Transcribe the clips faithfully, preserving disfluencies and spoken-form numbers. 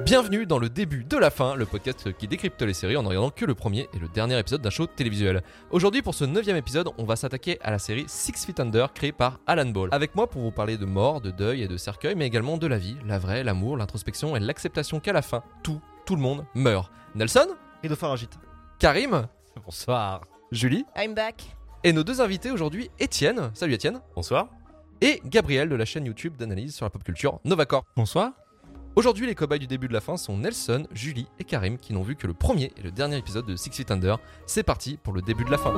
Bienvenue dans le début de la fin, le podcast qui décrypte les séries en ne regardant que le premier et le dernier épisode d'un show télévisuel. Aujourd'hui, pour ce neuvième épisode, on va s'attaquer à la série Six Feet Under, créée par Alan Ball. Avec moi pour vous parler de mort, de deuil et de cercueil, mais également de la vie, la vraie, l'amour, l'introspection et l'acceptation qu'à la fin, tout, tout le monde meurt. Nelson, Rideau Pharyngite. Karim, Bonsoir. Julie, I'm back. et nos deux invités aujourd'hui, Étienne, salut Étienne, Bonsoir. et Gabriel de la chaîne YouTube d'analyse sur la pop culture Novacore. Bonsoir. Aujourd'hui, les cobayes du début de la fin sont Nelson, Julie et Karim qui n'ont vu que le premier et le dernier épisode de Six Feet Under. C'est parti pour le début de la fin.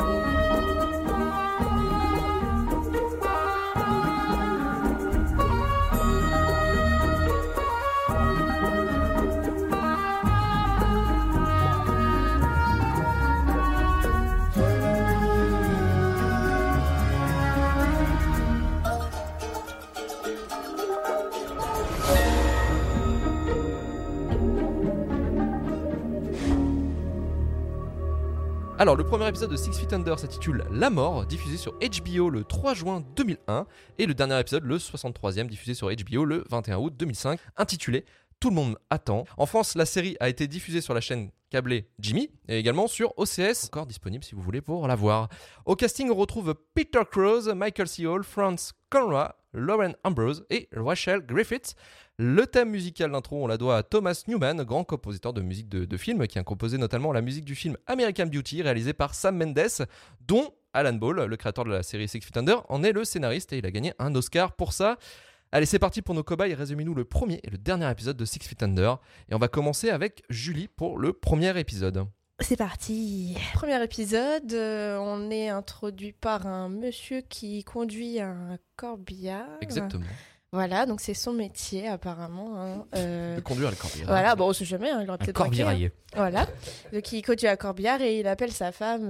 Alors, le premier épisode de Six Feet Under s'intitule La Mort, diffusé sur H B O le trois juin deux mille un, et le dernier épisode, le soixante-troisième, diffusé sur H B O le vingt et un août deux mille cinq, intitulé Tout le monde attend. En France, la série a été diffusée sur la chaîne câblée Jimmy, et également sur O C S, encore disponible si vous voulez pour la voir. Au casting, on retrouve Peter Krause, Michael C. Hall, Franz Conroy, Lauren Ambrose et Rachel Griffiths. Le thème musical d'intro, on la doit à Thomas Newman, grand compositeur de musique de, de film, qui a composé notamment la musique du film American Beauty, réalisé par Sam Mendes, dont Alan Ball, le créateur de la série Six Feet Under, en est le scénariste et il a gagné un Oscar pour ça. Allez, c'est parti pour nos cobayes, résumez-nous le premier et le dernier épisode de Six Feet Under. Et on va commencer avec Julie pour le premier épisode. C'est parti. Premier épisode, euh, on est introduit par un monsieur qui conduit un corbillard. Exactement. Voilà, donc c'est son métier apparemment. Hein. Euh, De conduire le corbillard. Voilà, bon, on sait jamais, hein, il aurait Un peut-être corbillard. Voilà, donc il conduit un corbillard et il appelle sa femme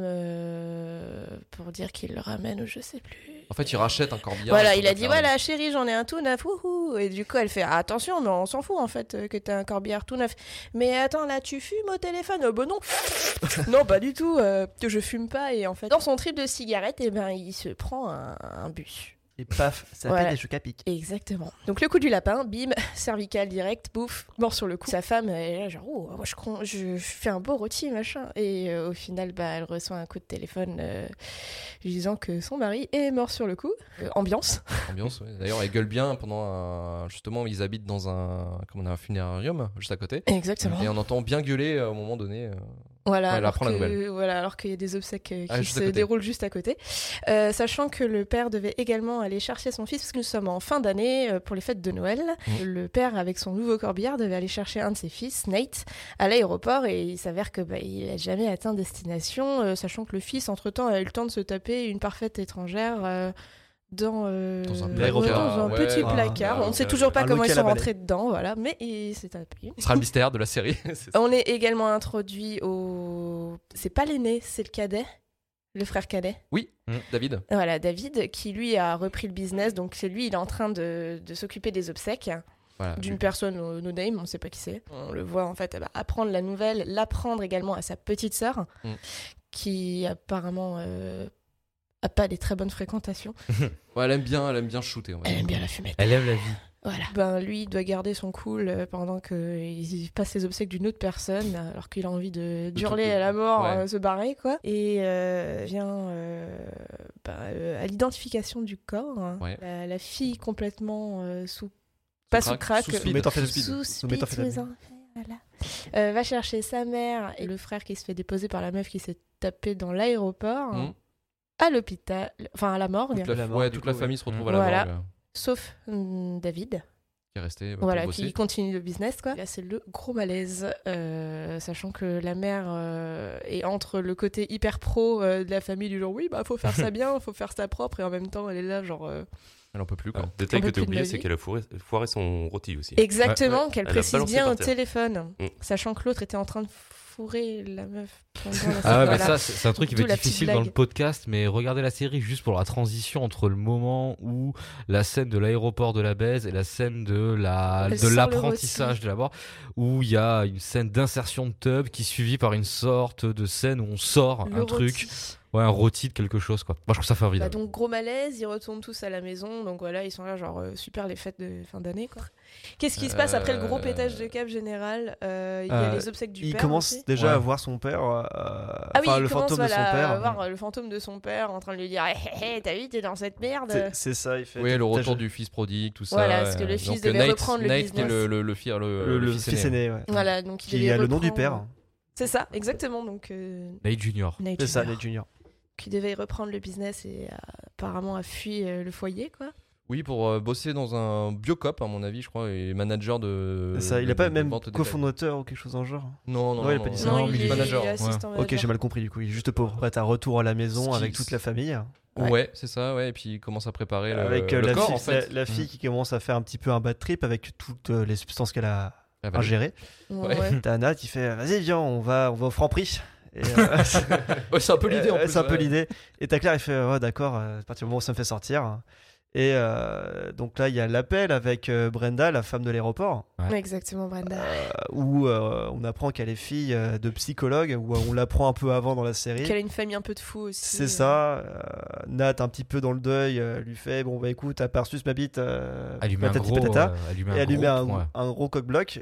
euh, pour dire qu'il le ramène ou je sais plus. En fait, il rachète un corbillard. Voilà, il a dit voilà chérie, j'en ai un tout neuf, wouhou. Et du coup, elle fait ah, attention, mais on s'en fout en fait que t'as un corbillard tout neuf. Mais attends, là, tu fumes au téléphone? Oh, bah non, non, pas du tout. Euh, je fume pas. Et en fait, dans son trip de cigarette, eh ben, il se prend un, un bus. Et paf, ça Voilà. fait des chocs à pic. Exactement. Donc le coup du lapin, bim, cervical direct, bouf, mort sur le coup. Sa femme, elle est là genre, oh, moi je, cron- je fais un beau rôti, machin. Et euh, au final, bah, elle reçoit un coup de téléphone euh, lui disant que son mari est mort sur le coup. Euh, ambiance. Ambiance, ouais. D'ailleurs, elle gueule bien pendant un... Justement, ils habitent dans un... Comme on a un funérarium, juste à côté. Exactement. Et on entend bien gueuler euh, au moment donné. euh, Voilà, Ouais, elle alors apprend la que- nouvelle. voilà, alors qu'il y a des obsèques euh, qui Ah, juste se à côté. déroulent juste à côté. Euh, sachant que le père devait également aller chercher son fils, parce que nous sommes en fin d'année euh, pour les fêtes de Noël. Mmh. Le père, avec son nouveau corbillard, devait aller chercher un de ses fils, Nate, à l'aéroport, et il s'avère que bah, il n'a jamais atteint destination, euh, sachant que le fils, entre-temps, a eu le temps de se taper une parfaite étrangère euh, dans, euh, Dans un ouais, placard, dans un ouais. petit Ah, placard. ah, On ne sait ok. toujours pas Un comment ils local sont à balai. rentrés dedans, voilà, mais il s'est tapé. Ce sera le mystère de la série. C'est ça. On est également introduit au... C'est pas l'aîné, c'est le cadet, le frère cadet. Oui, David. Voilà, David, qui lui a repris le business. Donc c'est lui, il est en train de, de s'occuper des obsèques Voilà. d'une personne au no name, on sait pas qui c'est. On le voit en fait eh ben, apprendre la nouvelle, l'apprendre également à sa petite sœur, Mm. qui apparemment euh, a pas des très bonnes fréquentations. Ouais, elle aime bien, elle aime bien shooter. On va Elle dire. aime bien la fumette. Elle aime la vie. Voilà. Ben, lui, il doit garder son cool euh, pendant qu'il passe les obsèques d'une autre personne, alors qu'il a envie de d'hurler tout- à la mort, ouais. euh, se barrer, quoi. Et euh, vient euh, ben, euh, à l'identification du corps, hein. Ouais. la, la fille complètement euh, sous... Pas sous crack, sous euh, speed. méthamphétamine. Sous speed. sous Sous speed, méthamphétamine. sous enfers, voilà. Euh, va chercher sa mère et le frère qui se fait déposer par la meuf qui s'est tapé dans l'aéroport, Mm. à l'hôpital, enfin à la morgue, Toute la, La ouais, mort, toute du la coup, famille ouais. se retrouve Mm. à la Voilà. morgue, sauf hum, David. qui est resté bah, Voilà, pour bosser. qui continue le business, quoi. Là, c'est le gros malaise, euh, sachant que la mère euh, est entre le côté hyper pro euh, de la famille, du genre oui, bah faut faire ça bien, faut faire ça propre, et en même temps, elle est là, genre. euh, Elle en peut plus, quoi. Ah, détail Un peu que tu as plus de oublié, ma c'est vie. qu'elle a foiré, foiré son rôti aussi. Exactement, ouais. qu'elle Elle a précise balancé bien par au terre. téléphone, Mm. sachant que l'autre était en train de fourrer la meuf. pendant la Ah ouais, scène, bah voilà. ça, c'est c'est un truc qui va D'où être la petite difficile dans blague. le podcast, mais regardez la série juste pour la transition entre le moment où la scène de l'aéroport de la baise et la scène de la Elle de sort le l'apprentissage rôti. de la mort, où il y a une scène d'insertion de tub qui est suivie par une sorte de scène où on sort Le un truc, rôti. ouais, un rôti de quelque chose, quoi. Moi, je trouve ça Bah, formidable. donc gros malaise, ils retournent tous à la maison, donc voilà, ils sont là genre euh, super les fêtes de fin d'année, quoi. Qu'est-ce qui se passe après le gros Euh, pétage de câble général? Euh, Il y a Euh, les obsèques du Il père. commence aussi. déjà Ouais. à voir son père, euh, Ah oui, enfin il le commence fantôme de voilà, son père. à voir euh, le fantôme de son père en train de lui dire hé hé, t'as vu, t'es dans cette merde. C'est- C'est ça, il fait. Oui, le t'as- retour du fils prodigue, tout ça. Voilà, parce que ouais. le fils Donc, devait Nate, reprendre le Nate, business. qui est le, le, le, fi- le, le, le fils aîné, ouais. Voilà, donc il Qui devait a le nom du reprendre- père. C'est ça, exactement. Donc euh, Nate Junior. Nate C'est ça, Junior, Nate Junior. qui devait reprendre le business et a- apparemment a fui euh, le foyer, quoi. Oui, pour euh, bosser dans un biocop, à mon avis, je crois, et manager de. C'est ça, il de- a pas de même vente de cofondateur ou quelque chose dans le genre. détail. Non, non, Non, il a non, pas dit ça. Non, Non, il mais est, manager. il est assistant Ok, manager. j'ai mal compris du coup, il est juste pauvre. Après, t'as un retour à la maison Ce avec qui- toute la famille. Ouais, Ouais. c'est ça, ouais. Et puis il commence à préparer le, Avec euh, le la, corps, fille, en fait. la, la fille qui commence à faire un petit peu un bad trip avec toutes euh, les substances qu'elle a Ah, bah, ingérées. Ouais. Ouais. T'as Anna qui fait vas-y, viens, on va, on va au Franprix. Et, euh, ouais, c'est un peu l'idée en Euh, plus. C'est un peu ouais. l'idée. Et t'as Claire, il fait ouais, d'accord, euh, à partir du moment où ça me fait sortir. Et euh, donc là, il y a l'appel avec euh, Brenda, la femme de l'aéroport, Exactement, Brenda. euh, où euh, on apprend qu'elle est fille euh, de psychologue, où euh, on l'apprend un peu avant dans la série. Qu'elle a une famille un peu de fous aussi. C'est euh. ça. euh, Nat, un petit peu dans le deuil, euh, lui fait bon, bah écoute, t'as pas reçu ma bite. Euh, Elle lui met un patati gros, patata. euh, elle lui met Et un elle lui gros met un, point. un gros coq-bloc. Et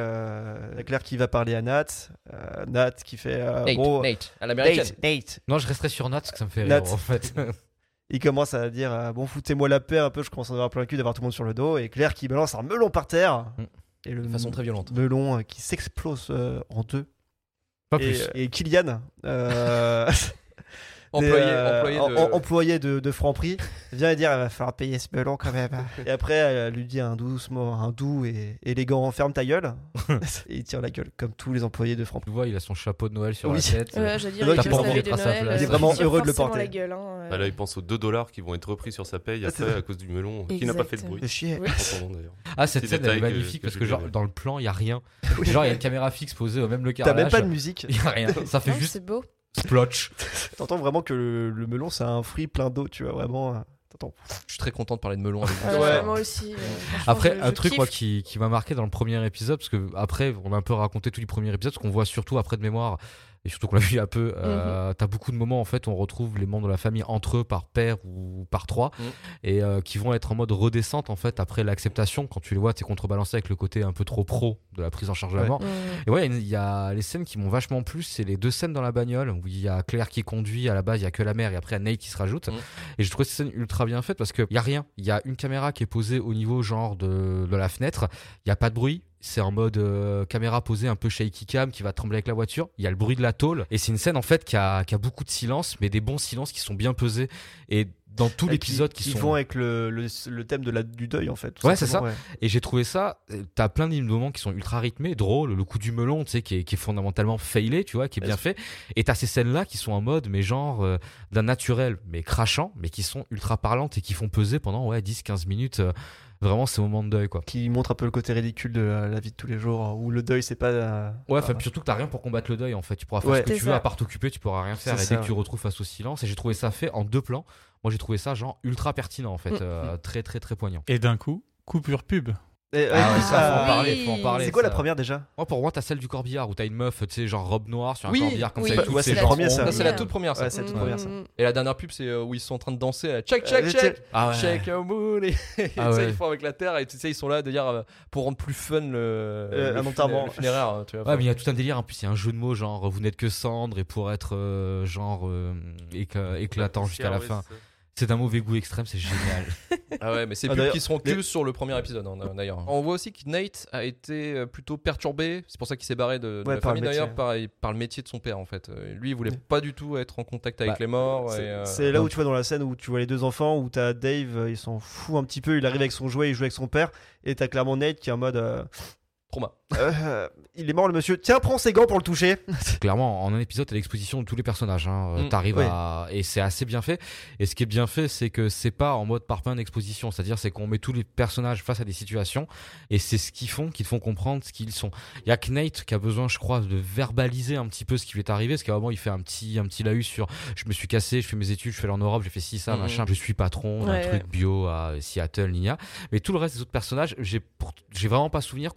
euh, Claire qui va parler à Nat. Euh, Nat qui fait euh, Nate, bon. Nate, à l'américaine. Nate, Nate. Non, je resterai sur Nat parce que ça me fait Nat. rire en fait. Il commence à dire euh, bon, foutez-moi la paix un peu, je commence à en avoir plein le cul d'avoir tout le monde sur le dos. Et Claire qui balance un melon par terre. Mm. Et le De façon très violente. melon euh, qui s'explose euh, en deux. Pas et, plus. et Kylian, euh, Employé, des, euh, employé en- de. en- employé de, de Franprix, vient et dire il va falloir payer ce melon quand même. Et après, elle lui dit un doucement, un doux et élégant ferme ta gueule. Et il tire la gueule, comme tous les employés de Franprix. Tu vois, il a son chapeau de Noël sur Oui. la tête. Ouais, je veux dire, T'as il pas vient se envie laver d'être de à sa Noël. place. Il est euh, vraiment tire heureux de le forcément porter. la gueule, hein, euh. Bah là, il pense aux deux dollars qui vont être repris sur sa paye C'est après ça. à cause du melon, qui n'a pas fait de bruit. Fais chier. Oui. Cependant, d'ailleurs. Ah, cette Petit scène elle est détail que- magnifique que parce j'ai que, bien genre, aimé. dans le plan, il y a rien. Genre, il y a une caméra fixe posée au même le T'as carrelage. même pas de musique. Il y a rien. Ça fait Non, juste c'est beau. splotch. T'entends vraiment que le, le melon, c'est un fruit plein d'eau, tu vois, vraiment. euh, T'entends. Je suis très content de parler de melon avec vous. Ouais, Ouais. Moi aussi. euh, franchement, Après, je- un je truc kiffe. moi, qui, qui m'a marqué dans le premier épisode, parce que après, on a un peu raconté tous les premiers épisodes, ce qu'on voit surtout après de mémoire, et surtout qu'on l'a vu un peu, euh, t'as beaucoup de moments en fait où on retrouve les membres de la famille entre eux par paire ou par trois, Mhm. et euh, qui vont être en mode redescente en fait après l'acceptation. Quand tu les vois, t'es contrebalancé avec le côté un peu trop pro de la prise en charge de la Ouais. mort. Mmh. Et ouais, il y a les scènes qui m'ont vachement plu, c'est les deux scènes dans la bagnole où il y a Claire qui conduit, à la base il y a que la mère et après Nate qui se rajoute. Mhm. Et je trouvais cette scène ultra bien faite parce qu'il y a rien, il y a une caméra qui est posée au niveau genre de, de la fenêtre, il y a pas de bruit. C'est en mode euh, caméra posée un peu shaky cam qui va trembler avec la voiture. Il y a le bruit de la tôle. Et c'est une scène en fait qui a, qui a beaucoup de silence, mais des bons silences qui sont bien pesés. Et dans tout Et l'épisode qui, qui sont. vont avec le, le, le thème de la, du deuil, en fait. tout Ouais, c'est simplement, ouais. Et j'ai trouvé ça. euh, T'as plein de moments qui sont ultra rythmés, drôles. Le coup du melon, tu sais, qui est, qui est fondamentalement failé, tu vois, qui est bien fait. Et t'as ces scènes-là qui sont en mode, mais genre, euh, d'un naturel, mais crachant, mais qui sont ultra parlantes et qui font peser pendant ouais, dix quinze minutes. euh, Vraiment ces moments de deuil quoi. Qui montre un peu le côté ridicule de la, la vie de tous les jours, où le deuil, c'est pas. euh, Ouais, enfin enfin, surtout que t'as rien pour combattre le deuil en fait. Tu pourras faire Ouais. ce que C'est tu veux ça. à part t'occuper, tu pourras rien faire. C'est Et ça, dès que tu ouais. retrouves face au silence, et j'ai trouvé ça fait en deux plans. Moi j'ai trouvé ça genre ultra pertinent en fait, Mm. euh, très très très poignant. Et d'un coup, coupure pub. et- Ah ouais, ouais, ça, faut en ah, parler, oui. faut en parler. C'est quoi la ça. première déjà? Moi pour moi t'as celle du corbillard où t'as une meuf, tu sais genre robe noire sur un Oui, corbillard comme oui. ça. Bah, avec toutes ouais, ces c'est la gens première, ronds. ça. Ça, c'est la Ouais. toute première, ça. Ouais, c'est la toute Mmh. première, ça. Et la dernière pub, c'est euh, où ils sont en train de danser. euh, Check, check, Euh, check. Ah ouais. Shake a moon. Et tu Ah sais, ouais. ils font avec la terre. Et tu sais, ils sont là d'ailleurs euh, pour rendre plus fun le, Euh, le un funé- enterrement. le funéraire. hein, tu vois, Ouais, mais il y a tout un délire. En plus, il y a un jeu de mots genre vous n'êtes que cendre et pour être euh, genre euh, écla- éclatant jusqu'à la Ouais, fin. c'est ça. C'est d'un mauvais goût extrême, c'est génial. Ah ouais, mais c'est Ah, pubs d'ailleurs, qui seront que les- sur le premier épisode hein, d'ailleurs. On voit aussi que Nate a été euh, plutôt perturbé. C'est pour ça qu'il s'est barré de, de Ouais, la par famille le métier. d'ailleurs par, par le métier de son père en fait. Euh, Lui, il voulait Ouais. pas du tout être en contact avec Bah, les morts. C'est et, euh, c'est là où donc- tu vois dans la scène où tu vois les deux enfants, où t'as Dave, euh, il s'en fout un petit peu, il arrive avec son jouet, il joue avec son père, et t'as clairement Nate qui est en mode. euh, trauma. euh, il est mort le monsieur, tiens, prends ses gants pour le toucher. Clairement, en un épisode, t'as l'exposition de tous les personnages. Hein. Euh, Mm. T'arrives Ouais. à. Et c'est assez bien fait. Et ce qui est bien fait, c'est que c'est pas en mode parpaing d'exposition. C'est-à-dire, c'est qu'on met tous les personnages face à des situations. Et c'est ce qu'ils font, qui te font comprendre ce qu'ils sont. Il y a que Nate qui a besoin, je crois, de verbaliser un petit peu ce qui lui est arrivé. Parce qu'à un moment, il fait un petit, un petit laïus sur je me suis cassé, je fais mes études, je fais en Europe, j'ai fait ci, ça, Mhm. machin. Je suis patron d'un Ouais, truc ouais. bio à Seattle, Nina. Mais tout le reste des autres personnages, j'ai pour... j'ai vraiment pas souvenir qu'on ait eu besoin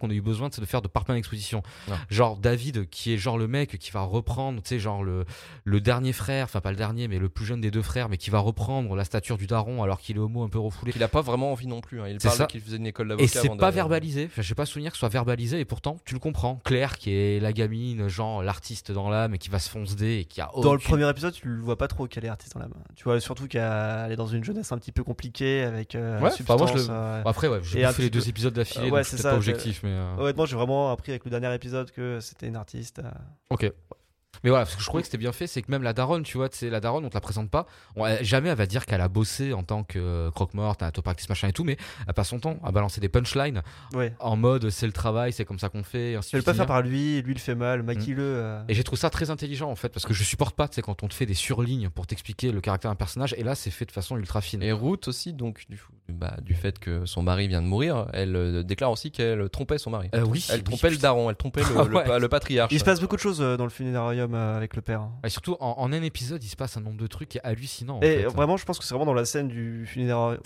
besoin de faire de parpaing d'exposition. Non. Genre David, qui est genre le mec qui va reprendre, tu sais, genre le, le dernier frère, enfin pas le dernier, mais le plus jeune des deux frères, mais qui va reprendre la stature du daron alors qu'il est homo un peu refoulé. Il a pas vraiment envie non plus. Hein. Il C'est parle ça. qu'il faisait une école d'avocat. Et c'est avant pas de- verbalisé, enfin, je sais pas souvenir que ce soit verbalisé, et pourtant tu le comprends. Claire, qui est la gamine, genre l'artiste dans l'âme, et qui va se foncer et qui a Dans le aucune- premier épisode, tu le vois pas trop qu'elle est artiste dans la main. Tu vois surtout qu'elle est dans une jeunesse un petit peu compliquée avec euh, Ouais, substance. enfin, moi, je le- euh, Bon, après, ouais, j'ai Et un bouffé les petit deux peu- épisodes d'affilée, Euh, donc ouais, je c'est suis ça, peut-être pas c'est- objectif, mais. euh, Honnêtement, j'ai vraiment appris avec le dernier épisode que c'était une artiste. euh. Ok. Mais voilà, ce que je trouvais que c'était bien fait, c'est que même la daronne, tu vois, tu sais, la daronne, on te la présente pas. On- elle- jamais elle va dire qu'elle a bossé en tant que euh, croque-morte, anatopractice, machin et tout, mais elle passe son temps à balancer des punchlines Ouais. en mode c'est le travail, c'est comme ça qu'on fait, et ainsi Je vais de le pas suite. faire par lui, lui il fait mal, maquille-le. euh. Et j'ai trouvé ça très intelligent en fait, parce que je supporte pas, tu sais, quand on te fait des surlignes pour t'expliquer le caractère d'un personnage, et là c'est fait de façon ultra fine. Et Ruth aussi, donc du, bah, du fait que son mari vient de mourir, elle euh, déclare aussi qu'elle trompait son mari. Euh, oui, Elle oui, trompait le putain. daron, elle trompait le, Ah le ouais. pa- le patriarche. Il se passe beaucoup de choses euh, dans le funérarium euh, avec le père. Et surtout en, en un épisode, il se passe un nombre de trucs qui est hallucinant. En Et fait. vraiment, je pense que c'est vraiment dans la scène du funérarium.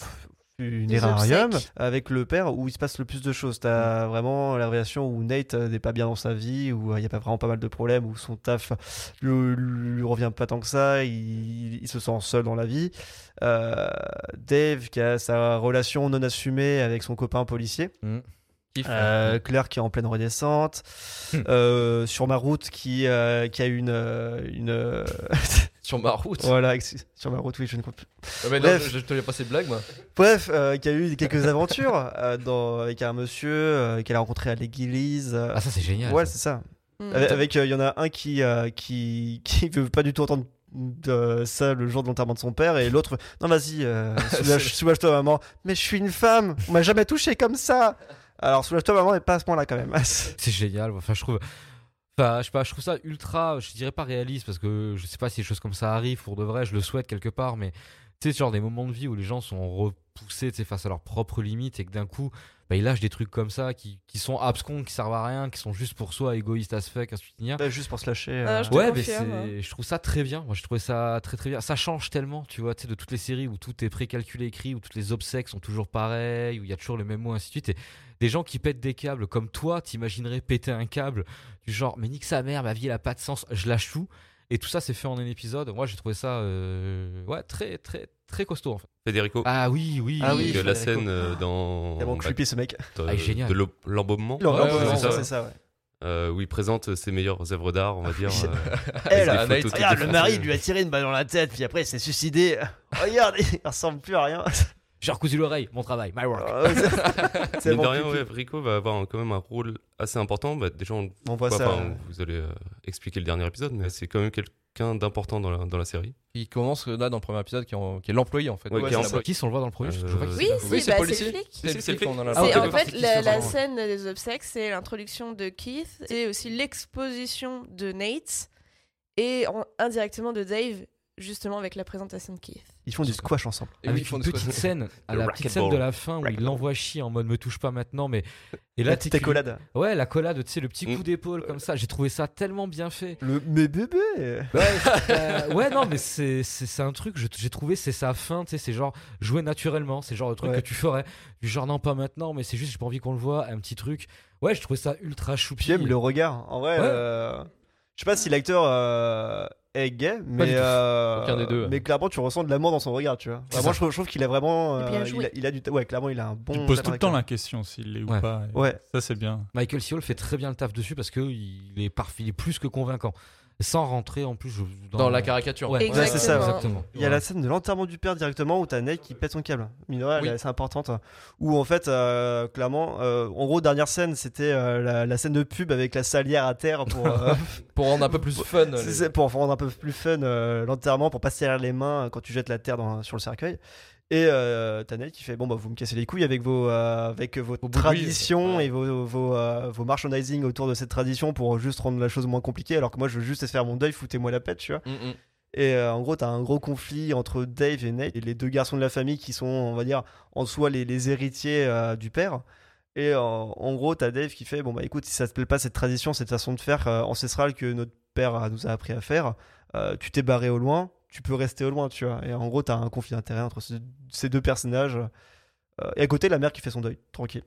funérarium obsèques. avec le père où il se passe le plus de choses. T'as vraiment la révélation où Nate euh, n'est pas bien dans sa vie, où euh, il y a pas vraiment pas mal de problèmes, où son taf lui, lui revient pas tant que ça, il, il se sent seul dans la vie. Euh, Dave qui a sa relation non assumée avec son copain policier. Kiff. Euh, Claire qui est en pleine redescente. Euh, sur ma route qui, euh, qui a une... euh, une euh, Sur ma route. voilà, ex- sur ma route, oui, je ne compte plus. Ah, mais non, Bref. je, je te l'ai passé de blague, moi. Bref, euh, qui a eu quelques aventures euh, dans, avec un monsieur euh, qu'elle a rencontré à l'église. euh. Ah, ça c'est génial. ouais, ça. c'est ça. Mm. Avec, avec, euh, il y en a un qui, euh, qui, qui veut pas du tout entendre de ça le jour de l'enterrement de son père, et l'autre, non, vas-y, euh, soulage- soulage-toi, maman. Mais je suis une femme, on m'a jamais touché comme ça. Alors, soulage-toi, maman, mais pas à ce point-là quand même. C'est génial. Enfin, je trouve. Enfin, je sais pas, je trouve ça ultra, je dirais pas réaliste, parce que je sais pas si des choses comme ça arrivent pour de vrai, je le souhaite quelque part, mais tu sais, genre des moments de vie où les gens sont repoussés, tu sais, face à leurs propres limites, et que d'un coup, bah, ils lâchent des trucs comme ça qui, qui sont abscons, qui servent à rien, qui sont juste pour soi, égoïstes as fuck, ainsi de suite. Bah, juste pour se lâcher. Ah, euh, je te Ouais, mais confirme, c'est, je trouve ça très bien. Moi, je trouvais ça très très bien. Ça change tellement, tu vois, tu sais, de toutes les séries où tout est précalculé, écrit, où toutes les obsèques sont toujours pareilles, où il y a toujours les mêmes mots, ainsi de suite. Et des gens qui pètent des câbles comme toi, t'imaginerais péter un câble du genre, mais nique sa mère, ma vie elle a pas de sens, je lâche tout. Et tout ça, c'est fait en un épisode. Moi, j'ai trouvé ça, euh, ouais, très très très costaud en fait. Federico. Ah oui, oui. Ah oui, Donc, je la suis scène d'accord. euh, dans. tellement bah, creepy ce mec. de- Ah, génial. de l'em- l'embaumement. Non, Ouais, non, ouais, non, ouais, ça, ouais. c'est ça, ouais. euh, où il présente ses meilleures œuvres d'art, on va dire. euh, Elle, avec des Nate, photos regarde, toutes le mari défoncées. lui a tiré une balle dans la tête, puis après il s'est suicidé. Regarde, il ressemble plus à rien. J'ai recousu l'oreille, mon travail, my work. Euh, c'est- c'est Mine de vraiment rien, creepy. ouais, Rico va avoir un- quand même un rôle assez important. Bah, déjà, on, On voit quoi, ça. enfin, vous allez euh, expliquer le dernier épisode, mais c'est quand même quelqu'un d'important dans la, dans la série. Il commence euh, là dans le premier épisode qui est, en- qui est l'employé en fait. Ouais, Ouais, qui est c'est en- la boîte. Qui on le voit dans le premier parce que je vois que Euh, c'est Oui, pas- si, Oui, c'est bah, policier. c'est le flic. C'est le C'est le flic, on a la- Ah, C'est ok, en d'accord, fait c'est qui, la, ça, la vraiment. scène des obsèques, c'est l'introduction de Keith, c'est aussi l'exposition de Nate et en- indirectement de Dave, justement avec la présentation de Keith. Ils font du squash ensemble. Et oui, ils avec font une des petite squats. scène, à Le la petite scène racquetball. de la fin où il Racquetball. l'envoie chier en mode me touche pas maintenant, mais et là La t'es petite accolade. Ouais, la collade, tu sais, le petit coup Mm. d'épaule comme ça, j'ai trouvé ça tellement bien fait. Le mais bébé. Ouais, euh, ouais, non, mais c'est c'est c'est un truc, je- j'ai trouvé, c'est sa fin, tu sais, c'est genre jouer naturellement, c'est genre le truc Ouais. que tu ferais, du genre non pas maintenant, mais c'est juste j'ai pas envie qu'on le voit, un petit truc. Ouais, je trouvais ça ultra choupi. Puis même le regard. En vrai, Ouais. euh, je sais pas si l'acteur euh, est gay, mais du tout. euh, Aucun des deux. Mais clairement, tu ressens de l'amour dans son regard, tu vois. C'est Vraiment, ça. je trouve, je trouve qu'il a vraiment. Et puis, il a euh, joué. il, a, il a du. Ouais, clairement, il a un bon. Tu te poses tout le temps acteur. la question s'il l'est Ouais. ou pas. et Ouais. Ça, c'est bien. Michael C. Hall fait très bien le taf dessus parce que il est parfait, il est plus que convaincant. Sans rentrer en plus je- Dans la caricature. Ouais, Exactement. c'est ça, exactement. Il y a la scène de l'enterrement du père directement où t'as Nate qui pète son câble. Mine de rien, elle Oui. est assez importante. Où en fait, euh, clairement, euh, en gros, dernière scène, c'était euh, la, la scène de pub avec la salière à terre pour, euh, Pour rendre un peu plus fun. c'est- les- c'est pour rendre un peu plus fun euh, l'enterrement, pour pas se serrer les mains quand tu jettes la terre dans- sur le cercueil. Et euh, t'as Nate qui fait bon bah vous me cassez les couilles avec vos euh, avec vos Vos bouillies, traditions ouais. et vos vos, euh, vos merchandising autour de cette tradition pour juste rendre la chose moins compliquée, alors que moi je veux juste faire mon deuil, foutez-moi la pête, tu vois. Mm, mm. Et euh, en gros, t'as un gros conflit entre Dave et Nate, et les deux garçons de la famille qui sont, on va dire, en soi les, les héritiers euh, du père. Et euh, en gros, t'as Dave qui fait bon bah écoute, si ça te plaît pas cette tradition, cette façon de faire euh, ancestrale que notre père a- nous a appris à faire, euh, tu t'es barré au loin, tu peux rester au loin, tu vois. Et en gros, t'as un conflit d'intérêt entre ce- ces deux personnages. Euh, et à côté, la mère qui fait son deuil, tranquille.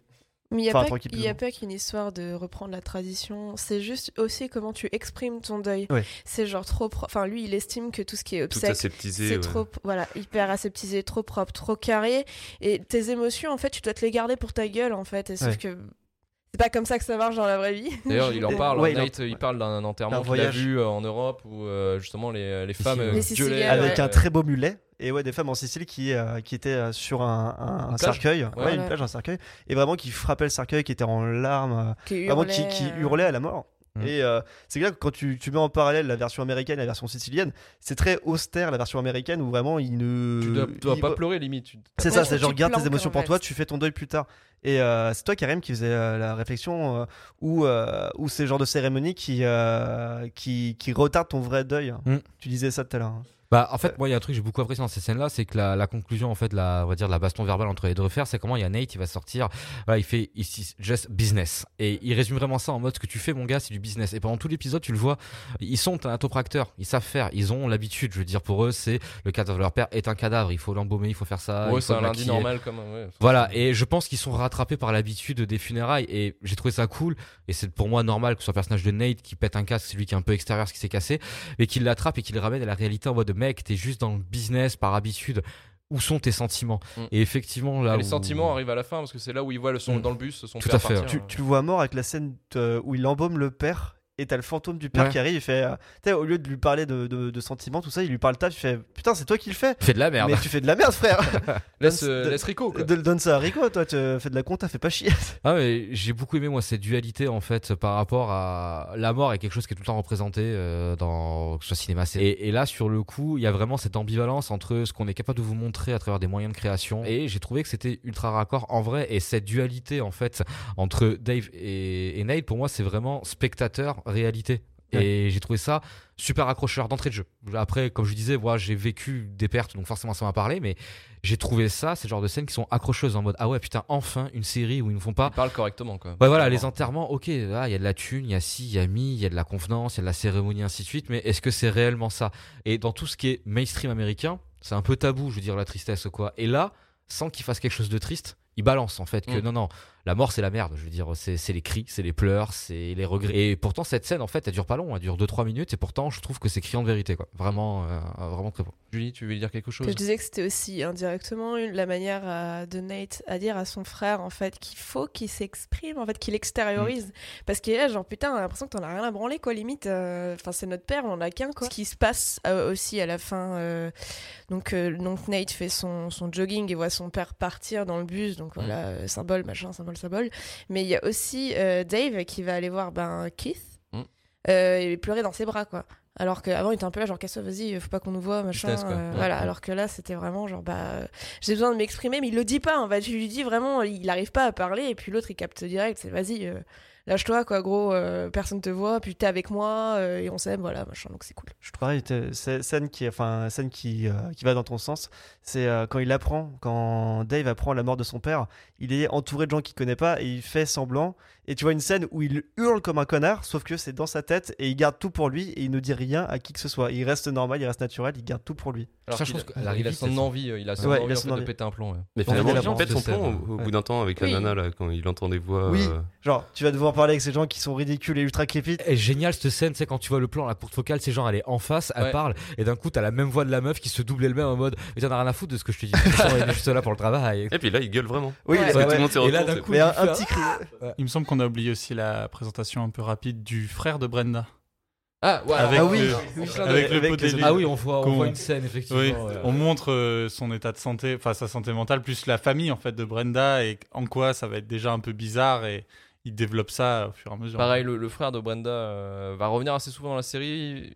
Mais il n'y a, Enfin, pas- tranquille, il plus y a ou pas qu'une histoire de reprendre la tradition, c'est juste aussi comment tu exprimes ton deuil. Ouais. C'est genre trop propre. Enfin, lui, il estime que tout ce qui est Tout obsèque, aseptisé. c'est ouais. trop, voilà, hyper aseptisé, trop propre, trop carré. Et tes émotions, en fait, tu dois te les garder pour ta gueule, en fait. Et sauf Ouais. que c'est pas comme ça que ça marche dans la vraie vie. D'ailleurs, il en Et- parle. ouais, il en- Nate, il ouais. parle d'un enterrement D'un qu'il a voyage. vu euh, en Europe où euh, justement les, les femmes Les euh, Les gueulaient. Siciliennes, Avec ouais. un très beau mulet. Et ouais, des femmes en Sicile qui, euh, qui étaient euh, sur un, un- Une un plage. cercueil. Ouais, Ouais. une plage, un cercueil. Et vraiment qui frappaient le cercueil, qui était en larmes. euh, Qui Vraiment hurlait, qui, qui euh, hurlait à la mort. Mm. Et euh, c'est que là, quand tu, tu mets en parallèle la version américaine et la version sicilienne, c'est très austère la version américaine où vraiment il ne. Tu dois, tu dois il- pas pleurer limite. Tu- C'est Ouais, ça, tu- c'est genre tu garde tes planques émotions en pour fait. toi, tu fais ton deuil plus tard. Et euh, c'est toi, Karim, qui faisait euh, la réflexion euh, où, euh, où c'est le genre de cérémonie qui, euh, qui, qui retarde ton vrai deuil. Mm. Tu disais ça tout à l'heure. hein. Bah, en fait, moi, il y a un truc que j'ai beaucoup apprécié dans ces scènes-là, c'est que la, la conclusion, en fait, de la, on va dire, de la baston verbale entre les deux frères, c'est comment il y a Nate, il va sortir, voilà, il fait ici just business, et il résume vraiment ça en mode ce que tu fais, mon gars, c'est du business. Et pendant tout l'épisode, tu le vois, ils sont thanatopracteurs, ils savent faire, ils ont l'habitude. Je veux dire, pour eux, c'est le cadavre de leur père est un cadavre, il faut l'embaumer, il faut faire ça. Ouais, il faut c'est un le lundi maquiller. normal comme. Ouais. Voilà, et je pense qu'ils sont rattrapés par l'habitude des funérailles, et j'ai trouvé ça cool, et c'est pour moi normal que ce soit le personnage de Nate qui pète un casque, c'est lui qui est un peu extérieur, ce qui s'est cassé, mais qu'il l'attrape et qu'il le ramène à la réalité en mode mec, t'es juste dans le business par habitude, où sont tes sentiments? Mm. Et effectivement, là Et les où- sentiments arrivent à la fin parce que c'est là où il voit le son Mm. dans le bus, son Tout père à fait. partir. Tu, tu le vois mort avec la scène euh, où il embaume le père. Et t'as le fantôme du père Ouais. qui arrive, il fait. euh, tu sais, au lieu de lui parler de, de, de sentiments, tout ça, il lui parle taf, il fait putain, c'est toi qui le fais. Fais de la merde. Mais tu fais de la merde, frère. Laisse, Donne- euh, laisse Rico. Quoi. Donne donne ça à Rico, toi, tu fais de la compta, fais pas chier. Ah mais j'ai beaucoup aimé moi cette dualité en fait par rapport à la mort est quelque chose qui est tout le temps représenté euh, dans que ce soit cinéma série. Et, et là sur le coup il y a vraiment cette ambivalence entre ce qu'on est capable de vous montrer à travers des moyens de création et j'ai trouvé que c'était ultra raccord en vrai et cette dualité en fait entre Dave et, et Nate pour moi c'est vraiment spectateur réalité. Et j'ai trouvé ça super accrocheur d'entrée de jeu. Après, comme je disais, moi, j'ai vécu des pertes, donc forcément ça m'a parlé, mais j'ai trouvé ça, c'est le genre de scènes qui sont accrocheuses en mode ah ouais putain enfin une série où ils ne font pas. Il parle correctement quoi. Ouais voilà, les enterrements, ok, là il y a de la thune, il y a ci, il y a mi, il y a de la convenance, il y a de la cérémonie, ainsi de suite, mais est-ce que c'est réellement ça? Et dans tout ce qui est mainstream américain, c'est un peu tabou, je veux dire, la tristesse quoi. Et là, sans qu'il fasse quelque chose de triste, il balance en fait que Mm. non, non, la mort c'est la merde, je veux dire, c'est, c'est les cris, c'est les pleurs, c'est les regrets. Et pourtant, cette scène en fait, elle dure pas long, elle dure deux trois minutes, et pourtant, je trouve que c'est criant de vérité quoi. Vraiment, euh, vraiment très beau. Julie, tu veux dire quelque chose? Que je disais que c'était aussi indirectement une- la manière euh, de Nate à dire à son frère en fait qu'il faut qu'il s'exprime, en fait qu'il extériorise, parce qu'il est là genre putain, on a l'impression que t'en as rien à branler quoi, limite. Enfin c'est notre père, on en a qu'un quoi. Ce qui se passe euh, aussi à la fin, euh, donc euh, donc Nate fait son, son jogging et voit son père partir dans le bus, donc voilà euh, symbole machin symbole symbole. Mais il y a aussi euh, Dave qui va aller voir ben Keith Mm. euh, et pleurer dans ses bras quoi. Alors qu'avant il était un peu là genre casse-toi, vas-y, faut pas qu'on nous voit machin, Tristesse, quoi. euh, Ouais. voilà. Alors que là c'était vraiment genre bah euh, j'ai besoin de m'exprimer, mais il le dit pas en fait. Je lui dis vraiment, il arrive pas à parler et puis l'autre il capte direct, c'est vas-y euh, lâche-toi quoi gros, euh, personne te voit, puis t'es avec moi euh, et on s'aime voilà machin, donc c'est cool. Je trouve pareil, t'es- c'est- scène qui, enfin, scène qui, euh, qui va dans ton sens, c'est euh, quand il apprend, quand Dave apprend la mort de son père, il est entouré de gens qu'il connaît pas et il fait semblant. Et tu vois une scène où il hurle comme un connard, sauf que c'est dans sa tête et il garde tout pour lui et il ne dit rien à qui que ce soit. Il reste normal, il reste naturel, il garde tout pour lui. Alors Ça, je qu'il pense a- qu'elle il arrive a vite, son cette envie, euh, il a son Ouais, envie il a en son fait, de envie. péter un plomb. ouais. Mais On finalement, vient il d'apprendre pète son cette plomb scène. au, au Ouais. bout d'un temps avec Oui. la nana là, quand il entend des voix. Oui. euh, Genre, tu vas devoir parler avec ces gens qui sont ridicules et ultra creepy. Et génial cette scène, c'est quand tu vois le plan, la courte focale, c'est genre elle est en face, elle Ouais. parle, et d'un coup t'as la même voix de la meuf qui se double elle-même en mode mais t'en as rien à foutre de ce que je te dis, de toute façon, elle est juste là pour le travail. Et puis là, il gueule vraiment. Oui, Ouais. il- Parce que ouais, tout le monde se Et là, retourne. d'un coup, mais un, il un fait petit cri. Il me semble qu'on a oublié aussi la présentation un peu rapide du frère de Brenda. Ah, ouais, Avec alors, le- oui, oui, avec le avec pot les- d'élu. Ah oui, on voit, on Qu'on- voit une scène effectivement. Oui, ouais. on montre euh, son état de santé, enfin sa santé mentale, plus la famille en fait de Brenda et en quoi ça va être déjà un peu bizarre et il développe ça au fur et à mesure. Pareil, le, le frère de Brenda euh, va revenir assez souvent dans la série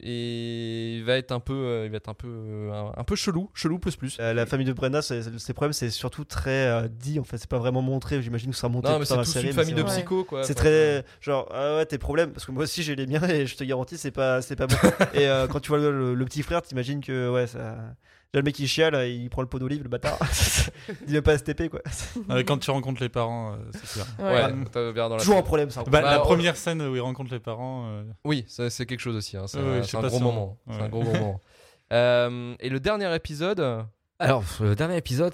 et il va être un peu, euh, il va être un peu, euh, un, un peu chelou, chelou plus plus. Euh, la famille de Brenda, c'est- c'est- ses problèmes, c'est surtout très euh, dit. En fait, c'est pas vraiment montré. J'imagine que ça sera monté Non, plus mais tard c'est dans la tous série. une mais famille de c'est vraiment- psychos quoi. C'est Enfin, très genre ah ouais tes problèmes parce que moi aussi j'ai les miens et je te garantis c'est pas c'est pas bon. Et euh, quand tu vois le, le- le petit frère, t'imagines que ouais ça. Déjà, le mec il chiale, il prend le pot d'olive, le bâtard. Il vient pas S T P quoi. Euh, quand tu rencontres les parents, euh, c'est clair. Ouais, Ouais. t'as bien dans la. Toujours un problème ça. Bah, Bah, la on- première scène où il rencontre les parents, euh, Oui, ça, c'est quelque chose aussi. hein. C'est Ouais, un, ouais, je c'est sais un pas gros si on- moment. C'est un ouais. gros moment. Euh, et le dernier épisode, Alors, le dernier épisode,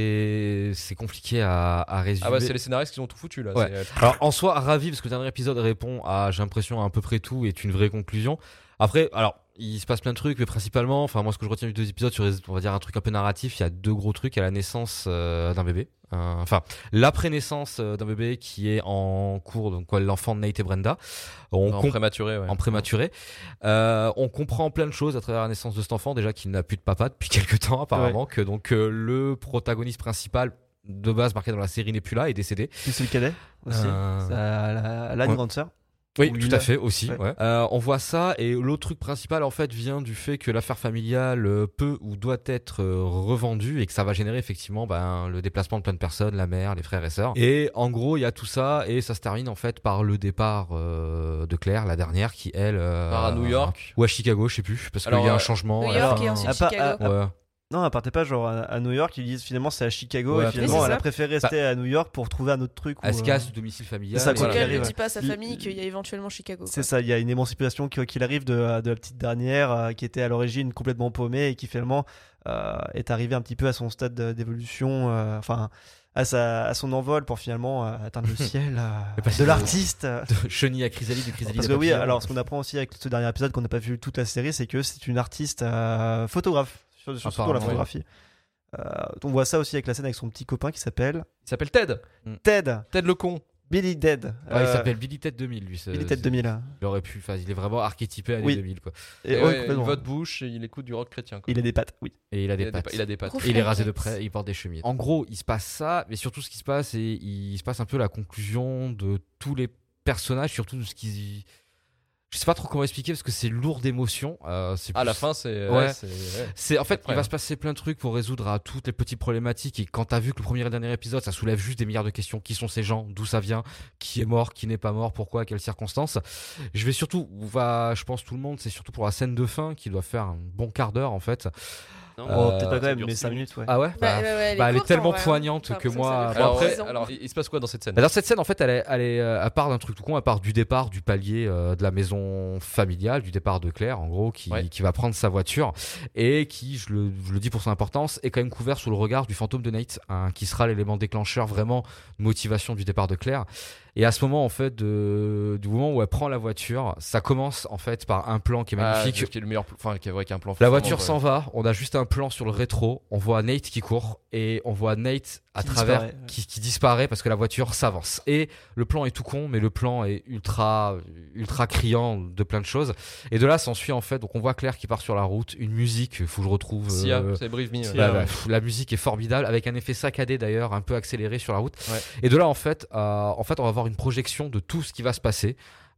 c'est c'est compliqué à, à résumer. Ah bah c'est les scénaristes qui ont tout foutu là. Ouais. C'est- Alors, en soi, ravi, parce que le dernier épisode répond à, j'ai l'impression, à à peu près tout, et est une vraie conclusion. Après, alors, il se passe plein de trucs, mais principalement, enfin, moi, ce que je retiens du deux épisodes, sur, les- on va dire un truc un peu narratif, il y a deux gros trucs. Il y a la naissance euh, d'un bébé. Euh, Enfin, l'après-naissance euh, d'un bébé qui est en cours, donc quoi, l'enfant de Nate et Brenda. On en comp- prématuré, ouais. en prématuré. Euh, on comprend plein de choses à travers la naissance de cet enfant, déjà qu'il n'a plus de papa depuis quelques temps apparemment, que donc euh, le protagoniste principal de base marqué dans la série n'est plus là, est décédé. Puis c'est le cadet aussi. Euh, Ça, la, la ouais. grande sœur. Oui, Ou tout Lila. à fait aussi. Ouais. Ouais. Euh, on voit ça, et l'autre truc principal en fait vient du fait que l'affaire familiale euh, peut ou doit être euh, revendue, et que ça va générer effectivement ben, le déplacement de plein de personnes, la mère, les frères et sœurs. Et en gros, il y a tout ça, et ça se termine en fait par le départ euh, de Claire, la dernière, qui elle euh, Part à New York. ou à Chicago, je sais plus, parce qu'il Alors, y a un euh, changement. New à la York fin. et ensuite Ah, pas- Chicago. ah, Ouais. Non, elle partait pas genre à, à New York, ils disent finalement c'est à Chicago Ouais, et finalement oui, c'est elle a ça. préféré rester à New York pour trouver un autre truc. Elle où, se euh, casse du domicile familial. C'est ça, et quoi Donc qu'il voilà. elle arrive. ne dit pas à sa Il- famille qu'il y a éventuellement Chicago. C'est quoi. ça, il y a une émancipation qui, quoi qu'il arrive de, de la petite dernière euh, qui était à l'origine complètement paumée et qui finalement euh, est arrivée un petit peu à son stade de- d'évolution, euh, enfin à, sa, à son envol pour finalement euh, atteindre le ciel euh, Mais parce de que- l'artiste. De chenille à chrysalide, de chrysalide Parce à que oui, papillon. alors ce qu'on apprend aussi avec ce dernier épisode qu'on n'a pas vu toute la série, c'est que c'est une artiste euh, photographe, sur, sur- surtout la Apparemment, photographie. Euh, on voit ça aussi avec la scène avec son petit copain qui s'appelle Il s'appelle Ted. Ted, Ted le con. Billy Dead. Ouais, Euh, il s'appelle Billy Ted deux mille, lui. c'est- Billy Ted c'est- deux mille. Il aurait pu, enfin, il est vraiment archétypé années Oui. deux mille, quoi. Et Et ouais, ouais, il complètement. vote Bush et il écoute du rock chrétien. quoi. Il a des pattes, oui. Et il a Il des a des pattes. pa- il a des pattes. Gros Et il est rasé de flinguettes. près, et il porte des chemises. En gros, il se passe ça, mais surtout ce qui se passe, c'est il se passe un peu la conclusion de tous les personnages, surtout de ce qui. Je sais pas trop comment expliquer parce que c'est lourd d'émotions. Euh, c'est À la plus- fin, c'est. Ouais. Ouais, c'est- ouais. C'est en fait, Après, il va hein. se passer plein de trucs pour résoudre à toutes les petites problématiques. Et quand t'as vu que le premier et dernier épisode, ça soulève juste des milliards de questions. Qui sont ces gens? D'où ça vient? Qui est mort? Qui n'est pas mort? Pourquoi? À quelles circonstances? Je vais surtout, va, je pense tout le monde, c'est surtout pour la scène de fin qui doit faire un bon quart d'heure en fait. Non, Oh, Euh, peut-être pas ça quand même, dure mais six cinq minutes, ouais. Ah ouais? Bah, Bah, ouais, ouais, bah, elle est courte, tellement en vrai, hein. poignante J'ai que l'impression moi- ça dure Alors, après- après, dix ans. alors, il il se passe quoi dans cette scène Bah, dans cette scène, en fait, elle, est, elle, est, euh, elle part d'un truc tout con, elle part du départ du palier euh, de la maison familiale, du départ de Claire, en gros, qui, Ouais. qui va prendre sa voiture et qui, je le, je le dis pour son importance, est quand même couvert sous le regard du fantôme de Nate, hein, qui sera l'élément déclencheur vraiment de motivation du départ de Claire. Et à ce moment, en fait, de, du moment où elle prend la voiture, ça commence en fait par un plan qui est Ah, magnifique. qui est le meilleur. Enfin, qui est vrai, qui est un plan. La vraiment, voiture ouais. s'en va, on a juste un plan sur le rétro, on voit Nate qui court et on voit Nate à Qui travers disparaît, ouais. qui, qui disparaît parce que la voiture s'avance. Et le plan est tout con, mais le plan est ultra ultra criant de plein de choses. Et de là s'ensuit en fait, donc on voit Claire qui part sur la route, une musique, faut que je retrouve. Sia, euh, c'est Brive Me. ouais. bah, bah, pff, la musique est formidable avec un effet saccadé d'ailleurs, un peu accéléré sur la route. Ouais. Et de là en fait, euh, en fait, on va avoir une projection de tout ce qui va se passer.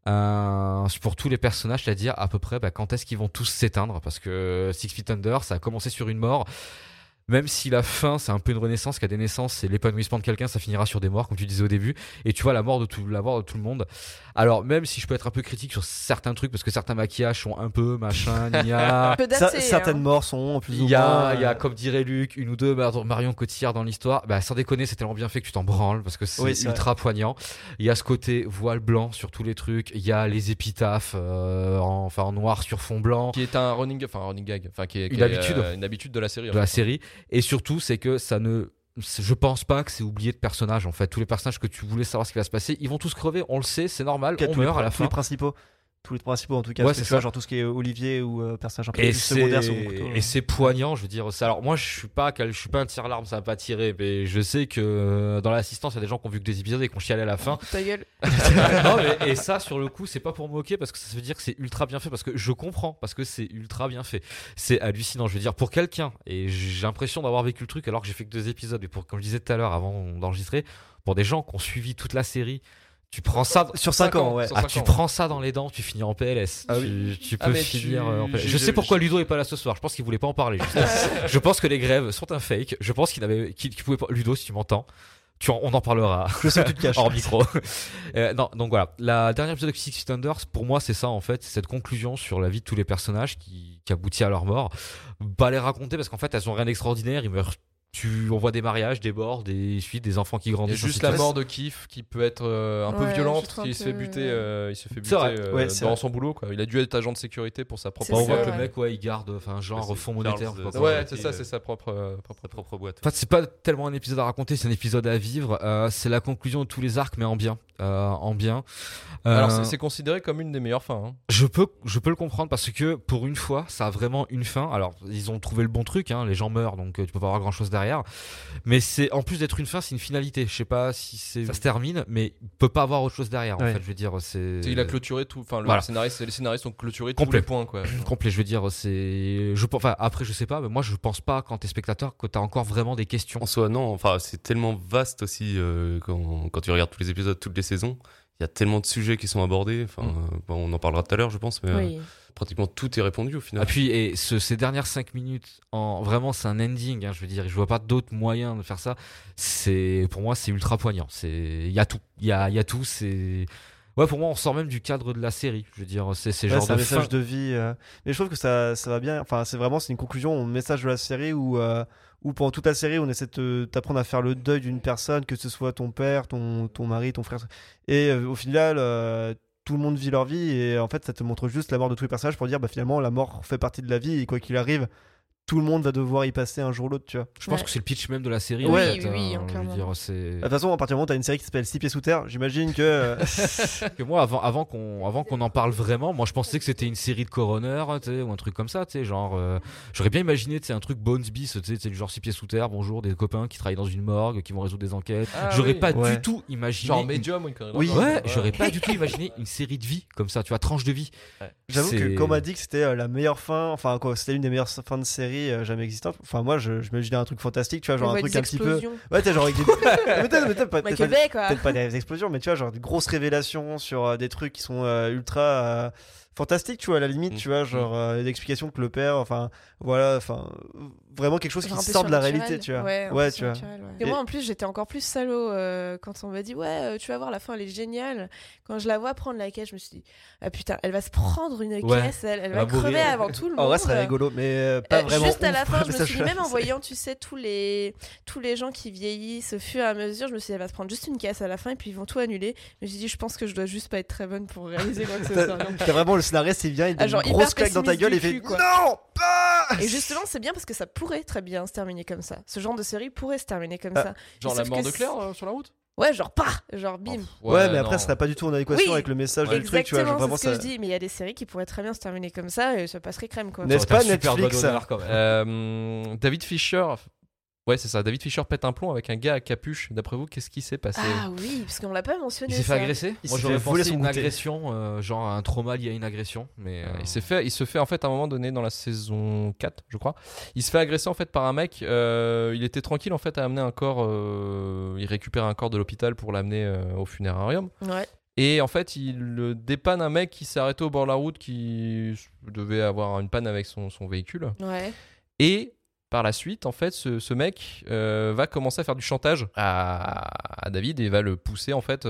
Euh, pour tous les personnages, c'est-à-dire à peu près bah, quand est-ce qu'ils vont tous s'éteindre, parce que Six Feet Under, ça a commencé sur une mort. Même si la fin, c'est un peu une renaissance, qu'à des naissances, c'est l'épanouissement de quelqu'un, ça finira sur des morts, comme tu disais au début. Et tu vois la mort de tout, la mort de tout le monde. Alors, même si je peux être un peu critique sur certains trucs, parce que certains maquillages sont un peu machin, gna. Un peu Ça- daté. certaines hein. morts sont plus Il ou y a, moins. il y a, euh, comme dirait Luc, une ou deux Mar- Marion Cotillard dans l'histoire. Bah, sans déconner, c'est tellement bien fait que tu t'en branles parce que c'est Oui, c'est ultra poignant. Il y a ce côté voile blanc sur tous les trucs. Il y a les épitaphes, euh, en, enfin, en noir sur fond blanc Qui est un running, enfin un running gag, enfin qui est, qui Une est, habitude. euh, une habitude de la série. de en la fait. série. Et surtout, c'est que ça ne. c'est- Je pense pas que c'est oublié de personnages en fait. Tous les personnages que tu voulais savoir ce qui va se passer, ils vont tous crever, on le sait, c'est normal, tous on les meurt pr- à la tous fin. les principaux. Tous les principaux en tout cas. Ouais, parce que c'est tu vois, ça. genre tout ce qui est Olivier ou euh, personnage un peu Et plus secondaire, second c'est couteau. et c'est poignant, je veux dire. c'est- Alors moi, je suis pas, quel- je suis pas un tire-larme, ça va pas tirer, mais je sais que euh, dans l'assistance, il y a des gens qui ont vu que des épisodes et qui ont chialé à la fin. Ta gueule. Non, mais- et ça, sur le coup, c'est pas pour me moquer parce que ça veut dire que c'est ultra bien fait, parce que je comprends, parce que c'est ultra bien fait. C'est hallucinant, je veux dire, pour quelqu'un, et j'ai l'impression d'avoir vécu le truc alors que j'ai fait que deux épisodes, mais pour, comme je disais tout à l'heure avant d'enregistrer, pour des gens qui ont suivi toute la série, tu prends ça. Sur cinq ans, ouais. sur Ah, cinq tu ans. prends ça dans les dents, tu finis en P L S. Ah tu, tu Ah, peux mais finir tu- euh, en P L S. je- Je sais je- pourquoi Ludo est pas là ce soir. Je pense qu'il voulait pas en parler. juste. Je pense que les grèves sont un fake. Je pense qu'il n'avait, qu'il, qu'il pouvait pas. Ludo, si tu m'entends, tu en- on en parlera. Je sais que tu te caches. Hors micro. Euh, non, donc voilà. La dernière épisode de Six Feet Under, pour moi, c'est ça en fait. C'est cette conclusion sur la vie de tous les personnages qui, qui aboutit à leur mort. Pas les raconter parce qu'en fait, elles ont rien d'extraordinaire. Ils meurent tu, on voit des mariages, des morts, des suites, des enfants qui Il y a grandissent. juste ainsi de la suite. mort de Keith qui peut être euh, un peu Ouais, violente, je trouve il un se peu, fait buter, ouais. euh, il se fait C'est buter vrai. euh, Ouais, c'est dans vrai. son boulot quoi. Il a dû être agent de sécurité pour sa propre. C'est Bah, on voit ça, que ouais. le mec, ouais, il garde, enfin, genre Ouais, fonds c'est monétaire. Charles, quoi. euh, Ouais, Ouais, c'est qui, ça, euh, c'est sa propre, euh, propre. Sa propre boîte. En fait, c'est pas tellement un épisode à raconter, c'est un épisode à vivre. Euh, c'est la conclusion de tous les arcs, mais en bien. Euh, en bien. Euh, Alors c'est- c'est considéré comme une des meilleures fins. hein. Je peux, je peux le comprendre parce que pour une fois, ça a vraiment une fin. Alors, ils ont trouvé le bon truc, hein, les gens meurent, donc euh, tu peux pas avoir grand chose derrière. Mais c'est, en plus d'être une fin, c'est une finalité. Je sais pas si c'est, ça se termine, mais il peut pas avoir autre chose derrière. En Ouais. fait, je veux dire, c'est. Il a clôturé tout. Enfin, le Voilà. scénariste, les scénaristes ont clôturé tous Complet. les points quoi. complet. Je veux dire, c'est. Je, enfin, après, je sais pas, mais moi, je pense pas quand t'es spectateur que t'as encore vraiment des questions. En soi, non. Enfin, c'est tellement vaste aussi euh, quand, quand tu regardes tous les épisodes, toutes les saisons. Il y a tellement de sujets qui sont abordés. Enfin, Mm. euh, bon, on en parlera tout à l'heure, je pense, mais euh, Oui. pratiquement tout est répondu au final. Et puis, et ce- ces dernières cinq minutes, en vraiment, c'est un ending. Hein, je veux dire, je vois pas d'autres moyens de faire ça. C'est, pour moi, c'est ultra poignant. C'est, il y a tout, il y a, il y a tout. C'est, ouais, pour moi, on sort même du cadre de la série. Je veux dire, c'est, c'est Ouais, genre c'est un de message fin. de vie. euh. Mais je trouve que ça, ça va bien. Enfin, c'est vraiment c'est une conclusion au message de la série où, euh, où pendant toute la série, on essaie de te- t'apprendre à faire le deuil d'une personne, que ce soit ton père, ton, ton mari, ton frère. Et euh, au final, euh, tout le monde vit leur vie et en fait, ça te montre juste la mort de tous les personnages pour dire bah, finalement, la mort fait partie de la vie et quoi qu'il arrive, tout le monde va devoir y passer un jour ou l'autre, tu vois. Je pense Ouais. que c'est le pitch même de la série. Ouais. en fait, Oui, oui, oui, hein, je veux clairement. dire, c'est. De toute façon, à partir du moment où t'as une série qui s'appelle Six pieds sous terre, j'imagine que. euh, que moi, avant, avant qu'on, avant qu'on en parle vraiment, moi, je pensais que c'était une série de coroner, tu sais, ou un truc comme ça, tu sais, genre, euh, j'aurais bien imaginé, tu sais, un truc Bones Beast, tu sais, tu sais, genre six pieds sous terre, bonjour, des copains qui travaillent dans une morgue, qui vont résoudre des enquêtes. Ah j'aurais oui. pas Ouais. du tout imaginé. Genre une- médium ou une connerie Oui. dans le genre. Ouais, j'aurais pas du tout imaginé une série de vie comme ça, tu vois, tranche de vie. J'avoue C'est- que quand on m'a dit que c'était euh, la meilleure fin, enfin quoi, c'était une des meilleures fins de série euh, jamais existantes. Enfin moi, je, je m'imaginais un truc fantastique, tu vois, genre On un voit truc des un petit peu. explosions. Ouais, t'as genre avec des. mais t'as, mais t'as pas, Michael peut-être pas- Bay, quoi. peut-être pas des explosions, mais tu vois, genre des grosses révélations sur euh, des trucs qui sont euh, ultra euh, fantastiques, tu vois, à la limite, Mm. tu vois, genre euh, l'explication que le père, enfin voilà, enfin euh, vraiment quelque chose Genre qui un peu sort de la surnaturel. réalité, tu vois. Ouais, un peu ouais tu vois. surnaturel, ouais. Et, Et- moi, en plus, j'étais encore plus salaud euh, quand on m'a dit ouais, euh, tu vas voir, la fin, elle est géniale. Quand je la vois prendre la caisse, je me suis dit ah putain, elle va se prendre une Ouais. caisse, elle, elle Elle va va mourir. crever avant tout le monde. En vrai, ce serait rigolo, mais euh, pas Euh, vraiment. Juste à ouf la pour fin, le je me message suis de dit, la même en série. voyant, tu sais, tous les, tous les gens qui vieillissent au fur et à mesure, je me suis dit, elle va se prendre juste une caisse à la fin et puis ils vont tout annuler. Mais j'ai dit, je pense que je dois juste pas être très bonne pour réaliser quoi que ce soit. T'as Donc, t'as vraiment le scénariste, il vient, il Ah, donne genre une grosse hyper claque dans ta pessimiste gueule du et fait cul, quoi. non, pas. Et justement, c'est bien parce que ça pourrait très bien se terminer comme ça. Ce genre de série pourrait se terminer comme Ah, ça. Genre Et la sauf mort que de Claire euh, sur la route. Ouais, genre pas, genre bim. Ouais, mais après, non. ça serait pas du tout en adéquation Oui, avec le message du truc, tu vois. Exactement, Genre, vraiment, c'est ce que ça. je dis. Mais il y a des séries qui pourraient très bien se terminer comme ça et ça passerait crème quoi. N'est-ce Ça aurait pas été un super Netflix, doigt d'honneur, quand même. Euh, David Fisher. Ouais, c'est ça. David Fisher pète un plomb avec un gars à capuche. D'après vous, qu'est-ce qui s'est passé Ah oui, parce qu'on l'a pas mentionné. Il s'est fait ça. agresser. Il Moi, s'est j'aurais fait voler pensé son une goûter. agression, euh, genre un trauma lié à une agression, mais. euh, Il s'est fait, il se fait en fait à un moment donné dans la saison quatre, je crois. Il se fait agresser en fait par un mec. euh, il était tranquille en fait à amener un corps. euh, il récupère un corps de l'hôpital pour l'amener euh, au funérarium. Ouais. Et en fait, il euh, dépanne un mec qui s'est arrêté au bord de la route, qui devait avoir une panne avec son, son véhicule. Ouais. Et par la suite, en fait, ce, ce mec euh, va commencer à faire du chantage à, à David et va le pousser en fait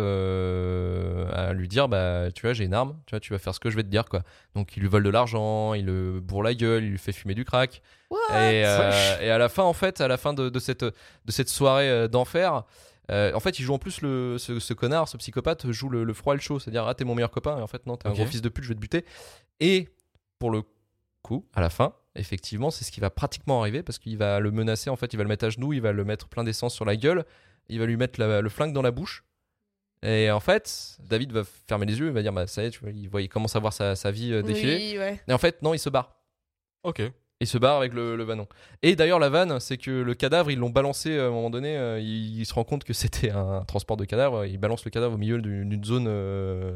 euh, à lui dire bah tu vois j'ai une arme, tu vois tu vas faire ce que je vais te dire quoi. Donc il lui vole de l'argent, il le bourre la gueule, il lui fait fumer du crack. What Et, euh, et à la fin en fait, à la fin de, de cette de cette soirée euh, d'enfer. Euh, en fait, il joue en plus le, ce, ce connard, ce psychopathe joue le, le froid et le chaud, c'est-à-dire ah t'es mon meilleur copain et en fait non t'es Ok. un gros fils de pute, je vais te buter. Et pour le coup, à la fin, effectivement, c'est ce qui va pratiquement arriver parce qu'il va le menacer, en fait, il va le mettre à genoux, il va le mettre plein d'essence sur la gueule, il va lui mettre la- le flingue dans la bouche. Et en fait, David va fermer les yeux, il va dire bah ça y est, tu vois, il, voit, il commence à voir sa, sa vie euh, défiler. Oui, ouais. Et en fait, non, il se barre. Ok. Il se barre avec le, le vanon. Et d'ailleurs, la vanne, c'est que le cadavre, ils l'ont balancé euh, à un moment donné. euh, il, il se rend compte que c'était un transport de cadavre. Il balance le cadavre au milieu d'une, d'une zone. Euh,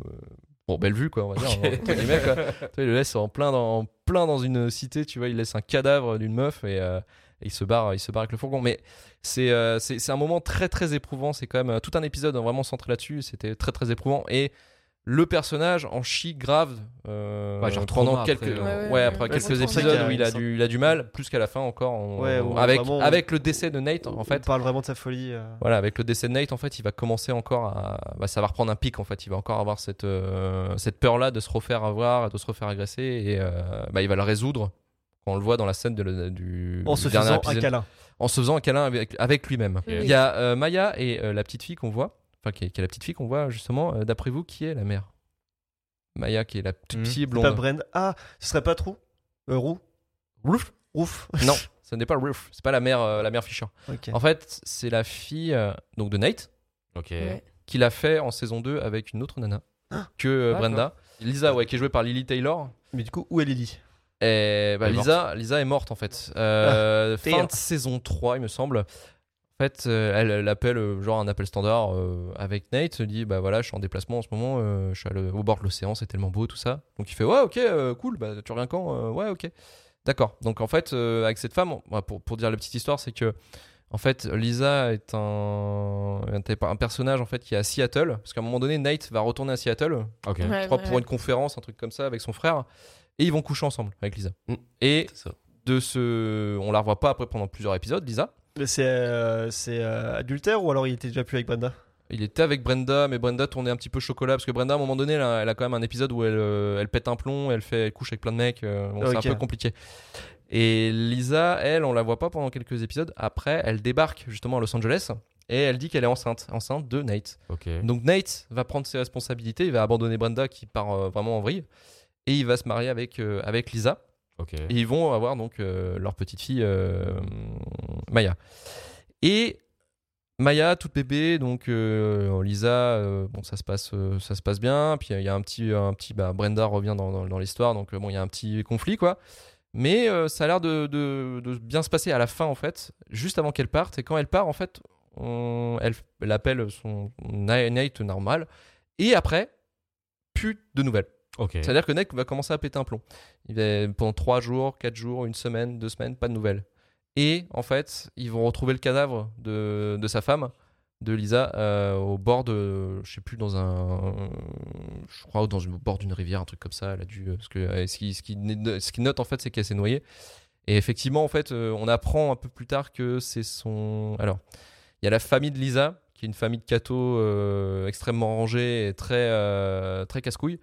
bon, belle vue, quoi, on va dire. Ok. entre guillemets, quoi. Tu vois, il le laisse en plein, dans, en plein dans une cité, tu vois. Il laisse un cadavre d'une meuf et, euh, et il, se barre, il se barre avec le fourgon. Mais c'est, euh, c'est, c'est un moment très, très éprouvant. C'est quand même euh, tout un épisode hein, vraiment centré là-dessus. C'était très, très éprouvant. Et. Le personnage en chie grave euh, Ouais, genre pendant trauma quelques, après, euh. ouais, Ouais, ouais, après ouais. quelques Ouais, épisodes c'est où il a, ça. du, il a du mal, plus qu'à la fin encore, on- Ouais, on- ouais, avec, vraiment, on- avec le décès de Nate en On fait. parle vraiment de sa folie. euh. Voilà, avec le décès de Nate en fait, il va commencer encore à, bah, ça va reprendre un pic en fait. Il va encore avoir cette euh, cette peur là de se refaire avoir, de se refaire agresser et euh, bah, il va le résoudre Quand on le voit dans la scène de le- du, En du se dernier faisant épisode, un câlin. en se faisant un câlin avec, avec lui-même. Oui. Il y a euh, Maya et euh, la petite fille qu'on voit, enfin qui est, qui est la petite fille qu'on voit justement. euh, d'après vous, qui est la mère? Maya, qui est la toute Mhm. petite C'est blonde. pas Brenda. Ah, ce serait pas Trou euh, Roux Roof Ouf. Non, ce n'est pas Roof. C'est pas la mère, euh, la mère Fisher. Ok. En fait, c'est la fille euh, donc de Nate Ok. Ouais. qui l'a fait en saison deux avec une autre nana que euh, D'accord. Brenda. Lisa, ouais, qui est jouée par Lily Taylor. Mais du coup, où est Lily? Et bah, Elle est Lisa, Lisa est morte en fait. Euh, fin damn. de saison trois, il me semble. En fait, euh, elle, elle appelle euh, genre un appel standard euh, avec Nate. Elle dit bah voilà, je suis en déplacement en ce moment, euh, je suis à le- au bord de l'océan, c'est tellement beau tout ça. Donc il fait ouais, ok, euh, cool, bah tu reviens quand? Euh, Ouais, ok. D'accord. Donc en fait, euh, avec cette femme, on- pour, pour dire la petite histoire, c'est que en fait, Lisa est un, un personnage en fait qui est à Seattle, parce qu'à un moment donné, Nate va retourner à Seattle, Ok. Ouais, je crois ouais, pour ouais. une conférence, un truc comme ça, avec son frère, et ils vont coucher ensemble avec Lisa. Mm. Et C'est ça. de ce, on la revoit pas après pendant plusieurs épisodes, Lisa. Mais c'est euh, c'est euh, adultère ou alors il était déjà plus avec Brenda? Il était avec Brenda, mais Brenda tournait un petit peu chocolat parce que Brenda, à un moment donné, elle a, elle a quand même un épisode où elle, euh, elle pète un plomb, elle fait, elle couche avec plein de mecs. euh, bon, Ok. C'est un peu compliqué. Et Lisa, elle, on la voit pas pendant quelques épisodes. Après, elle débarque justement à Los Angeles et elle dit qu'elle est enceinte, enceinte de Nate. Ok. Donc Nate va prendre ses responsabilités, il va abandonner Brenda qui part euh, vraiment en vrille et il va se marier avec euh, avec Lisa. Ok. Et ils vont avoir donc euh, leur petite fille euh, Maya. Et Maya, toute bébé, donc euh, Lisa, euh, bon ça se passe, euh, ça se passe bien. Puis il y a un petit, un petit, bah, Brenda revient dans, dans, dans l'histoire, donc euh, bon il y a un petit conflit quoi. Mais euh, ça a l'air de, de, de bien se passer à la fin en fait, juste avant qu'elle parte. Et quand elle part en fait, on, elle, elle appelle son Nate normal. Et après, plus de nouvelles. Ok. C'est-à-dire que Nate va commencer à péter un plomb. Il va, pendant trois jours, quatre jours, une semaine, deux semaines, pas de nouvelles. Et en fait, ils vont retrouver le cadavre de, de sa femme, de Lisa, euh, au bord de, je sais plus, dans un, je crois, dans une, au bord d'une rivière, un truc comme ça. Elle a dû, parce que euh, ce qui, ce qui, ce qui note en fait, c'est qu'elle s'est noyée. Et effectivement, en fait, euh, on apprend un peu plus tard que c'est son. Alors, il y a la famille de Lisa, qui est une famille de cathos euh, extrêmement rangée et très, euh, très casse-couille,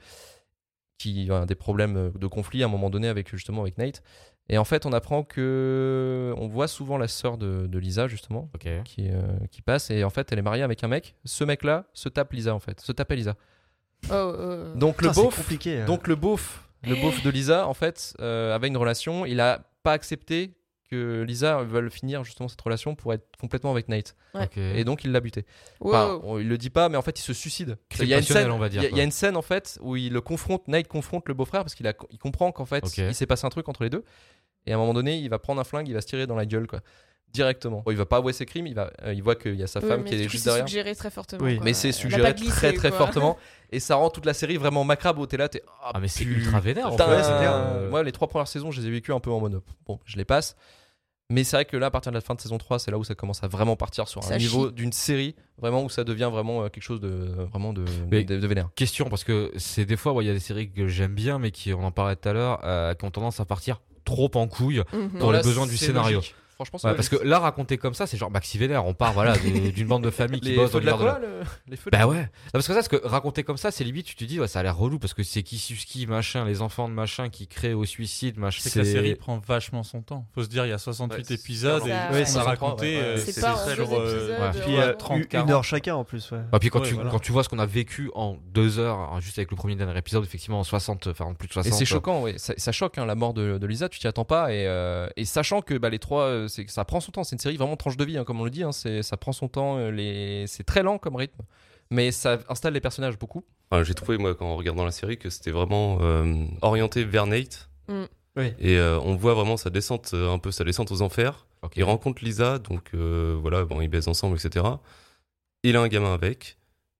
qui a des problèmes de conflit à un moment donné avec justement avec Nate. Et en fait, on apprend que on voit souvent la sœur de, de Lisa justement Ok. qui, euh, qui passe et en fait, elle est mariée avec un mec. Ce mec-là se tape Lisa en fait, se tapait Lisa. Oh, oh. Donc Putain, le c'est beauf, compliqué. euh. donc le beauf, le beauf de Lisa en fait euh, avait une relation. Il a pas accepté que Lisa veuille finir justement cette relation pour être complètement avec Nate. Ok. Et donc il l'a buté. Wow. Enfin, on- il le dit pas, mais en fait, il se suicide. Crime Il y a une passionnel, scène, on va dire, il y a- il y quoi. a une scène en fait où il le confronte, Nate confronte le beau-frère parce qu'il a, il comprend qu'en fait, Ok. il s'est passé un truc entre les deux. Et à un moment donné, il va prendre un flingue, il va se tirer dans la gueule, quoi, directement. Bon, il va pas avouer ses crimes, il va, euh, il voit qu'il y a sa Oui, femme mais qui du est coup, juste c'est derrière. suggéré très fortement. Oui. quoi. Mais c'est Elle a suggéré pas glissé, très très quoi. fortement et ça rend toute la série vraiment macabre où t'es là, t'es ah, Ah mais c'est putain, ultra vénère. en putain, fait. c'est clair. euh, moi les trois premières saisons je les ai vécues un peu en mode bon je les passe mais c'est vrai que là à partir de la fin de saison trois c'est là où ça commence à vraiment partir sur un Ça niveau chie. d'une série vraiment où ça devient vraiment euh, quelque chose de vraiment de, Mais- de, de vénère. Question parce que c'est des fois, ouais, il y a des séries que j'aime bien, mais qui, on en parlait tout à l'heure, euh, qui ont tendance à partir trop en couille. Mhm. Dans les besoins du scénario. Franchement, c'est Ouais, parce que là, raconter comme ça, c'est genre Maxi Vénère. On part voilà de- d'une bande de famille qui les bosse feux dans de la l'univers de la- quoi, le- les feux de Bah la- ouais. Non, parce que ça, parce que raconter comme ça, c'est limite, tu te dis, ouais, ça a l'air relou parce que c'est qui suce qui, machin, les enfants de machin qui créent au suicide, machin. C'est que la série prend vachement son temps. Faut se dire, il y a soixante-huit Ouais, c'est épisodes super et long. on Ouais, a c'est raconté. ouais, ouais. euh, C'est c'est pas en très deux long, épisodes. ouais. euh, Puis euh, ouais. trente, une quarante. heure chacun en plus. Ouais. Et puis quand, Ouais, tu, voilà. quand tu vois ce qu'on a vécu en deux heures, hein, juste avec le premier dernier épisode, effectivement en soixante, enfin en plus de Et soixante. c'est choquant, ouais. ça, ça choque hein, la mort de, de Lisa, tu t'y attends pas. Et, euh, et sachant que bah, les trois, euh, c'est, ça prend son temps, c'est une série vraiment tranche de vie, hein, comme on le dit, hein, c'est, ça prend son temps, euh, les... c'est très lent comme rythme, mais ça installe les personnages beaucoup. Enfin, j'ai trouvé, moi, en regardant la série, que c'était vraiment euh, orienté vers Nate. Mm. Oui. Et euh, on voit vraiment sa descente, euh, un peu sa descente aux enfers. Ok. Il rencontre Lisa, donc euh, voilà, bon, ils baisent ensemble, et cetera. Il a un gamin avec.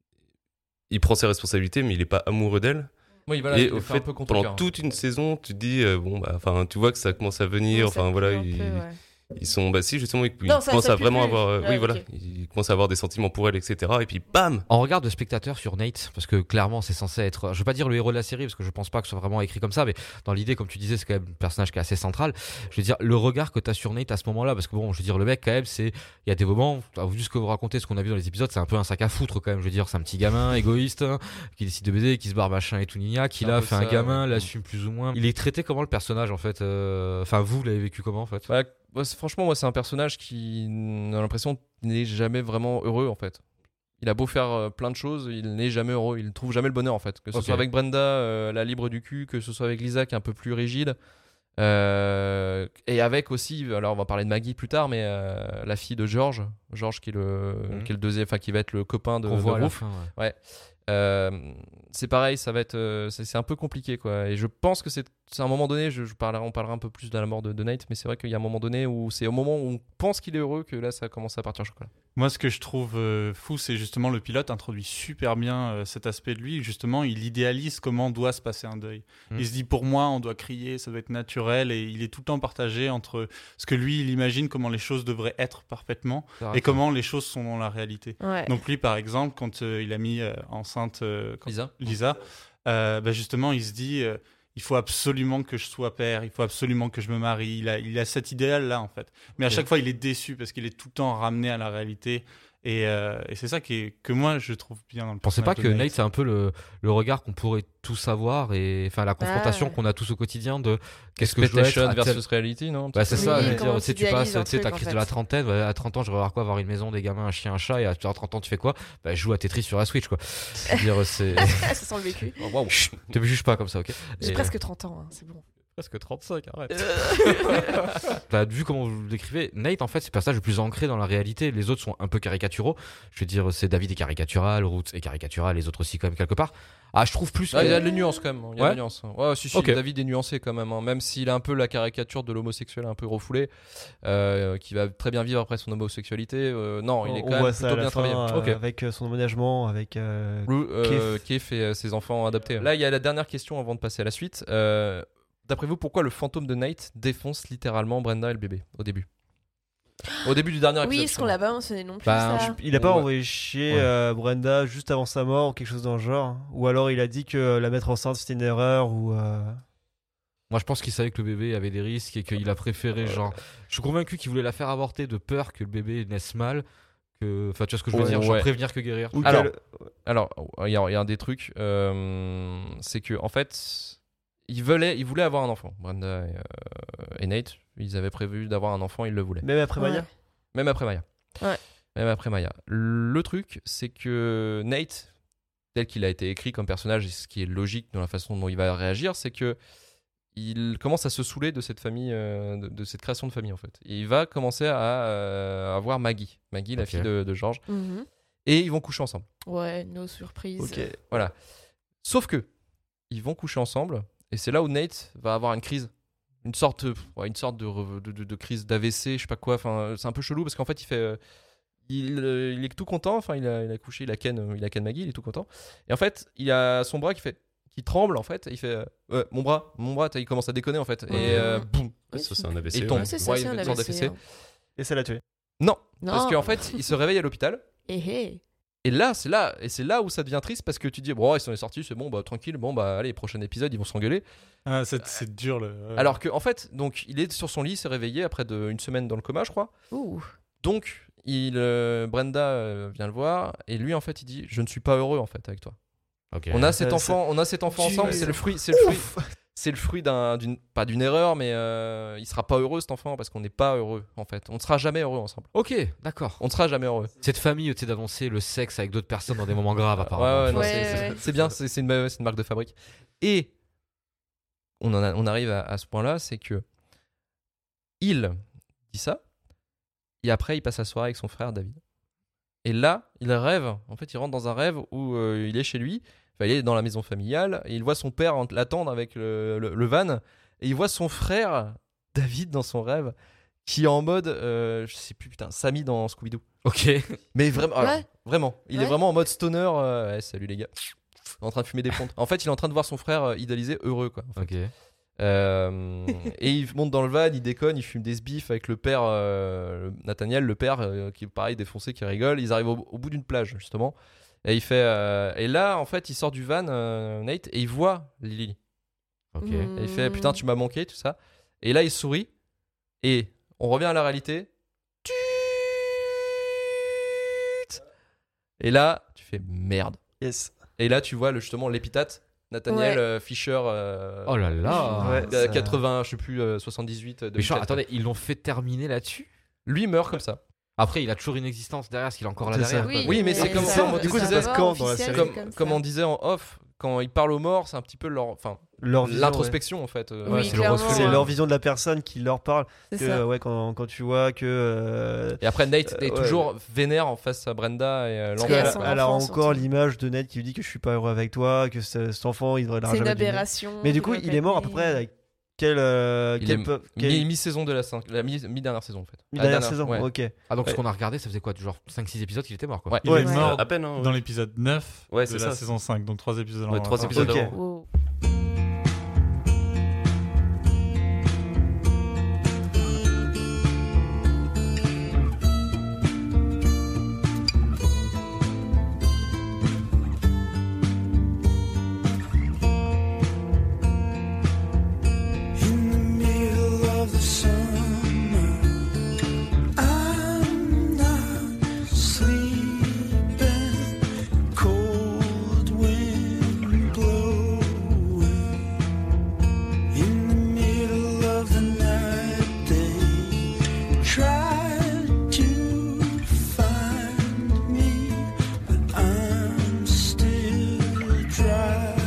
Il prend ses responsabilités, mais il est pas amoureux d'elle. Oui, voilà, et il au fait fait, un peu pendant contre-cœur. toute une saison, tu te dis, euh, bon, bah, enfin, tu vois que ça commence à venir. Oui, ça Enfin, voilà, pue un il, peu, ouais. Ils sont, bah si, justement, ils, ils Non, ça, commencent ça à pue vraiment plus. avoir, euh, Ouais, oui, voilà, ok. ils commencent à avoir des sentiments pour elle, et cetera. Et puis, bam! En regard de spectateur sur Nate, parce que clairement c'est censé être, je vais pas dire le héros de la série parce que je pense pas que ce soit vraiment écrit comme ça, mais dans l'idée, comme tu disais, c'est quand même un personnage qui est assez central. Je veux dire, le regard que t'as sur Nate à ce moment-là, parce que bon, je veux dire, le mec quand même, c'est, il y a des moments, vu ce que vous racontez, ce qu'on a vu dans les épisodes, c'est un peu un sac à foutre quand même. Je veux dire, c'est un petit gamin égoïste hein, qui décide de baiser, qui se barre machin et tout nina, qui C'est un là peu fait un ça, gamin, ouais. l'assume plus ou moins. Il est traité comment le personnage en fait euh, Enfin, vous, vous l'avez vécu comment en fait Ouais, ouais, c'est- franchement, moi, c'est un personnage qui a l'impression n'est jamais vraiment heureux, en fait. Il a beau faire euh, plein de choses, il n'est jamais heureux, il ne trouve jamais le bonheur, en fait. Que ce Ok. soit avec Brenda, euh, la libre du cul, que ce soit avec Lisa, qui est un peu plus rigide. Euh, et avec aussi, alors on va parler de Maggie plus tard, mais euh, la fille de George, George qui est le, Mhm. qui est le deuxième, enfin qui va être le copain de, qu'on de voit à la Ruth. fin ouais. Euh, c'est pareil, ça va être, euh, c'est, c'est un peu compliqué quoi. Et je pense que c'est, c'est à un moment donné, je, je parlerai, on parlera un peu plus de la mort de, de Nate, mais c'est vrai qu'il y a un moment donné où c'est au moment où on pense qu'il est heureux que là ça commence à partir en chocolat. Moi, ce que je trouve euh, fou, c'est justement le pilote introduit super bien euh, cet aspect de lui. Justement, il idéalise comment doit se passer un deuil. Mm. Il se dit, pour moi, on doit crier, ça doit être naturel, et il est tout le temps partagé entre ce que lui, il imagine comment les choses devraient être parfaitement et comment les choses sont dans la réalité. Ouais. Donc lui, par exemple, quand euh, il a mis euh, enceinte euh, quand- Lisa. Lisa, euh, bah, justement, il se dit, euh, il faut absolument que je sois père, il faut absolument que je me marie. Il a, il a cet idéal-là, en fait. Mais à Ok. chaque fois, il est déçu parce qu'il est tout le temps ramené à la réalité. Et, euh, et c'est ça qui est, que moi, je trouve bien dans le Vous pensez pas que personnage de Nate c'est un peu le, le regard qu'on pourrait tous avoir et enfin la confrontation Ah. qu'on a tous au quotidien de qu'est-ce que je dois être Expectation à tel- versus reality, non? Bah c'est Oui, ça, je veux comment dire, tu sais, tu t'idéalises passes, un tu sais, truc, ta en crise fait. de la trentaine, ouais, à trente ans, je vais avoir quoi, avoir une maison, des gamins, un chien, un chat, et à trente ans, tu fais quoi? Bah, je joue à Tetris sur la Switch, quoi. Je veux dire, c'est, Ça sent le vécu. Oh, waouh. te juge pas comme ça, ok? J'ai Et, presque trente ans, hein, c'est bon. presque trente-cinq, arrête. Bah, vu comment vous le décrivez, Nate, en fait, c'est le personnage le plus ancré dans la réalité. Les autres sont un peu caricaturaux. Je veux dire, c'est David est caricatural, Roots est caricatural, les autres aussi, quand même, quelque part. Ah, je trouve plus Ah, il y que. a des nuances quand même. Il y a Ouais. des nuances. Ouais, si, si, Ok. David est nuancé quand même. hein. Même s'il a un peu la caricature de l'homosexuel un peu refoulé, euh, qui va très bien vivre après son homosexualité. euh, non, il est on quand même voit plutôt ça à la bien fin, travaillé. euh, Ok. avec euh, son emménagement, avec euh, Lou- euh, Keith et euh, ses enfants adoptés. Là, il y a la dernière question avant de passer à la suite. Euh, D'après vous, pourquoi le fantôme de Nate défonce littéralement Brenda et le bébé au début Au début du dernier épisode. Oui, ce qu'on l'a pas mentionné non plus. Bah, ça. il a pas Ouais. envoyé chier Ouais. euh, Brenda juste avant sa mort ou quelque chose dans le genre, ou alors il a dit que la mettre enceinte c'était une erreur ou euh, Moi, je pense qu'il savait que le bébé avait des risques et qu'il a préféré, genre. Je suis convaincu qu'il voulait la faire avorter de peur que le bébé naisse mal. Que... Enfin, tu vois ce que je veux Oh, dire? Genre ouais. prévenir que guérir. ou Alors, qu'elle- Alors, il y, a- il y a un des trucs, euh, c'est que en fait, ils voulaient, ils voulaient avoir un enfant. Brenda et, euh, et Nate, ils avaient prévu d'avoir un enfant, ils le voulaient. même après Maya. Ouais. Même après Maya. Ouais. Même après Maya. Le truc, c'est que Nate, tel qu'il a été écrit comme personnage, et ce qui est logique dans la façon dont il va réagir, c'est que il commence à se saouler de cette famille, euh, de, de cette création de famille en fait. Et il va commencer à euh, avoir Maggie, Maggie, la Ok. fille de, de George, Mhm. et ils vont coucher ensemble. Ouais, no surprise. Ok. Voilà. Sauf que ils vont coucher ensemble et c'est là où Nate va avoir une crise, une sorte, euh, ouais, une sorte de, re- de, de- de crise d'A V C, je sais pas quoi. Enfin, c'est un peu chelou parce qu'en fait il fait, euh, il, euh, il est tout content. Enfin, il a, il a couché, il a ken, euh, il a ken Maggie, il est tout content. Et en fait, il a son bras qui fait, qui tremble en fait. Et il fait, euh, Ouais, mon bras, mon bras. Il commence à déconner en fait. Ouais. Et euh, boum, Ouais, ça, c'est un A V C. Et il ouais. tombe. Ouais, c'est ça, Ouais, c'est une un sorte A V C. d'A V C. hein. Et ça l'a tué. non, Non. parce qu'en fait, il se réveille à l'hôpital. Eh, eh. Et là, c'est là, et c'est là où ça devient triste parce que tu dis, bon, ils sont sortis, c'est bon, bah tranquille, bon, bah allez, prochain épisode, ils vont s'engueuler. Ah, c'est, c'est dur. Le... ouais. Alors qu'en fait, donc, il est sur son lit, il s'est réveillé après de, une semaine dans le coma, je crois. Ouh. Donc, il, euh, Brenda euh, vient le voir et lui, en fait, il dit, je ne suis pas heureux en fait avec toi. Ok. On a cet Ça, enfant, on a cet enfant Tu- ensemble. C'est le fruit, c'est le fruit, c'est le fruit d'un, d'une, pas d'une erreur, mais euh, il sera pas heureux cet enfant parce qu'on n'est pas heureux en fait. On ne sera jamais heureux ensemble. Ok, d'accord. On ne sera jamais heureux. Cette famille, tu sais, d'annoncer le sexe avec d'autres personnes dans des moments graves, Ouais, apparemment. ouais, non, Ouais, c'est, ouais, c'est- ouais. c'est bien, c'est, c'est une, c'est une marque de fabrique. Et on, en a- on arrive à, à ce point-là, c'est que il dit ça, et après il passe la soirée avec son frère David. Et là, il rêve, en fait, il rentre dans un rêve où euh, il est chez lui, enfin, il est dans la maison familiale, et il voit son père en- l'attendre avec le, le- le van, et il voit son frère David dans son rêve, qui est en mode, euh, je sais plus, putain, Sammy dans Scooby-Doo. Ok. Mais vraiment, alors, Ouais. vraiment, il est Ouais. vraiment en mode stoner. euh, ouais, salut les gars, en train de fumer des pontes. En fait, il est en train de voir son frère euh, idéalisé heureux, quoi. en fait. Ok. Euh, et il monte dans le van, il déconne, il fume des sbiffs avec le père, euh, Nathaniel, le père, euh, qui est pareil défoncé, qui rigole. Ils arrivent au, au bout d'une plage, justement. Et il fait. euh, et là, en fait, il sort du van, euh, Nate, et il voit Lily. Ok. Mm. Et il fait putain, tu m'as manqué, tout ça. Et là, il sourit. Et on revient à la réalité. Et là, tu fais merde. Yes. Et là, tu vois le, justement l'épithète. Nathaniel Ouais. euh, Fisher. euh, Oh là là. Ouais. euh, ça- quatre-vingts, je sais plus, euh, soixante-dix-huit. Mais genre, deux mille quatre. attendez, ils l'ont fait terminer là-dessus. Lui il meurt comme ça. Après, il a toujours une existence derrière, parce qu'il est encore là C'est ça. derrière. quoi. Oui, mais c'est comme ça, du coup, ça passe quand dans la série Comme, comme on disait en off, quand ils parlent aux morts, c'est un petit peu leur, enfin, Leur vision, l'introspection en fait. euh, Oui, c'est le clairement, reflet. ouais. C'est ouais. leur vision de la personne qui leur parle. C'est Que, ça. ouais, quand, quand tu vois que. euh, Et après Nate Euh, est ouais. toujours vénère en face à Brenda et euh, Parce Et qu'elle à l'enfant. son a- elle a enfant, encore surtout. l'image de Ned qui lui dit que je suis pas heureux avec toi, que ce- cet enfant il devrait la C'est une jamais du monde. aberration. Mais du qu'il coup, doit il pas est mort à aimer. peu près avec quelle, euh, Il quelle est peu- quelle- Mi- Mi-saison de la cinq, la mi- mi-dernière saison en fait. mi- Ah, dernière dernière, saison. ouais. Ok. Ah, donc ce Ouais. qu'on a regardé, ça faisait quoi, du genre cinq six épisodes, il était mort quoi. Ouais. Il Ouais, est c'est- mort à peine, hein, dans ouais. l'épisode neuf Ouais, de c'est la ça. saison cinq, donc trois épisodes. Ouais, en- trois en- épisodes Ok. avant. Wow. In the middle of the summer, I'm not sleeping. Cold wind blowing. In the middle of the night, they tried to find me, but I'm still driving.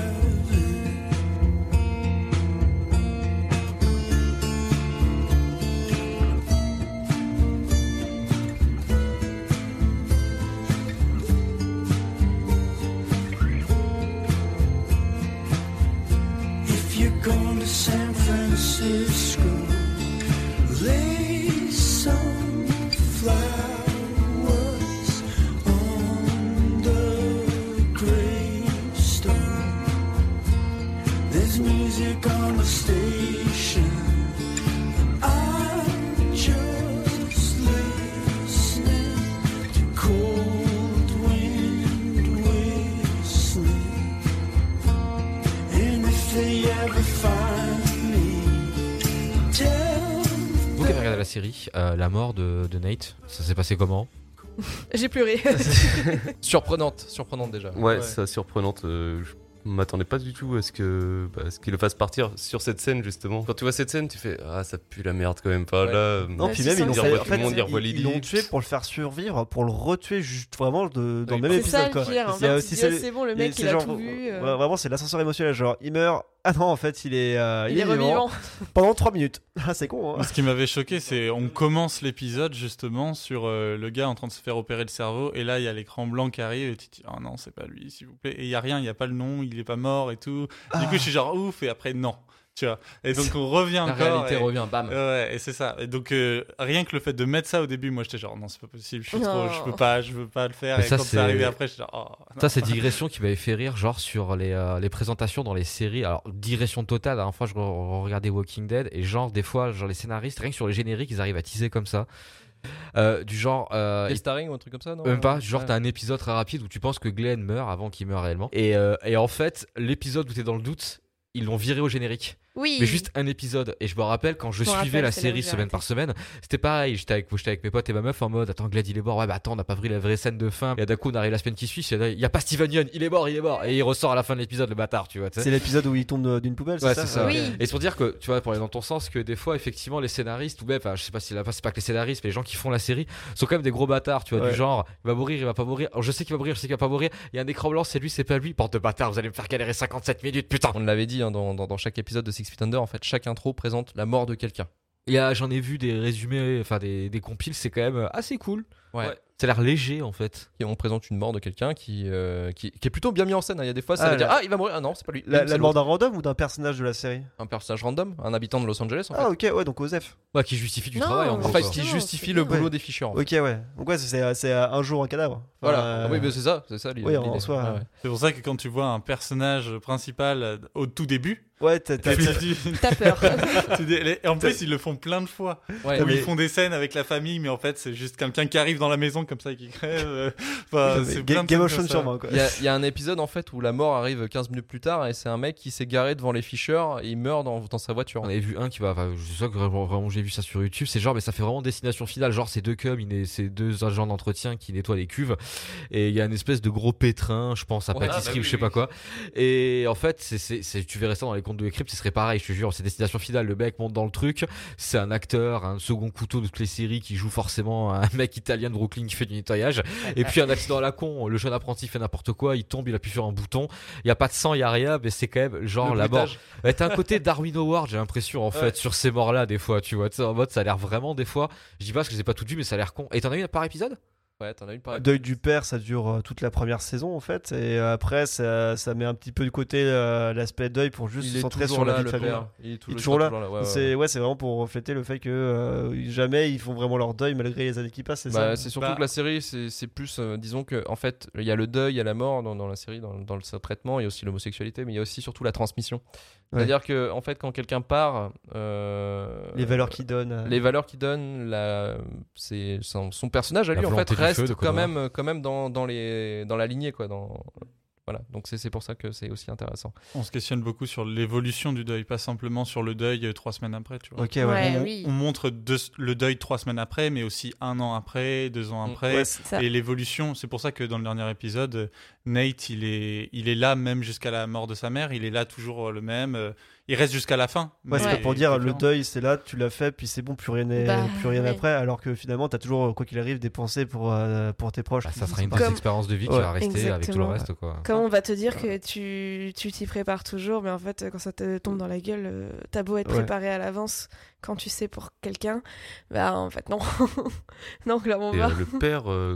If you're going to San Francisco, lay some flowers on the gravestone. There's music on the station. I'm just listening to cold wind whistling. And if they ever find me, tell Vous qui avez regardé la série, euh, la mort de, de Nate, ça s'est passé comment? J'ai pleuré. Surprenante, surprenante déjà. Ouais, Ouais. c'est surprenante. euh, je m'attendais pas du tout à ce que bah, à ce qu'il le fasse partir sur cette scène justement. Quand tu vois cette scène, tu fais ah ça pue la merde quand même pas Ouais. là. euh, Non, Ouais, puis c'est même ça. ils l'ont Il fait. revoit En tout le fait, monde, il revoit ils- Lily. ils l'ont tué pour le faire survivre, pour le retuer juste vraiment de- dans Oui. le même C'est ça épisode. le quoi. pire. En Il y a fait, aussi tu te dis, celle- ah, c'est bon, le Et mec c'est il a genre- tout vu. euh, ouais, vraiment, c'est l'ascenseur émotionnel. Genre, il meurt. Ah non, en fait, il est, euh, Il est revivant. pendant trois minutes. Ah, c'est con. Hein. Ce qui m'avait choqué, c'est on commence l'épisode justement sur euh, le gars en train de se faire opérer le cerveau, et là il y a l'écran blanc qui arrive, et tu te dis oh non c'est pas lui s'il vous plaît, et il y a rien, il y a pas le nom, il est pas mort et tout. Du coup je suis genre ouf, et après non, tu vois. Et donc on revient La encore. réalité et- revient, bam. Ouais, et c'est ça. Et donc euh, rien que le fait de mettre ça au début, moi j'étais genre non c'est pas possible, je suis trop, Non. je peux pas, je veux pas le faire. Mais et ça, quand c'est- c'est arrivé après, je suis genre oh. non. Ça, c'est digression qui m'avait fait rire, genre sur les, euh, les présentations dans les séries. Alors, digression totale, la dernière fois, je re- regardais Walking Dead, et genre, des fois, genre les scénaristes, rien que sur les génériques, ils arrivent à teaser comme ça. Euh, du genre, euh, Les ils- starring ou un truc comme ça, non même pas, genre Ouais. t'as un épisode très rapide où tu penses que Glenn meurt avant qu'il meure réellement. Et, euh, et en fait, l'épisode où t'es dans le doute, ils l'ont viré au générique. Oui. Mais juste un épisode. Et je me rappelle quand je Je me suivais rappelle, la c'est là où série j'ai semaine arrêté. par semaine, c'était pareil. J'étais avec, j'étais avec mes potes et ma meuf en mode attends, Glad il est mort. Ouais, bah attends, on n'a pas pris la vraie scène de fin. Et d'un coup, on arrive la semaine qui suit. Il y a pas Steven Yeun, il est mort, il est mort. Et il ressort à la fin de l'épisode, le bâtard, tu vois. tu sais. C'est l'épisode où il tombe de- d'une poubelle, Ouais, c'est ça c'est ça. Oui. Ok. Et c'est pour dire que, tu vois, pour aller dans ton sens, que des fois, effectivement, les scénaristes, ou même, enfin, je sais pas si là c'est pas que les scénaristes, mais les gens qui font la série, sont quand même des gros bâtards, tu vois, Ouais. du genre, il va mourir, il va pas mourir. Alors, je sais qu'il va mourir, je sais qu'il va pas mourir. Il y a un écran blanc, c'est lui, c'est pas lui. Porte de bâtard, vous allez me faire galérer cinquante-sept minutes, putain. On l'avait dit hein, dans, dans, dans chaque épisode de Six Feet Under, en fait, chaque intro présente la mort de quelqu'un. Il y a, j'en ai vu des résumés, enfin, des, des compiles, c'est quand même assez cool. Ouais. Ouais. Ça a l'air léger en fait. Et on présente une mort de quelqu'un qui, euh, qui, qui est plutôt bien mis en scène, hein. Il y a des fois, ça Ah, va dire la- ah il va mourir, ah non c'est pas lui. La, C'est la mort l'autre. d'un random ou d'un personnage de la série? Un personnage random, un habitant de Los Angeles en fait. Ah, ok, ouais, donc Osef. Ouais, qui justifie du Non, travail en En gros. fait, quoi. qui Non, justifie c'est le bien. boulot Ouais. des ficheurs. en Ok, fait. ouais. Donc, ouais, c'est, c'est un jour un cadavre. Voilà, Enfin, oui, mais c'est ça, c'est ça l'idée. oui, en l'idée. soi, Ouais, ouais. C'est pour ça que quand tu vois un personnage principal euh, au tout début, ouais, t'as, t'as- tu t'as- dis- T'as peur. tu dis- et en plus ils le font plein de fois. Ouais, Où mais- ils font des scènes avec la famille, mais en fait c'est juste quelqu'un qui arrive dans la maison comme ça et qui crève. euh, Enfin, c'est Ga- plein de Game of scènes Thrones comme sur ça. moi, quoi. Il y, a, il y a un épisode en fait où la mort arrive quinze minutes plus tard et c'est un mec qui s'est garé devant les ficheurs et il meurt dans, dans sa voiture. On avait vu un qui va, enfin, je sais que vraiment, vraiment j'ai vu ça sur YouTube, c'est genre, mais ça fait vraiment destination finale, genre c'est deux cubs, il est- c'est deux agents d'entretien qui nettoient les cuves, et il y a une espèce de gros pétrin, je pense, à Ouais, pâtisserie ah, bah ou je sais oui, pas oui. quoi, et en fait, c'est, c'est, c'est- tu verrais ça dans les contes de Crypt, ce serait pareil, je te jure, c'est destination finale, le mec monte dans le truc, c'est un acteur, un second couteau de toutes les séries qui joue forcément un mec italien de Brooklyn qui fait du nettoyage, et puis un accident à la con, le jeune apprenti fait n'importe quoi, il tombe, il appuie sur un bouton, il y a pas de sang, il y a rien, mais c'est quand même genre Le la mort. bruitage. Ouais, t'as un côté Darwin Award, j'ai l'impression, en fait, Ouais. sur ces morts-là, des fois, tu vois. Tu sais, en mode, ça a l'air vraiment, des fois. Je dis pas parce que j'ai pas tout vu, mais ça a l'air con. Et t'en as eu par épisode? Ouais, t'en as une par Deuil du père, ça dure euh, toute la première saison en fait, et euh, après ça, ça met un petit peu de côté euh, l'aspect deuil pour juste Il se est centrer toujours sur la là, vie de le famille. père. Il est Il est toujours là. ouais, ouais, C'est ouais. ouais, c'est vraiment pour refléter le fait que euh, jamais ils font vraiment leur deuil malgré les années qui passent, c'est Bah, ça. c'est surtout Bah- que la série, c'est c'est plus, euh, disons que en fait, il y a le deuil, il y a la mort dans, dans la série, dans, dans le ce traitement, il y a aussi l'homosexualité, mais il y a aussi surtout la transmission. Ouais. C'est-à-dire que en fait, quand quelqu'un part, euh, Les valeurs qu'ils donnent. euh, les valeurs qu'il donne, la, c'est son, son personnage à La lui en fait volonté du feu, reste de quand Konoha. même, quand même dans, dans les, dans la lignée quoi. Dans, voilà, donc c'est c'est pour ça que c'est aussi intéressant. On se questionne beaucoup sur l'évolution du deuil, pas simplement sur le deuil euh, trois semaines après. Tu vois. Ok, ouais. Ouais, on, oui. on montre deux- le deuil trois semaines après, mais aussi un an après, deux ans Mm. après. Ouais, C'est ça. Et l'évolution, c'est pour ça que dans le dernier épisode, euh, Nate, il est, il est là même jusqu'à la mort de sa mère, il est là toujours euh, le même, euh, il reste jusqu'à la fin. Ouais, c'est mais pas pour dire le différent. deuil, c'est là, tu l'as fait, puis c'est bon, plus rien, n'est- Bah, plus rien oui. après, alors que finalement, t'as toujours, quoi qu'il arrive, des pensées pour, euh, pour tes proches. Bah, ça sera une Comme- des expériences de vie qui Ouais. va rester avec tout le Exactement. reste, quoi. Comme on va te dire que tu tu t'y prépares toujours, mais en fait, quand ça te tombe dans la gueule, euh, t'as beau être Ouais. préparé à l'avance quand tu sais pour quelqu'un, bah en fait, non. non, clairement Et pas. euh, le père, euh,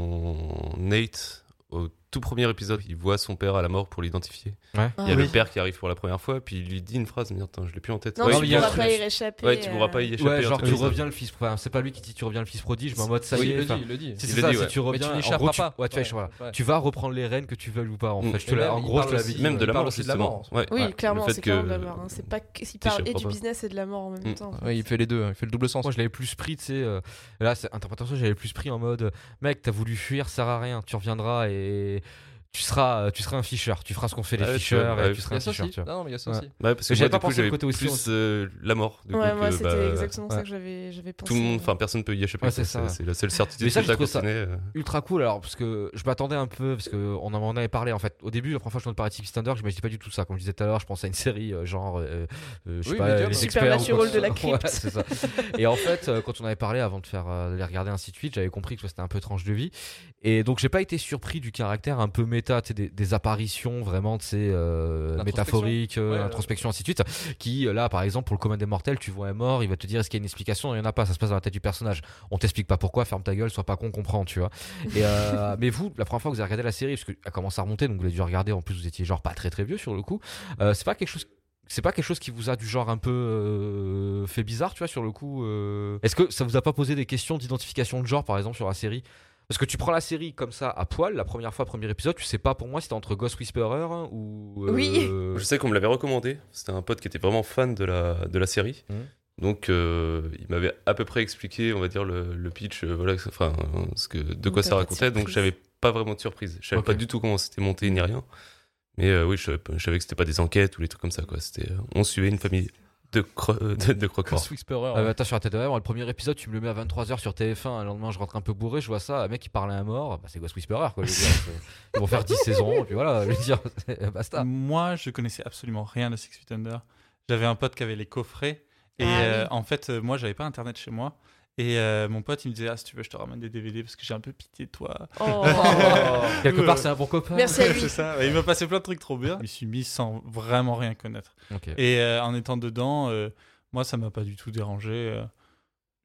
quand Nate, au tout premier épisode, il voit son père à la mort pour l'identifier. Ouais. Il y a Ah le oui. père qui arrive pour la première fois, puis il lui dit une phrase, mais attends, je l'ai plus en tête. Non, Ouais, non, tu mais il y a pourras un pas truc- y réchapper. Ouais, tu pourras euh, pas y échapper. Ouais, un genre truc tu comme ça. reviens le fils, enfin, c'est pas lui qui dit tu reviens le fils prodige, mais en mode ça Oui, y il est. le enfin, dit, il le dit. C'est Il ça, le dit, si ouais. tu Mais reviens, tu en n'échapperas gros, tu- pas. ouais, tu, Ouais, vois, voilà. ouais. Tu vas reprendre les rênes que tu veux ou pas, en Mm. fait. Je te Et la- même, en il gros, je te parle l'avais aussi- dit. Même de il la parle mort, aussi de la justement. mort. Ouais. Oui, Ouais. clairement, Le fait c'est clairement que- de la mort. hein. C'est pas que- s'il Je parle sais et pas du pas. business et de la mort en même Mm. temps. en fait. Ouais, il fait les deux, il fait le double sens. Moi, je l'avais plus pris, tu sais. euh, là, c'est interprétation, j'avais plus pris en mode, mec, t'as voulu fuir, ça sert à rien. Tu reviendras et tu seras, tu seras un fisher. Tu feras ce qu'on fait les Ouais, tu fisher vois, ouais. et tu Il seras y a un ça fisher. aussi. Tu vois. Non, mais il y a ça Ouais. aussi. Ouais, parce que Mais j'avais moi, pas du coup, pensé au j'avais côté aussi, plus euh, la mort. Du Ouais, coup, moi, que, c'était bah, exactement ça ouais. que j'avais j'avais pensé. tout le monde, enfin personne peut y échapper. Ouais, quoi. c'est ça. c'est c'est la seule certitude Mais ça, que j'ai t'as trouvé quand ça- on est, euh, Ultra cool, alors, parce que je m'attendais un peu, parce qu'on en avait parlé en fait. Au début, la première fois que je parlais de Six Thunder, je m'imaginais pas du tout ça. Comme je disais tout à l'heure, je pensais à une série euh, genre, euh, euh, je sais Oui, pas, Medium. les Supernatural experts. ou quoi que de la ce soit. Ouais, crypte. c'est ça. Et en fait, euh, quand on avait parlé avant de faire euh, de les regarder ainsi de suite, j'avais compris que c'était un peu tranche de vie. Et donc, j'ai pas été surpris du caractère un peu méta, tu sais, des, des apparitions vraiment, tu sais, euh, L'introspection. métaphoriques, euh, Ouais, introspection, ainsi de suite. Qui, euh, là, par exemple, pour le commun des mortels, tu vois un mort, il va te dire est-ce qu'il y a une explication? Il y en a pas, ça se passe dans la tête du personnage. On t'explique pas pourquoi, ferme ta gueule, sois pas con, comprends, tu vois. Et euh, mais vous, la première fois que vous avez regardé la série, parce qu'elle commence à remonter, donc vous l'avez dû regarder, en plus vous étiez genre pas très très vieux sur le coup, euh, c'est pas quelque chose. C'est pas quelque chose qui vous a du genre un peu euh, fait bizarre, tu vois, sur le coup. euh. Est-ce que ça vous a pas posé des questions d'identification de genre, par exemple, sur la série? Parce que tu prends la série comme ça à poil, la première fois, premier épisode, tu sais pas pour moi si c'était entre Ghost Whisperer hein, ou. euh, Oui. Je sais qu'on me l'avait recommandé. C'était un pote qui était vraiment fan de la, de la série. Mhm. Donc, euh, il m'avait à peu près expliqué, on va dire, le, le pitch, euh, voilà, enfin, euh, ce que, de quoi T'as ça pas de racontait. Donc, surprise. j'avais pas vraiment de surprise. Je savais Ok. pas du tout comment c'était monté ni rien. Mais euh, oui, je savais, pas- je savais que c'était pas des enquêtes ou des trucs comme ça, quoi. C'était, euh, on suivait une famille de, cro- de, de croqueurs. Ghost Whisperer. Ah bah, attends, sur la tête de la mort, le premier épisode, tu me le mets à vingt-trois heures sur T F un, le lendemain, je rentre un peu bourré, je vois ça, un mec qui parle à un mort, bah, c'est Ghost Whisperer, quoi. Je veux dire, c'est- ils vont faire dix saisons, et puis voilà, je veux dire, basta. Moi, je connaissais absolument rien de Six Feet Under. J'avais un pote qui avait les coffrets. Et Ah euh, oui. en fait, euh, moi, j'avais pas internet chez moi. Et euh, mon pote, il me disait, ah, si tu veux, je te ramène des D V D parce que j'ai un peu pitié de toi. Oh. Quelque part, c'est un bon copain. Merci à lui. C'est ça. Et il m'a passé plein de trucs trop bien. Je m'y suis mis sans vraiment rien connaître. Ok. Et euh, en étant dedans, euh, moi, ça m'a pas du tout dérangé. euh.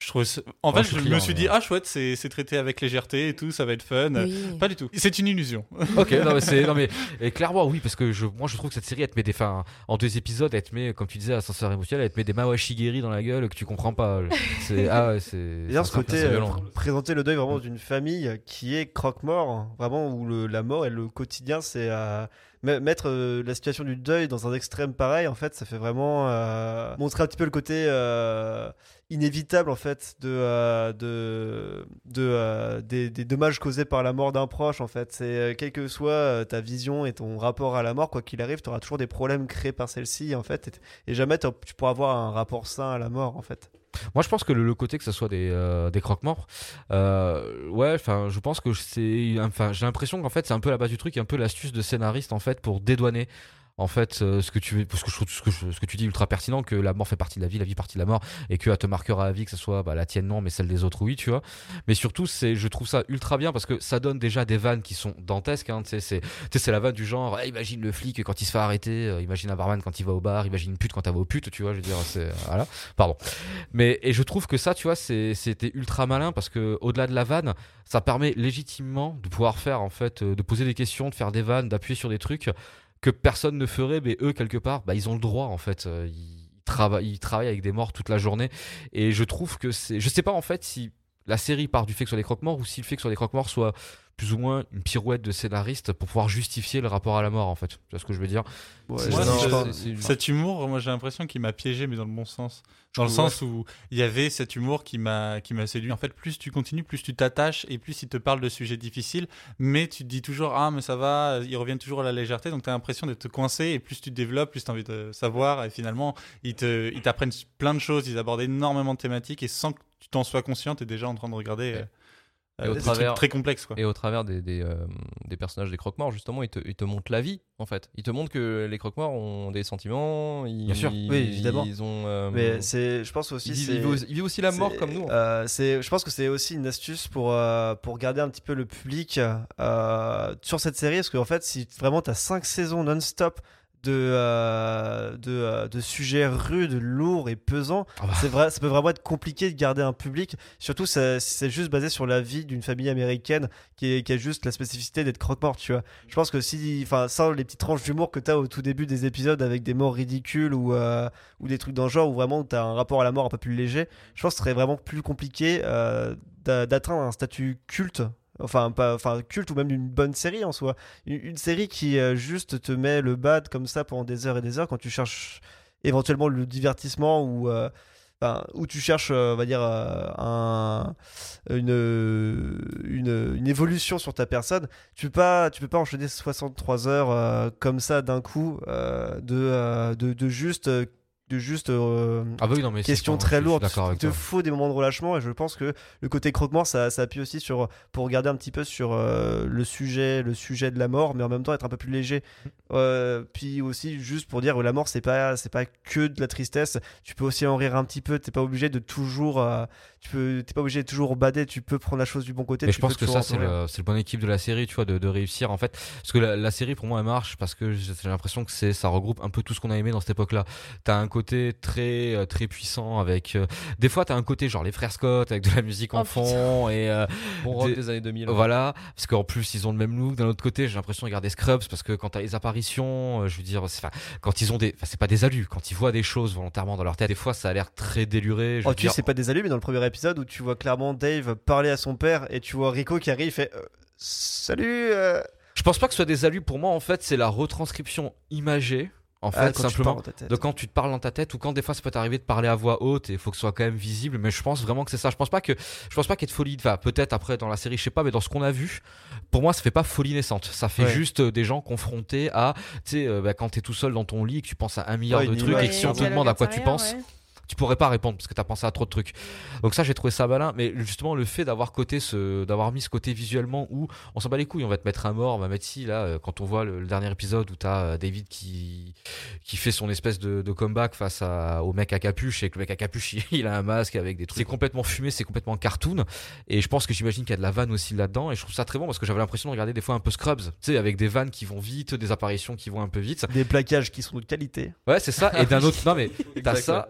Je trouve ça- En Ouais, fait, je suis je me client, suis mais- dit, ah chouette, c'est c'est traité avec légèreté et tout, ça va être fun. Oui. Pas du tout. C'est une illusion. Ok, non mais c'est non mais et clairement oui parce que je moi je trouve que cette série elle te met des fins en deux épisodes, elle te met comme tu disais ascenseur émotionnel, elle te met des Mawashigiri dans la gueule que tu comprends pas. C'est ah ouais, c'est D'ailleurs, c'est- ce côté c'est euh, violent. pr- présenter le deuil vraiment d'une famille qui est croque-mort, vraiment où le, la mort et le quotidien, c'est euh, me- mettre euh, la situation du deuil dans un extrême pareil. En fait, ça fait vraiment euh, montrer un petit peu le côté euh, inévitable en fait de euh, de, de euh, des, des dommages causés par la mort d'un proche. En fait, c'est euh, quelle que soit euh, ta vision et ton rapport à la mort, quoi qu'il arrive, tu auras toujours des problèmes créés par celle-ci en fait, et, et jamais t'auras- tu pourras avoir un rapport sain à la mort en fait. Moi, je pense que le, le côté que ce soit des, euh, des croque-morts, euh, ouais, enfin, je pense que c'est, enfin, j'ai l'impression qu'en fait, c'est un peu la base du truc, et un peu l'astuce de scénariste en fait pour dédouaner. En fait, euh, ce que tu veux, parce que je trouve ce que, je- ce que tu dis ultra pertinent, que la mort fait partie de la vie, la vie partie de la mort, et que elle te marquera à vie, que ce soit bah, la tienne non, mais celle des autres oui, tu vois. Mais surtout, c'est, je trouve ça ultra bien parce que ça donne déjà des vannes qui sont dantesques. Hein, tu sais, c'est, tu sais, c'est la vanne du genre, eh, imagine le flic quand il se fait arrêter, euh, imagine un barman quand il va au bar, imagine une pute quand elle va aux putes, tu vois. Je veux dire, c'est voilà, pardon. Mais et je trouve que ça, tu vois, c'est, c'était ultra malin parce que au-delà de la vanne, ça permet légitimement de pouvoir faire en fait, euh, de poser des questions, de faire des vannes, d'appuyer sur des trucs que personne ne ferait, mais eux quelque part, bah, ils ont le droit en fait. Euh, ils travaillent, ils travaillent avec des morts toute la journée, et je trouve que c'est, je sais pas en fait si la série part du fait que ce soit des croque-morts ou si le fait que ce soit des croque-morts soit plus ou moins une pirouette de scénariste pour pouvoir justifier le rapport à la mort en fait. Tu vois ce que je veux dire? Ouais, C'est- Moi, non, c'est- je pense- c'est- Cet humour, moi j'ai l'impression qu'il m'a piégé, mais dans le bon sens. Dans le sens où il y avait cet humour qui m'a qui m'a séduit. En fait, plus tu continues, plus tu t'attaches et plus il te parle de sujets difficiles, mais tu te dis toujours ah mais ça va, ils reviennent toujours à la légèreté, donc tu as l'impression d'être coincé et plus tu te développes, plus tu as envie de savoir et finalement ils te ils t'apprennent plein de choses, ils abordent énormément de thématiques et sans que tu t'en sois conscient, tu es déjà en train de regarder euh, Et au des travers- trucs très complexes quoi. Et au travers des, des, euh, des personnages des croque-morts, justement, ils te, ils te montrent la vie, en fait. Ils te montrent que les croque-morts ont des sentiments. Ils, Bien sûr. ils- Oui, évidemment. Ils ont. euh, Mais c'est, je pense aussi, ils, vivent, c'est- ils vivent aussi- ils vivent aussi la mort c'est- comme nous. en fait. euh, c'est, je pense que c'est aussi une astuce pour, euh, pour garder un petit peu le public euh, sur cette série. Parce qu'en fait, si vraiment tu as cinq saisons non-stop de, euh, de, euh, de sujets rudes, lourds et pesants, Ah bah. c'est vrai, ça peut vraiment être compliqué de garder un public. Surtout, ça- si c'est juste basé sur la vie d'une famille américaine qui, est- qui a juste la spécificité d'être croque-mort, tu vois. Je pense que si, enfin, sans les petites tranches d'humour que tu as au tout début des épisodes avec des morts ridicules ou, euh, ou des trucs dans le genre où vraiment tu as un rapport à la mort un peu plus léger, je pense que ce serait vraiment plus compliqué euh, d'a- d'atteindre un statut culte. Enfin, pas, enfin, culte ou même une bonne série en soi. Une, une série qui euh, juste te met le bad comme ça pendant des heures et des heures quand tu cherches éventuellement le divertissement ou euh, enfin, où tu cherches, euh, on va dire, euh, un, une, une, une évolution sur ta personne. Tu peux pas, tu peux pas enchaîner soixante-trois heures euh, comme ça d'un coup euh, de, euh, de, de juste. euh, de juste euh, Ah bah oui, non mais c'est question pas- très je suis lourde. D'accord Il avec te toi. faut des moments de relâchement et je pense que le côté croque-mort, ça, ça appuie aussi sur pour regarder un petit peu sur euh, le sujet, le sujet de la mort, mais en même temps être un peu plus léger. Euh, puis aussi juste pour dire que la mort c'est pas c'est pas que de la tristesse. Tu peux aussi en rire un petit peu. T'es pas obligé de toujours, euh, tu peux, t'es pas obligé de toujours bader. Tu peux prendre la chose du bon côté. Mais tu je pense peux que toujours ça, c'est en rire. le, c'est le bon équipe de la série, tu vois, de, de réussir en fait. Parce que la, la série, pour moi, elle marche parce que j'ai j'ai l'impression que c'est, ça regroupe un peu tout ce qu'on a aimé dans cette époque-là. T'as un côté très, euh, très puissant avec. euh, des fois, t'as un côté genre les frères Scott avec de la musique en Oh, fond et. euh, Bon rock des- des années deux mille. Voilà, parce qu'en plus ils ont le même look. D'un autre côté, j'ai l'impression de regarder Scrubs parce que quand t'as les apparitions, euh, je veux dire, c'est- enfin, quand ils ont des, enfin c'est pas des alus, quand ils voient des choses volontairement dans leur tête, des fois ça a l'air très déluré. Je Oh, veux tu dire, sais, c'est pas des allumes, mais dans le premier épisode où tu vois clairement Dave parler à son père et tu vois Rico qui arrive et fait euh, salut. euh. je pense pas que ce soit des alus. Pour moi, en fait, c'est la retranscription imagée. En fait, Ah, quand tu simplement. parles dans ta tête. De quand tu te parles dans ta tête ou quand des fois ça peut t'arriver de parler à voix haute et il faut que ce soit quand même visible, mais je pense vraiment que c'est ça. Je pense pas que je pense pas qu'il y ait de folie, enfin peut-être après dans la série, je sais pas, mais dans ce qu'on a vu, pour moi ça fait pas folie naissante, ça fait Ouais. juste euh, des gens confrontés à, tu sais, euh, bah, quand t'es tout seul dans ton lit et que tu penses à un milliard Ouais, de une trucs image. et que si on te dialogue demande à quoi tu intérieur, penses, ouais. tu pourrais pas répondre parce que t'as pensé à trop de trucs. Donc ça j'ai trouvé ça malin, mais justement le fait d'avoir côté ce, d'avoir mis ce côté visuellement où on s'en bat les couilles, on va te mettre un mort, on va mettre ci là, euh, quand on voit le, le dernier épisode où t'as euh, David qui qui fait son espèce de, de comeback face à, au mec à capuche et que le mec à capuche il, il a un masque avec des trucs. C'est complètement fumé, c'est complètement cartoon et je pense que j'imagine qu'il y a de la vanne aussi là-dedans et je trouve ça très bon parce que j'avais l'impression de regarder des fois un peu Scrubs, tu sais, avec des vannes qui vont vite, des apparitions qui vont un peu vite. Des plaquages qui sont de qualité. Ouais, c'est ça. Et d'un autre, non mais t'as Exact, ça. Et d'un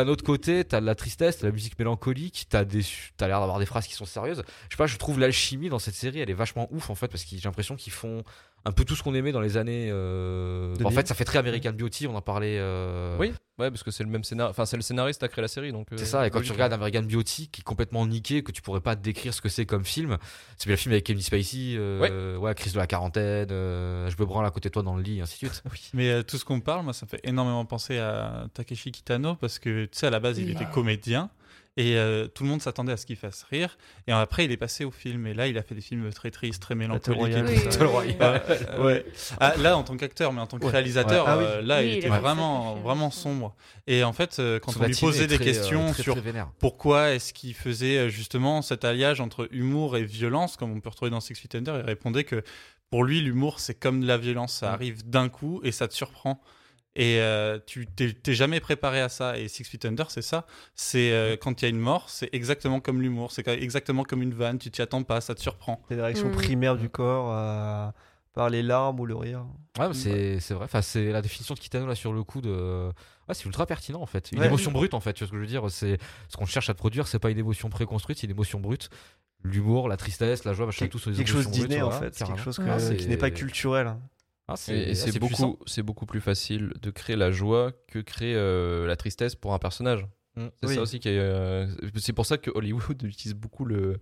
d'un autre côté, t'as de la tristesse, t'as de la musique mélancolique, t'as des, t'as l'air d'avoir des phrases qui sont sérieuses. Je sais pas, je trouve l'alchimie dans cette série, elle est vachement ouf en fait, parce que j'ai l'impression qu'ils font un peu tout ce qu'on aimait dans les années. Euh... deux En mille. fait, ça fait très American Beauty, on en parlait. euh, Oui, ouais, parce que c'est le même scénario. Enfin, c'est le scénariste qui a créé la série, donc. euh, C'est ça, et quand tu logique. regardes American Beauty, qui est complètement niqué, que tu pourrais pas décrire ce que c'est comme film, c'est bien le film avec Kevin Spacey, euh, ouais. crise de la quarantaine, euh, je me branle à côté de toi dans le lit, et ainsi de suite. Mais euh, tout ce qu'on parle, moi, ça me fait énormément penser à Takeshi Kitano parce que, tu sais, à la base, il Oui. était comédien et euh, tout le monde s'attendait à ce qu'il fasse rire. Et après, il est passé au film. Et là, il a fait des films très tristes, très mélancoliques. Royale. et Oui, tout ça. Battle Royale. Ouais, ouais. Ah, là, en tant qu'acteur, mais en tant que Ouais. réalisateur, Ouais. Ah oui. euh, là, Oui, il il était a fait vraiment, ça, vraiment sombre. Et en fait, euh, quand Son on lui attitude posait est des très, euh, questions très, sur très vénère. pourquoi est-ce qu'il faisait euh, justement cet alliage entre humour et violence, comme on peut retrouver dans Six Feet Under, il répondait que pour lui, l'humour, c'est comme de la violence. Ça Mm. arrive d'un coup et ça te surprend. Et euh, tu t'es, t'es jamais préparé à ça. Et Six Feet Under, c'est ça. C'est euh, quand il y a une mort, c'est exactement comme l'humour. C'est exactement comme une vanne. Tu t'y attends pas, ça te surprend. C'est la réaction Mm. primaire du corps euh, par les larmes ou le rire. Ouais, mais c'est, c'est vrai, enfin, c'est la définition de Kitano là sur le coup de. Ouais, c'est ultra pertinent en fait. Une Ouais. émotion brute en fait, tu vois ce que je veux dire. C'est ce qu'on cherche à te produire, c'est pas une émotion préconstruite, c'est une émotion brute. L'humour, la tristesse, la joie, machin, tout sont des Quelque chose émotions brutes, d'inné en voilà, fait, c'est quelque carrément. chose que- Ouais, c'est- qui n'est pas culturel. Ah, c'est, Et, et ah, c'est c'est beaucoup, puissant. c'est beaucoup plus facile de créer la joie que créer euh, la tristesse pour un personnage. Mm. C'est Oui. ça aussi qui est. euh, c'est pour ça que Hollywood utilise beaucoup le.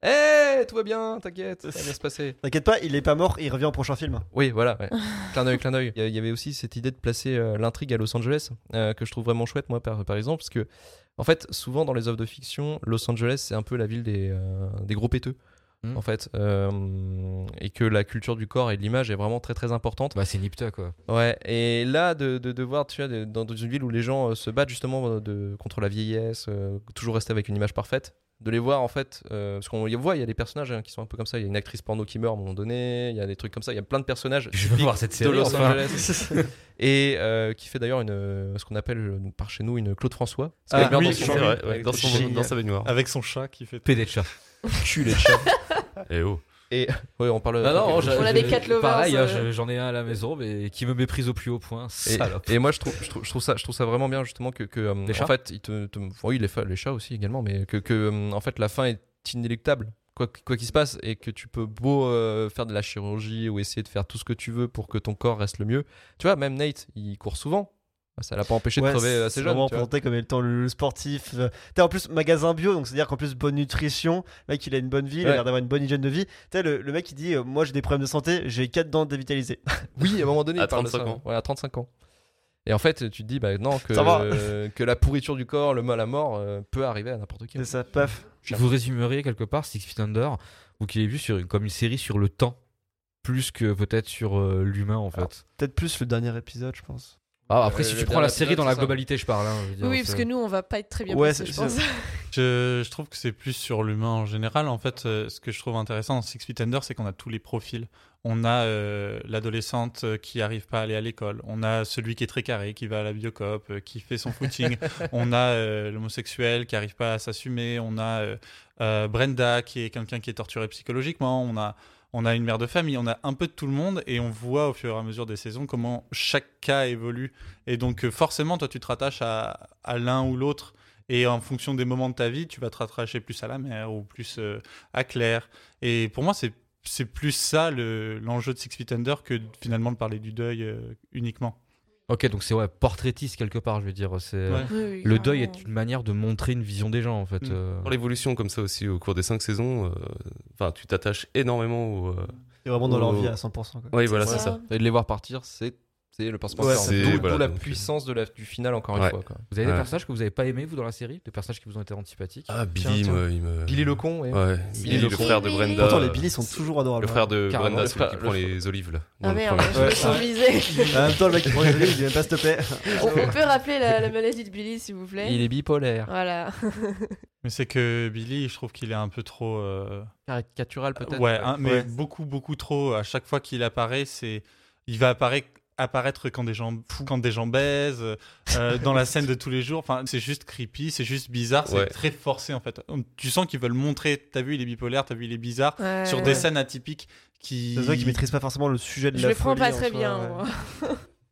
Eh, tout va bien, t'inquiète, ça va bien se passer. T'inquiète pas, il est pas mort, il revient au prochain film. Oui, voilà. Ouais. clin d'œil, clin d'œil. Il y a- il y avait aussi cette idée de placer euh, l'intrigue à Los Angeles euh, que je trouve vraiment chouette, moi, par, par exemple, parce que en fait, souvent dans les œuvres de fiction, Los Angeles c'est un peu la ville des, euh, des gros péteux. Mm. En fait, euh, et que la culture du corps et de l'image est vraiment très très importante. Bah, c'est Nipta quoi. Ouais, et là, de, de, de voir, tu vois, de- dans une ville où les gens euh, se battent justement euh, de, contre la vieillesse, euh, toujours rester avec une image parfaite, de les voir en fait, euh, parce qu'on y voit, il y a des personnages hein, qui sont un peu comme ça. Il y a une actrice porno qui meurt à un moment donné, il y a des trucs comme ça, il y a plein de personnages Je veux typiques voir cette de série. Los enfin. Angeles. Et euh, qui fait d'ailleurs une, euh, ce qu'on appelle euh, par chez nous une Claude François. Parce Ah, qu'elle meurt oui, dans c'est son C'est lit, vrai, ouais, avec dans, des son, génial. dans sa baignoire. Avec son chat qui fait. P D de chat. Cul les chats. Et oh. Et ouais, on parle. Non, non, j'ai- On a j'ai- des cat lovers, Pareil, hein, euh. je- j'en ai un à la maison, mais qui me méprise au plus haut point. Et, Salope. et moi je trouve, je, trouve, je, trouve ça, je trouve ça vraiment bien justement que, que euh, Les chats en fait il te, te- oui les, fa- les chats aussi également mais que, que euh, en fait la fin est inéluctable quoi quoi qu'il se passe et que tu peux beau euh, faire de la chirurgie ou essayer de faire tout ce que tu veux pour que ton corps reste le mieux, tu vois, même Nate il court souvent, ça l'a pas empêché Ouais, de crever c'est assez jeune, vraiment tu vois. présenté comme étant le sportif. euh, T'as en plus magasin bio, donc c'est-à-dire qu'en plus bonne nutrition, le mec il a une bonne vie, il a Ouais. l'air d'avoir une bonne hygiène de vie. T'as le, le mec il dit euh, moi j'ai des problèmes de santé, j'ai quatre dents dévitalisées. Oui, à un moment donné À il parle de trente-cinq ça, ans. ouais, à trente-cinq ans. Et en fait tu te dis bah non que Ça va. euh, que la pourriture du corps, le mal à mort euh, peut arriver à n'importe qui. C'est ça, paf. Vous résumeriez quelque part Six Feet Under, vous qui l'avez vu sur, comme une série sur le temps, plus que peut-être sur euh, l'humain en fait. Alors, Peut-être plus le dernier épisode, je pense. Ah, après, Euh, si le tu prends la dernier série épisode, dans la c'est ça. globalité, je parle. Hein, je veux dire, Oui, parce c'est- que nous, on va pas être très bien Ouais, placés, c'est- je pense. Je, je trouve que c'est plus sur l'humain en général. En fait, euh, ce que je trouve intéressant dans Six Feet Under, c'est qu'on a tous les profils. On a euh, l'adolescente euh, qui arrive pas à aller à l'école. On a celui qui est très carré, qui va à la biocop, euh, qui fait son footing. On a euh, l'homosexuel qui arrive pas à s'assumer. On a euh, euh, Brenda qui est quelqu'un qui est torturé psychologiquement. On a on a une mère de famille. On a un peu de tout le monde et on voit au fur et à mesure des saisons comment chaque cas évolue. Et donc euh, forcément, toi, tu te rattaches à, à l'un ou l'autre. Et en fonction des moments de ta vie, tu vas te rattacher plus à la mère ou plus euh, à Claire. Et pour moi, c'est c'est plus ça le, l'enjeu de Six Feet Under que finalement de parler du deuil euh, uniquement. Ok, donc c'est ouais, portraitiste quelque part, je veux dire. C'est... Ouais. Oui, oui, Le deuil carrément. est une manière de montrer une vision des gens en fait. Mm. euh. Pour l'évolution comme ça aussi au cours des cinq saisons, euh, enfin tu t'attaches énormément au. euh, C'est vraiment dans leur Oh. vie à cent pour cent. Quoi. Oui, voilà, C'est c'est ça. ça. Et de les voir partir, c'est c'est le principal. Ouais, cœur. c'est- D'où voilà, d'où la donc, puissance de la, du final encore une Ouais. fois. Quoi. Vous avez des Ouais. personnages que vous avez pas aimés vous dans la série, des personnages qui vous ont été antipathiques. Ah, Tiens, Billy, tiens. moi, il me. Billy le con, ouais. Ouais, Billy Billy, le le con. frère de Brenda. Pourtant les euh, Billy sont toujours adorables. Le frère de Carrément. Brenda, Le celui frère- qui le prend frère- les olives là. dans Ah le merde, premier. je me Ouais. sens visée. En même temps le mec qui prend les olives, il vient pas stopper. on, on peut rappeler la, la maladie de Billy, s'il vous plaît. Il est bipolaire. Voilà. Mais c'est que Billy, je trouve qu'il est un peu trop. euh, Caricatural peut-être. Ouais, hein, mais Ouais. beaucoup, beaucoup trop. À chaque fois qu'il apparaît, c'est, il va apparaître, apparaître quand des gens, quand des gens baisent, euh, dans la scène de tous les jours. Enfin, c'est juste creepy, c'est juste bizarre, c'est Ouais. très forcé en fait. Tu sens qu'ils veulent montrer. T'as vu, il est bipolaire, t'as vu, il est bizarre, Ouais, sur ouais. des scènes atypiques qui. C'est vrai qu'ils maîtrisent pas forcément le sujet de Je la le prends folie pas en très soi, bien, ouais. moi.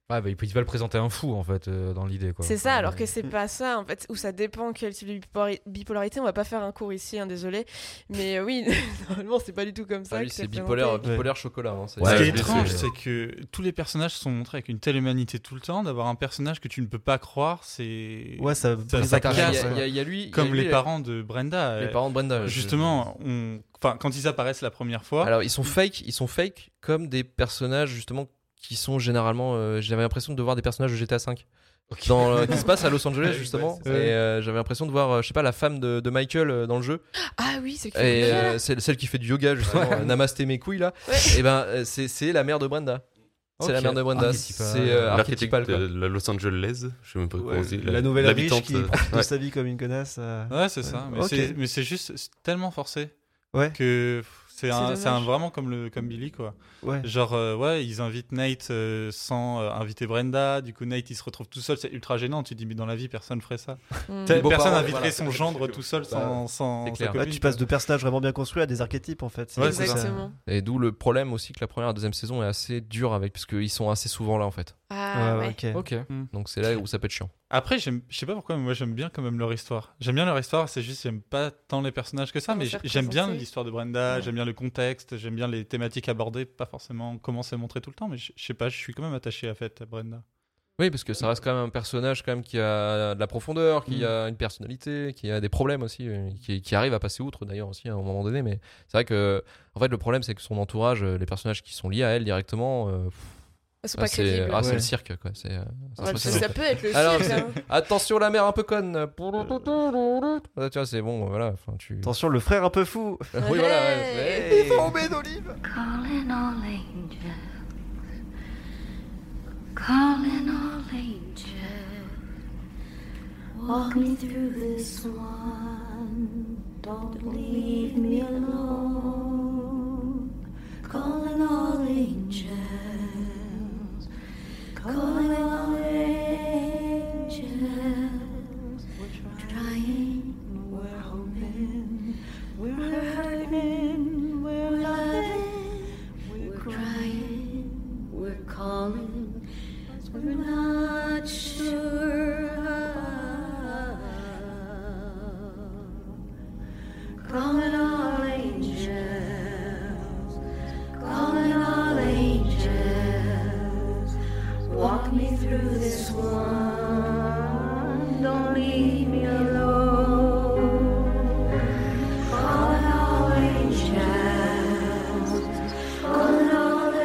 Ouais, bah, il peut- il va le présenter un fou en fait euh, dans l'idée quoi. C'est ça, Ouais, alors mais- que c'est pas ça en fait, où ça dépend quel type de bipolari- bipolarité. On va pas faire un cours ici, hein, désolé. Mais euh, oui, normalement c'est pas du tout comme ça. Ah, lui, que c'est c'est bipolaire, présenté. bipolaire chocolat. hein, c'est- Ouais, Ce qui est je l'ai étrange, fait. c'est que tous les personnages sont montrés avec une telle humanité tout le temps. D'avoir un personnage que tu ne peux pas croire, c'est. Ouais, ça, Ça- brise ça la casse, Il y a- confiance, il y, ouais. a- il y a lui, il y a Comme lui, les euh, parents de Brenda. les euh, parents de Brenda. je- Justement, on... enfin, quand ils apparaissent la première fois. Alors ils sont fake, ils sont fake comme des personnages justement qui sont généralement. euh, j'avais l'impression de voir des personnages de G T A cinq. Dans, euh, qui se passe à Los Angeles Ouais, justement. c'est Et ça. euh, j'avais l'impression de voir, euh, je sais pas, la femme de, de Michael euh, dans le jeu. Ah oui, c'est que Et euh, c'est celle qui fait du yoga justement. euh, Namasté mes couilles là. Ouais. Et ben euh, c'est c'est la mère de Brenda. C'est Ok. la mère de Brenda. Archétypal. C'est euh, L'architecte archétypal quoi. de la Los Angeles, je sais même pas comment Ouais, on dit. la nouvelle riche l'habitante, qui euh, profite de ouais. sa vie comme une connasse. euh. Ouais, c'est ça. Mais Ok. c'est- mais c'est juste c'est tellement forcé Ouais, que pff, c'est un, C'est c'est un dommage. vraiment comme le comme Billy quoi. ouais. Genre euh, ouais, ils invitent Nate euh, sans euh, inviter Brenda. Du coup Nate il se retrouve tout seul, c'est ultra gênant. Tu te dis mais dans la vie personne ferait ça. Mm. T'as- beaux Personne parents, n'inviterait voilà. son gendre tout seul sans sans, c'est sa clair. copine, Ouais, tu quoi. passes de personnages vraiment bien construits à des archétypes en fait. C'est- Ouais, c'est ça. Exactement. Et d'où le problème aussi que la première et la deuxième saison est assez dure avec, parce qu'ils sont assez souvent là en fait. Ah Ouais, ouais. ouais, ok. Ok. Donc c'est là où ça peut être chiant. Après, j'aime- je sais pas pourquoi, mais moi j'aime bien quand même leur histoire. J'aime bien leur histoire, c'est juste j'aime pas tant les personnages que ça, Comment mais c'est j- j'aime bien représenté. l'histoire de Brenda, Ouais. j'aime bien le contexte, j'aime bien les thématiques abordées, pas forcément comment c'est montré tout le temps, mais je je sais pas, je suis quand même attaché à fait à Brenda. Oui, parce que ça reste quand même un personnage quand même qui a de la profondeur, qui Mm. a une personnalité, qui a des problèmes aussi, euh, qui, qui arrive à passer outre d'ailleurs aussi à un moment donné. Mais c'est vrai que en fait le problème c'est que son entourage, euh, les personnages qui sont liés à elle directement, euh, pff, C'est ah, pas c'est crédible. ah, c'est Ouais. le cirque quoi. C'est, euh, c'est Ouais, impressionnant. ça peut être le Alors, cirque. c'est- hein. Attention la mère un peu conne. Ah, tu vois, c'est bon, voilà. Enfin, tu. Attention, le frère un peu fou. oui, voilà. Ouais. Hey. Hey. Bombé d'olive. Calling all angels, calling all angels, walk me through this one, don't leave me alone. Calling all angels, calling all angels, we're trying, we're hoping, we're hurting, we're loving, we're crying, we're calling, we're not sure how. Calling all angels, calling all angels, walk me through this one, don't leave me alone. Calling all angels, calling all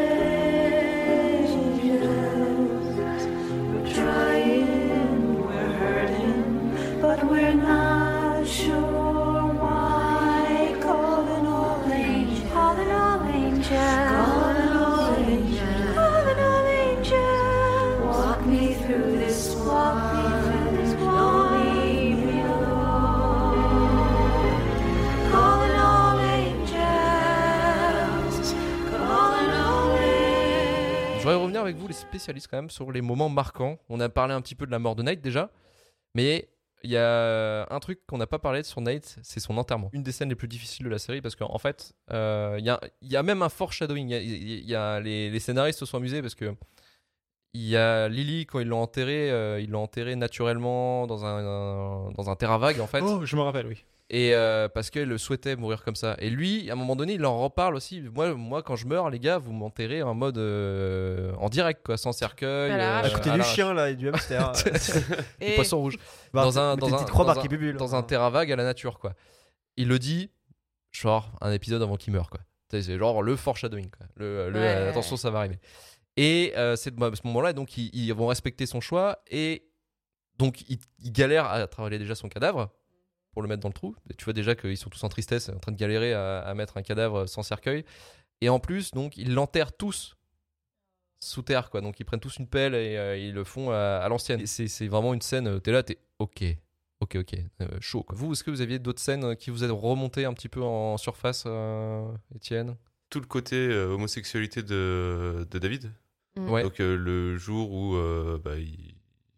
angels, we're trying, we're hurting, but we're not sure why. Calling all angels, calling all angels, calling all angels, calling all angels, walk me through this walk me through this don't leave me alone. Calling all angels, calling all angels. Je voudrais revenir avec vous, les spécialistes, quand même, sur les moments marquants. On a parlé un petit peu de la mort de Nate déjà, mais il y a un truc qu'on n'a pas parlé sur Nate, c'est son enterrement. Une des scènes les plus difficiles de la série, parce qu'en fait, euh, il y, a, il y a même un foreshadowing. Il y a, il y a- les, les scénaristes se sont amusés parce que il y a Lily, quand ils l'ont enterré, euh, ils l'ont enterré naturellement dans un, un- dans un terrain vague, en fait. Oh, je me rappelle, oui. Et euh, parce qu'elle souhaitait mourir comme ça. Et lui, à un moment donné, il en reparle aussi. Moi, moi quand je meurs, les gars, vous m'enterrez en mode euh, en direct, quoi, sans cercueil. À l'arrache. À côté à du l'arrache. chien là et du hamster. Du Et- poisson rouge. Bah, Dans un- mais dans tes un- petites croix dans marquées un- bubule. Dans un terrain vague à la nature, quoi. Il le dit, genre, un épisode avant qu'il meure, quoi. Tu sais, c'est genre le foreshadowing, quoi. Le, le, Ouais. euh, attention, ça va arriver. Et euh, c'est à ce moment-là, donc, ils, ils vont respecter son choix. Et donc, ils, ils galèrent à travailler déjà son cadavre pour le mettre dans le trou. Et tu vois déjà qu'ils sont tous en tristesse, en train de galérer à, à mettre un cadavre sans cercueil. Et en plus, donc, ils l'enterrent tous sous terre, quoi. Donc, ils prennent tous une pelle et euh, ils le font à, à l'ancienne. Et C'est c'est vraiment une scène, euh, t'es là, t'es ok. Ok, ok, euh, chaud, quoi. Vous, est-ce que vous aviez d'autres scènes euh, qui vous ont remonté un petit peu en surface, euh, Étienne? Tout le côté euh, homosexualité de, de David. Mm. Ouais. Donc euh, le jour où euh, bah, il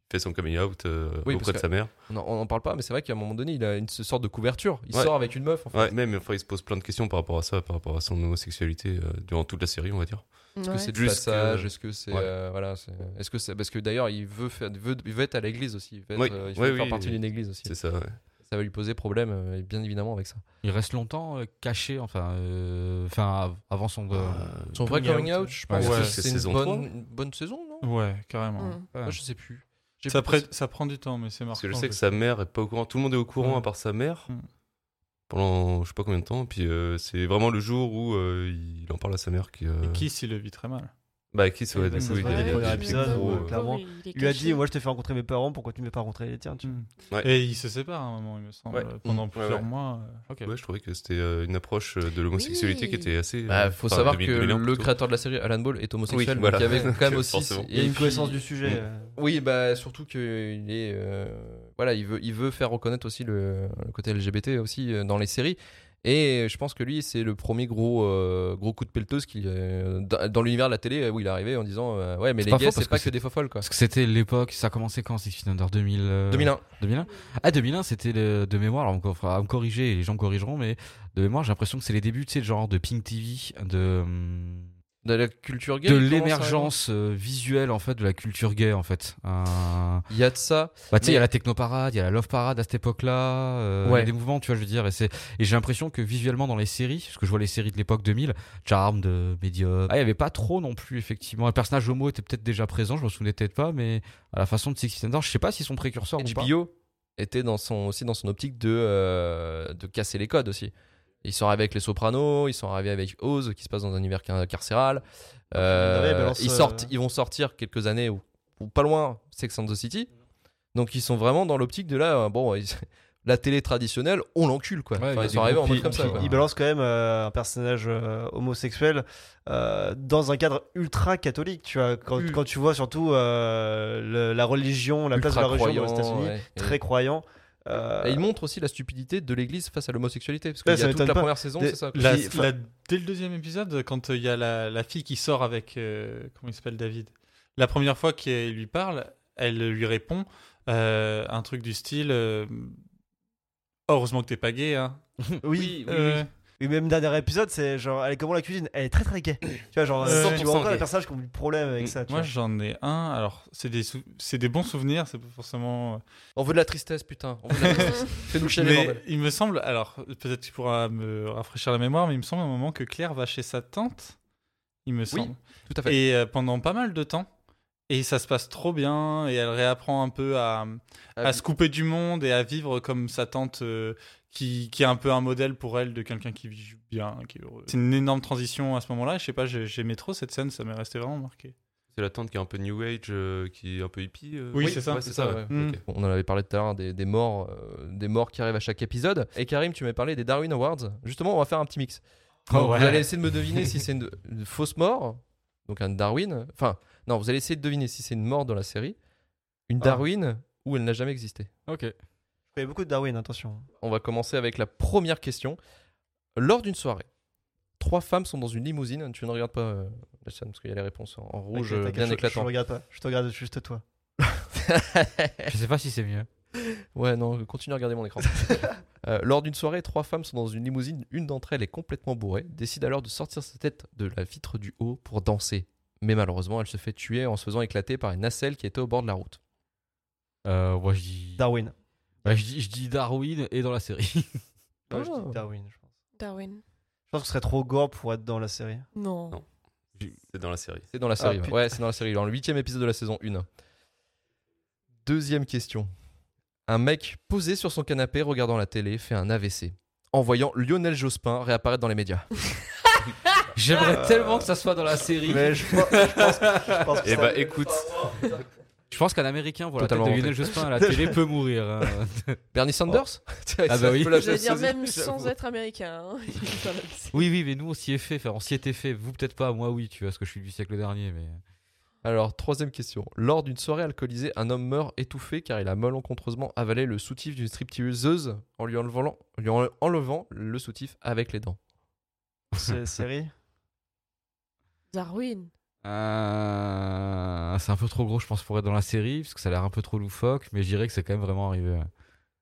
fait son coming out euh, Oui, auprès parce de sa mère. On en, on en parle pas, mais c'est vrai qu'à un moment donné, il a une sorte de couverture. Il Ouais. sort avec une meuf. En fait. Ouais, même enfin, il se pose plein de questions par rapport à ça, par rapport à son homosexualité euh, durant toute la série, on va dire. Est-ce que Ouais. c'est du Juste passage que- Est-ce que c'est Ouais. euh, voilà c'est- Est-ce que c'est parce que d'ailleurs il veut faire il veut, il veut être à l'église aussi. Il veut, être, Oui. euh, il Ouais, veut faire oui, partie oui. d'une église aussi. C'est ça. Ouais. Ça va lui poser problème euh, et bien évidemment avec ça. Il reste longtemps euh, caché, enfin, euh, enfin av- avant son. euh, Son vrai Coming coming out. out, je Ouais, pense ouais, que c'est c'est une saison bonne, trois. une bonne saison, non Ouais, carrément. Mm. ouais. Moi, je sais plus. J'ai Ça, pas pré- ça prend du temps, mais c'est marrant. Parce que je sais que sa mère est pas au courant. Tout le monde est au courant Ouais. à part sa mère. Mm. Pendant je sais pas combien de temps. Puis euh, c'est vraiment le jour où euh, il en parle à sa mère qui. euh, Qui s'il le vit très mal. Bah, qui c'est, ouais, Ouais, du ça coup, se il voit y a dès le des- premier des épisode, gros, ouais, euh, clairement. il est Il lui a caché. dit, moi je t'ai fait rencontrer mes parents, pourquoi tu ne m'as pas rencontré les tiens, tu vois. Mm. Ouais. Et ils se séparent à un moment, il me semble, Ouais. euh, pendant Mm. plusieurs Ouais, ouais. mois. euh. Ok. Ouais, je trouvais que c'était euh, une approche euh, de l'homosexualité Oui. qui était assez. Bah, euh, faut enfin, savoir deux mille, que deux mille un le plutôt. créateur de la série, Alan Ball, est homosexuel. Oui, donc voilà. il y avait quand même aussi. Forcément. Il y a une puis- connaissance du sujet. Mm. euh. Oui, bah surtout qu'il est, euh, voilà, il veut, il veut faire reconnaître aussi le, le côté L G B T aussi euh, dans les séries. Et je pense que lui, c'est le premier gros, euh, gros coup de pelleteuse qui, euh, dans, dans l'univers de la télé où il est arrivé en disant, euh, ouais, mais C'est les pas gays, faux, c'est parce pas que que c'est- des fofolles, quoi. Parce que c'était l'époque, ça a commencé quand Six Feet Under deux mille, euh, deux mille un. deux mille un Ah, deux mille un, c'était le- de mémoire, alors on me- faudra me corriger et les gens me corrigeront, mais de mémoire, j'ai l'impression que c'est les débuts, tu sais, genre de Pink T V, de, hum, De la culture gay. de il commence à l'émergence euh, visuelle, en fait, de la culture gay, en fait. Euh, arriver. Il y a de ça. Bah, tu sais, il y Mais- a la technoparade, il y a la love parade à cette époque-là, euh, il Ouais. y a des mouvements, tu vois, je veux dire, et, c'est... et j'ai l'impression que visuellement dans les séries, parce que je vois les séries de l'époque deux mille, Charmed, euh, Medium, ah, il y avait pas trop non plus, effectivement. Un personnage homo était peut-être déjà présent, je me souvenais peut-être pas, mais à la façon de Six Feet Under, je sais pas s'ils sont précurseurs ou pas. H B O était dans son, aussi dans son optique de, euh, de casser les codes aussi. Ils sont arrivés avec Les Sopranos, ils sont arrivés avec Oz, qui se passe dans un univers car- carcéral. Euh, Ouais, balance, ils, euh, sortent, ils vont sortir quelques années ou, ou pas loin Sex and the City. Donc ils sont vraiment dans l'optique de là, euh, bon, ils- la télé traditionnelle, on l'encule quoi. Ouais, il y Enfin, a ils des sont arrivés en groupes mode qui- comme ça. qui- quoi. Il balance quand même euh, un personnage euh, homosexuel euh, dans un cadre ultra catholique, tu vois. Quand, Mm. quand tu vois surtout euh, le- la religion, la place de la Ultra religion aux croyant, États-Unis, ouais. Et- très croyant. euh, Et il montre aussi la stupidité de l'église face à l'homosexualité. Parce Ouais, qu'il y ça a toute m'étonne la pas. première saison, Des- c'est ça. quoi. La- Qui- enfin- la- dès le deuxième épisode, quand euh, il y a la, la fille qui sort avec. euh, comment il s'appelle, David. La première fois qu'il lui parle, elle lui répond euh, un truc du style. euh, Heureusement que t'es pas gay, hein. oui, Euh, et même dernier épisode, c'est genre, elle est comment la cuisine? Elle est très très gay. Tu vois, genre, Ouais. euh, tu vois cent pour cent encore les gay. personnages qui ont eu le problème avec ça. tu Moi, vois. j'en ai un. Alors, c'est des, sou- c'est des bons souvenirs, c'est pas forcément. euh, On veut de la tristesse, putain. On veut de la tristesse. Fais-nous chialer, Mais bordel. il me semble, alors peut-être qu'il pourra me rafraîchir la mémoire, mais il me semble à un moment que Claire va chez sa tante, il me semble, Tout à fait. et euh, pendant pas mal de temps, et ça se passe trop bien, et elle réapprend un peu à, Ah, à se couper du monde et à vivre comme sa tante, euh, qui, qui est un peu un modèle pour elle de quelqu'un qui vit bien, qui est heureux. C'est une énorme transition à ce moment-là, et je sais pas, j'ai- j'aimais trop cette scène, ça m'est resté vraiment marqué. C'est la tante qui est un peu new age, euh, qui est un peu hippie. euh. Oui, c'est ça. Ouais, c'est ça. ouais. Mm. Ok. On en avait parlé tout à l'heure des, des morts, euh, des morts qui arrivent à chaque épisode. Et Karim, tu m'avais parlé des Darwin Awards. Justement, on va faire un petit mix. Oh, Donc, ouais. Vous allez essayer de me deviner si c'est une, une fausse mort, donc un Darwin. Enfin, non, vous allez essayer de deviner si c'est une mort dans la série, une Ah. Darwin ou elle n'a jamais existé. Ok. Je connais beaucoup de Darwin, attention. On va commencer avec la première question. Lors d'une soirée, trois femmes sont dans une limousine. Tu ne regardes pas euh, la scène parce qu'il y a les réponses en, en rouge T'inquiète, euh, t'inquiète, bien je- Je éclatant. regarde pas, je te regarde juste toi. Je sais pas si c'est mieux. Ouais, non, continue à regarder mon écran. Euh, lors d'une soirée, trois femmes sont dans une limousine. Une d'entre elles est complètement bourrée, décide alors de sortir sa tête de la vitre du haut pour danser. Mais malheureusement, elle se fait tuer en se faisant éclater par une nacelle qui était au bord de la route. Euh, moi, je dis... Darwin. Ouais, je dis, je dis Darwin et dans la série. Ouais, je Oh. dis Darwin, je pense. Darwin. Je pense que ce serait trop gore pour être dans la série. Non. Non. C'est dans la série. C'est dans la série. Ah, ouais. putain. Ouais, c'est dans la série. Dans le huitième épisode de la saison un. Deuxième question. Un mec posé sur son canapé regardant la télé fait un A V C en voyant Lionel Jospin réapparaître dans les médias. J'aimerais tellement que ça soit dans la série. Mais je pense, je pense, je pense que Eh ça- bah écoute, Je pense qu'un Américain, voilà, la tête Totalement de Lionel Jospin à la télé peut mourir. hein. Bernie Sanders Ah bah oui. Voilà, J'allais dire ça- même ça- sans être américain. hein. Oui, oui, mais nous, on s'y est fait. Enfin, on s'y était fait. Vous, peut-être pas. Moi, oui, tu vois, parce que je suis du siècle dernier. Mais Alors, troisième question. Lors d'une soirée alcoolisée, un homme meurt étouffé car il a malencontreusement avalé le soutif d'une stripteaseuse en lui enlevant, lui en- enlevant le soutif avec les dents. C'est série. Darwin. Euh, C'est un peu trop gros, je pense, pour être dans la série, parce que ça a l'air un peu trop loufoque, mais je dirais que c'est quand même vraiment arrivé. ouais. Je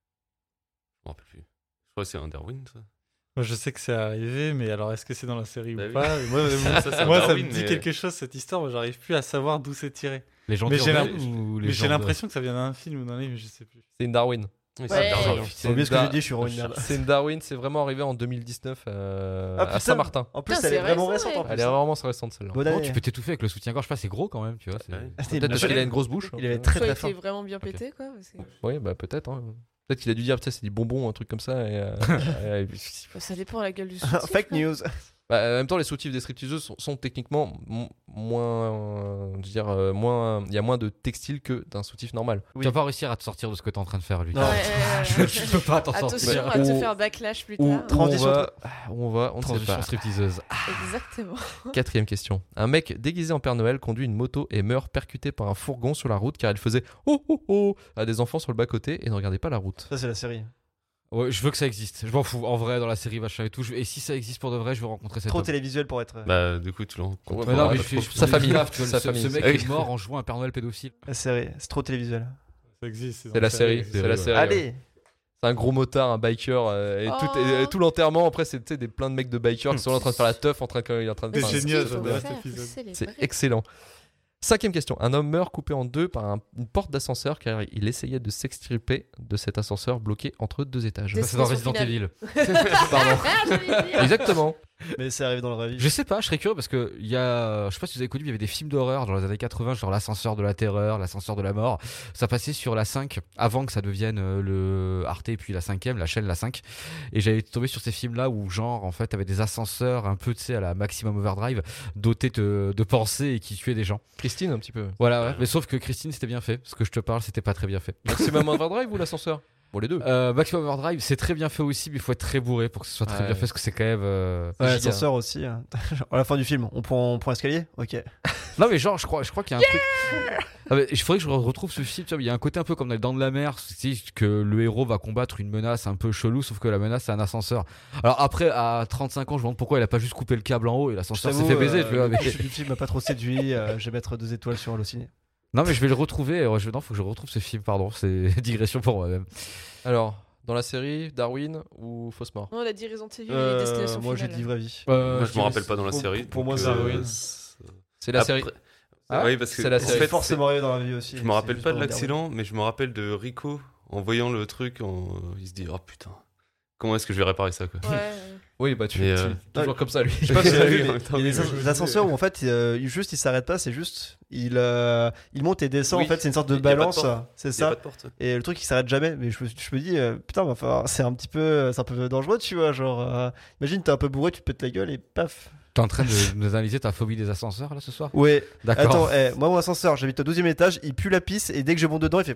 me rappelle plus. Je crois que c'est un Darwin, ça. Moi, je sais que c'est arrivé, mais alors est-ce que c'est dans la série Bah ou oui. pas Moi, Ça, c'est un moi, ça Darwin, me dit mais- quelque chose cette histoire, mais j'arrive plus à savoir d'où c'est tiré. Les gens Mais du j'ai rebelle l'im- ou les Mais gens j'ai de- l'impression que ça vient d'un film ou d'un livre, mais je sais plus. C'est une Darwin. Oui, c'est Ouais. un Darwin. C'est C'est bien ce que une j'ai Da- dit, je suis vraiment une merde. C'est une Darwin, c'est vraiment arrivé en deux mille dix-neuf euh, Ah, à putain. Saint-Martin. En plus, Putain, elle est c'est vraiment récent, récente en ouais. plus. Elle est hein. vraiment récente celle-là. Bonne Oh, année. tu peux t'étouffer avec le soutien-gorge, je sais pas, c'est gros quand même, tu vois. c'est- Ouais. Ah, c'était Peut-être une parce qu'il a bonne- une grosse bouche. Il avait hein. très Soit très il fort. était vraiment bien pété, quoi. parce que- Oui, bah peut-être. hein. Peut-être qu'il a dû dire, peut-être c'est des bonbons, un truc comme ça. Et, euh, et puis- Bah, ça dépend de la gueule du soutif. Fake quoi. news. Bah, en même temps, les soutifs des stripteaseuses sont, sont techniquement m- moins, euh, je veux dire, euh, moins, il y a moins de textile que d'un soutif normal. Oui. Tu vas pas réussir à te sortir de ce que t'es en train de faire, lui. Non. Ouais, ouais, ouais, tu peux pas t'en Attention sortir. à te Ou- faire backlash plus Où, tard. où on Transition va, où on va, on ne sait Transition pas. stripteaseuse. Exactement. Quatrième question. Un mec déguisé en Père Noël conduit une moto et meurt percuté par un fourgon sur la route car il faisait oh oh oh à des enfants sur le bas-côté et ne regardait pas la route. Ça, c'est la série. Ouais, je veux que ça existe. Je m'en fous. En vrai, dans la série, machin et tout. je- Et si ça existe pour de vrai, je veux rencontrer cet Trop homme. télévisuel pour être. Bah, du coup, tu l'as Ouais, Mais bah, non, mais bah, je- je- sa je- famille, grave, tu vois, sa ce- famille. Ce mec Ah oui. est mort en jouant un Père Noël pédophile. La série. C'est trop télévisuel. Ça existe. C'est la série, c'est la ouais. série. ouais. Allez. C'est un gros motard, un biker, euh, et, Oh. tout, et- et tout l'enterrement. Après, c'est tu sais, des plein de mecs de bikers qui sont là en train de faire la teuf, en train, quand il est en train de. C'est enfin, génial, Ce qu'il faut j'adore faire, cet épisode. c'est les C'est vrais. excellent. Cinquième question. Un homme meurt coupé en deux par un- une porte d'ascenseur car il essayait de s'extirper de cet ascenseur bloqué entre deux étages. Des- Ça, c'est dans Destination Resident finale. Evil. Pardon. Ah, j'allais dire. Exactement. Mais c'est arrivé dans la vraie vie. Je sais pas, je serais curieux parce que il y a, je sais pas si vous avez connu, il y avait des films d'horreur dans les années quatre-vingts, genre l'ascenseur de la terreur, l'ascenseur de la mort. Ça passait sur la cinq avant que ça devienne euh, le Arte et puis la cinquième, la chaîne la cinq. Et j'avais tombé sur ces films-là où genre en fait avait des ascenseurs un peu tu sais à la Maximum Overdrive, dotés de, de pensées et qui tuaient des gens. Christine, un petit peu. Voilà, ouais. Mais sauf que Christine c'était bien fait. Ce que je te parle, c'était pas très bien fait. Maximum Overdrive ou l'ascenseur? Bon, les deux. Euh, Maximum Overdrive, c'est très bien fait aussi, mais il faut être très bourré pour que ce soit très Ouais. bien fait parce que c'est quand même. euh, Ouais, giga. l'ascenseur aussi. hein. Genre, à la fin du film, on prend, on prend l'escalier. Ok. Non mais genre je crois je crois qu'il y a un truc. Ah, mais il faudrait que je retrouve ce film, tu vois, il y a un côté un peu comme dans les Dents de la Mer, c'est que le héros va combattre une menace un peu chelou sauf que la menace c'est un ascenseur. Alors après à trente-cinq ans, je me demande pourquoi il a pas juste coupé le câble en haut et l'ascenseur s'est J'avoue, fait baiser, euh, tu vois. le mais- pitch du film m'a pas trop séduit. euh, je vais mettre deux étoiles sur Allociné. Non mais je vais le retrouver, euh, je non, faut que je retrouve ce film, pardon, c'est digression pour moi-même. Alors, dans la série, Darwin ou Fausse Mort? Non, on a dit Resident Evil et Euh, Destination moi, j'ai Finale. dit vraie vie. Euh, Moi, je me rappelle pas dans la pour- série. pour donc, moi, c'est euh, Darwin. c'est- C'est la Après- série. Ah, oui, parce que c'est la en série. fait, C'est forcément arrivé dans la vie aussi. Je me c'est rappelle juste pas de pour regarder. l'accident, mais je me rappelle de Rico en voyant le truc. En... Il se dit oh putain, comment est-ce que je vais réparer ça quoi. Ouais, ouais. Oui, bah tu Mais, es euh, toujours comme ça, lui. Je sais pas si vous avez vu, Oui, en mais même temps, il y a des, oui, as- oui. des ascenseurs où en fait, euh, il, juste il s'arrête pas, c'est juste il, euh, il monte et descend. Oui. En fait, c'est une sorte de Il y a pas de balance, porte. c'est Il y a ça. pas de porte. Et le truc il s'arrête jamais. Mais je me, je me dis euh, putain, bah, enfin, c'est un petit peu, c'est un peu dangereux, tu vois. Genre, euh, imagine t'es un peu bourré, tu te pètes la gueule et paf. T'es en train de nous analyser ta phobie des ascenseurs là ce soir? Ouais. D'accord. Attends, eh, moi mon ascenseur, j'habite au douzième étage, il pue la pisse et dès que je monte dedans, il fait.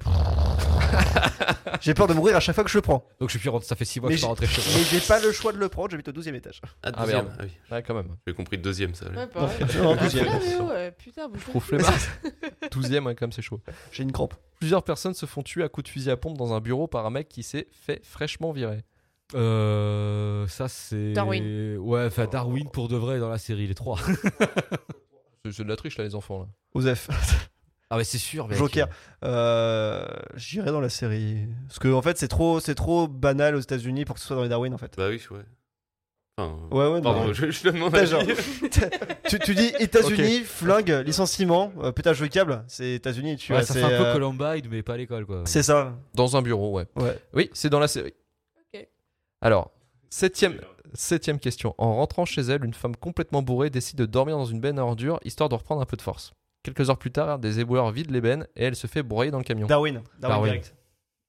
J'ai peur de mourir à chaque fois que je le prends. Donc je suis plus rentré, ça fait six mois Mais que je suis j'ai- rentré chez moi. Mais j'ai pas le choix de le prendre, j'habite au douzième étage. Ah, Ah, deuxième. merde. Ah, oui. Ouais, quand même. J'ai compris le deuxième ça. Ouais, Non, pareil. non, Ah, douzième. là, mais ouais, putain, bouge Trop flemmard. douzième, ouais, quand même, c'est chaud. J'ai une crampe. Plusieurs personnes se font tuer à coups de fusil à pompe dans un bureau par un mec qui s'est fait fraîchement virer. Euh, ça c'est. Darwin. Ouais, enfin Darwin pour de vrai dans la série, les trois. C'est c'est de la triche, là, les enfants. Là. Osef. Ah ouais, c'est sûr. mec. Joker. Euh, J'irai dans la série. Parce que en fait, c'est trop, c'est trop banal aux États-Unis pour que ce soit dans les Darwin en fait. Bah oui, ouais. Enfin, Ouais, ouais, non. pardon, je, je donne mon Putain, avis. genre, tu, tu dis États-Unis, flingue, licenciement, euh, pétage de câble, c'est États-Unis, tu Ouais, vois. ça c'est, fait un peu euh, Columbine, mais pas à l'école quoi. C'est ça. Dans un bureau, ouais. Ouais. Oui, c'est dans la série. Ok. Alors, septième, septième question. En rentrant chez elle, une femme complètement bourrée décide de dormir dans une benne à ordures histoire de reprendre un peu de force. Quelques heures plus tard, des éboueurs vident les bennes et elle se fait broyer dans le camion. Darwin. Darwin, Darwin. direct.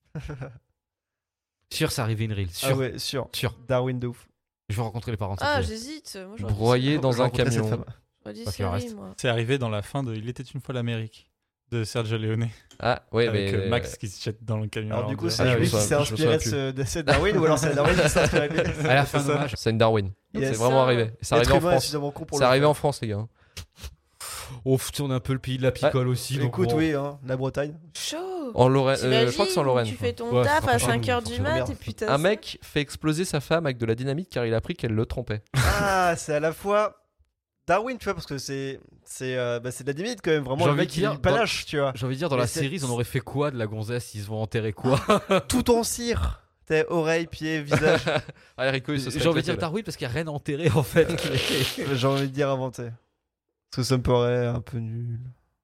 Sûr, ça arrive une reel. Sûr. Ah ouais, sûr. Sûr. Darwin de ouf. Je vais rencontrer les parents de cette Ah, fille. j'hésite. Moi, j'aurais dit Broyé dans J'ai un rencontré cette camion. femme. J'aurais dit Pas qu'il en série, reste. moi. C'est arrivé dans la fin de Il était une fois l'Amérique de Sergio Leone Ah, ouais, avec mais. euh, Max qui se jette dans le camion. Alors du de- coup, c'est Ah, je me lui qui souviens- s'est je me inspiré de, souviens ce, de cette Darwin ou alors c'est la Darwin qui s'est inspiré de lui. À la fin C'est de ça. l'hommage. C'est une Darwin. Yes. C'est vraiment Ça. arrivé. Et c'est L'être arrivé en humain est France. suffisamment con pour C'est le arrivé faire. en France, les gars. Oh, putain, on est un peu le pays de la picole aussi. donc Écoute, bon. oui, hein, la Bretagne. Chaud. En Lorraine. euh, je crois que c'est en T'imagines, Lorraine. Tu fais ton Ouais, taf c'est pas à chez cinq nous, heures c'est du chez mat nous. et putain. Un mec fait exploser sa femme avec de la dynamite car il a appris qu'elle le trompait. Ah, c'est à la fois Darwin, tu vois, parce que c'est c'est euh, bah, c'est de la limite quand même, vraiment J'ai le envie mec de qui dire, est panache, tu vois. J'ai envie de dire, dans Mais la c'est- série, ils en auraient fait quoi de la gonzesse? Ils vont enterrer quoi? Tout en cire. T'es oreilles, pieds, visage. Ah, Rico, il se serait J'ai envie de éclaté, dire là. Darwin parce qu'il n'y a rien à enterrer en fait. J'ai envie de dire inventé. Parce que ça me paraît un peu nul.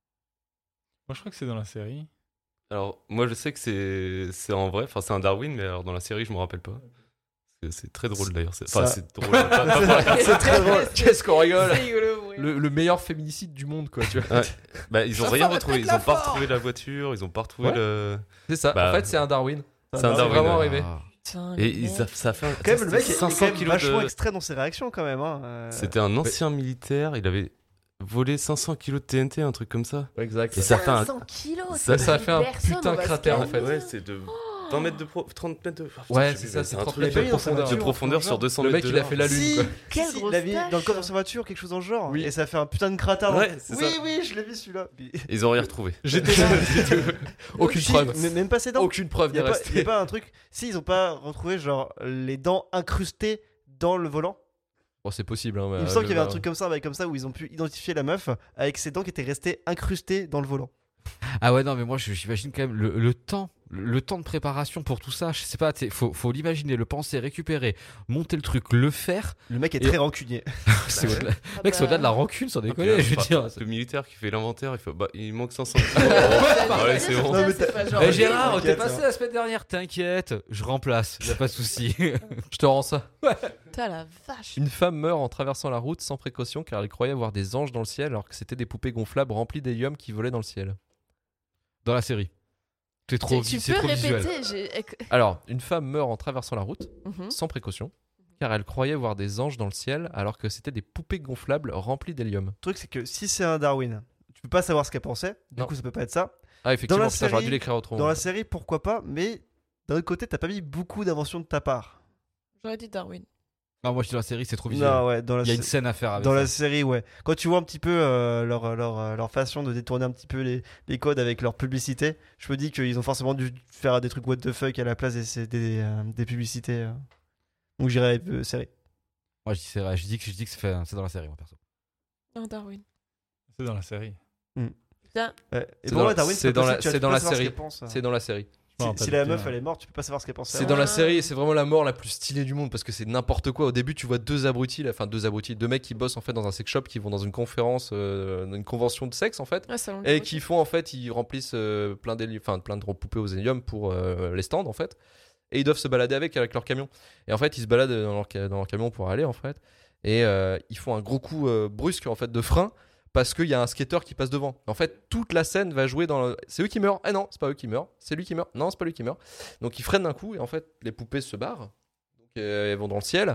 Moi, je crois que c'est dans la série. Alors, moi, je sais que c'est c'est en vrai, enfin, c'est un Darwin, mais alors dans la série, je me rappelle pas. Parce que c'est très drôle d'ailleurs. c'est- Enfin, Ça- c'est drôle. pas- pas pour la- C'est très drôle. Qu'est-ce qu'on rigole. C'est rigolo, ouais. Le, le meilleur féminicide du monde, quoi, tu vois. Ouais. Bah, ils ont Sa rien femme, elle retrouvé. pète Ils la ont pas force. retrouvé la voiture, ils ont pas retrouvé Ouais. le. C'est ça. Bah, en fait, c'est un Darwin. C'est un C'est Darwin. vraiment ouais. arrivé. Ah. Putain, Et le ils mec. a- ça fait un- Quand même, le mec est cinq quand cents même kilos vachement de. extrait dans ses réactions quand même. Hein. euh. C'était un ancien militaire, il avait volé cinq cents kilos de T N T, un truc comme ça. Exact. Et ça fait un. cinq cents kilos, ça- ça c'est fait un personne, putain on va se cratère, en calmer. fait. Ouais, c'est de vingt mètres de pro... trente mètres de. Oh, Ouais, putain, c'est je- ça, c'est un trente truc mètres de de profondeur. de profondeur sur deux cents Le mètres mec, de il a fait la large. lune, Si, quoi. Quelle si, grosse il l'a mis tâche. dans le coffre d'observatoire, quelque chose dans le genre. Oui. Et ça fait un putain de cratère. Ouais, donc- c'est oui, ça. oui, je l'ai vu celui-là. Ils ont rien retrouvé. J'étais là. Aucune Si, preuve. mais même pas ses dents. Aucune preuve Il n'est y a, pas, y restée. a pas un truc. Si, ils ont pas retrouvé genre les dents incrustées dans le volant. Bon, c'est possible. Hein, Il me semble qu'il y avait un truc comme ça, avec comme ça où ils ont pu identifier la meuf avec ses dents qui étaient restées incrustées dans le volant. Ah ouais, non, mais moi je- j'imagine quand même le, le temps, le, le temps de préparation pour tout ça. Je sais pas, t'sais, faut, faut l'imaginer, le penser, récupérer, monter le truc, le faire. Le mec est Et- très rancunier. c'est Bah au-delà, Ah mec, c'est bah, au-delà de la rancune, sans déconner. je veux dire. Le militaire qui fait l'inventaire, il fait bah il manque cinq cents kilos. j'allais Ouais, dire, c'est bon. Non, mais c'est t'as- pas genre- Eh, Gérard, t'inquiète, t'es passé ça. la semaine dernière, t'inquiète, je remplace, y a pas de souci. Je te rends ça. Putain, la vache. Une femme meurt en traversant la route sans précaution car elle croyait voir des anges dans le ciel alors que c'était des poupées gonflables remplies d'hélium qui volaient dans le ciel. Dans la série. C'est trop, Tu, tu c'est peux trop visuel. répéter j'ai- Alors, une femme meurt en traversant la route Mhm. sans précaution car elle croyait voir des anges dans le ciel alors que c'était des poupées gonflables remplies d'hélium. Le truc, c'est que si c'est un Darwin, tu peux pas savoir ce qu'elle pensait. Du Non. coup, ça peut pas être ça. Ah, effectivement, Dans la putain, j'aurais dû série- l'écrire autrement. Dans la série, pourquoi pas, mais d'un autre côté, t'as pas mis beaucoup d'inventions de ta part. J'aurais dit Darwin. Non, moi je dis dans la série, c'est trop visuel. Non, ouais, dans la Il y a une sé- scène à faire avec Dans ça. la série, ouais. Quand tu vois un petit peu euh, leur, leur, euh, leur façon de détourner un petit peu les, les codes avec leur publicité, je me dis qu'ils ont forcément dû faire des trucs what the fuck à la place des, des, euh, des publicités. euh. Donc j'irais euh, série. Moi je dis c'est vrai, je dis que je dis que c'est fait- c'est dans la série moi perso. Non, Darwin. C'est dans la série. Putain, Ouais. Et C'est pour dans moi, la- Darwin, c'est pas dans la- possible, tu vois, c'est tu dans peux la pas savoir ce série. qu'elle pense, euh. C'est dans la série. Je me Si, si rappelle la plus, meuf hein. elle est morte, tu peux pas savoir ce qu'elle pense. C'est dans la série et c'est vraiment la mort la plus stylée du monde parce que c'est n'importe quoi. Au début, tu vois deux abrutis, là, enfin deux abrutis, deux mecs qui bossent en fait dans un sex shop, qui vont dans une conférence, euh, dans une convention de sexe en fait, ouais, salon de et beauté. qui font en fait, ils remplissent euh, plein d'hélium, enfin plein de poupées aux hélium pour euh, les stands en fait, et ils doivent se balader avec avec leur camion. Et en fait, ils se baladent dans leur, ca- dans leur camion pour aller en fait, et euh, ils font un gros coup euh, brusque en fait de frein. Parce qu'il y a un skater qui passe devant. En fait, toute la scène va jouer dans. Le... C'est eux qui meurent. Ah non, c'est pas eux qui meurent. C'est lui qui meurt. Non, c'est pas lui qui meurt. Donc ils freinent d'un coup et en fait, les poupées se barrent. Donc euh, elles vont dans le ciel.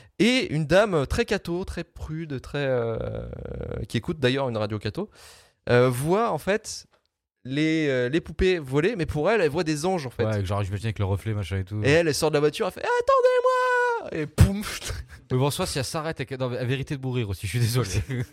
Et une dame très catho, très prude, très euh, qui écoute d'ailleurs une radio catho, euh, voit en fait les, euh, les poupées voler. Mais pour elle, elle voit des anges en fait. Ouais, genre j'imagine avec le reflet machin et tout. Et elle, elle sort de la voiture, elle fait attendez-moi. Et poum. Mais bon, soit si elle s'arrête, elle... non, mais la vérité de mourir aussi, je suis désolé.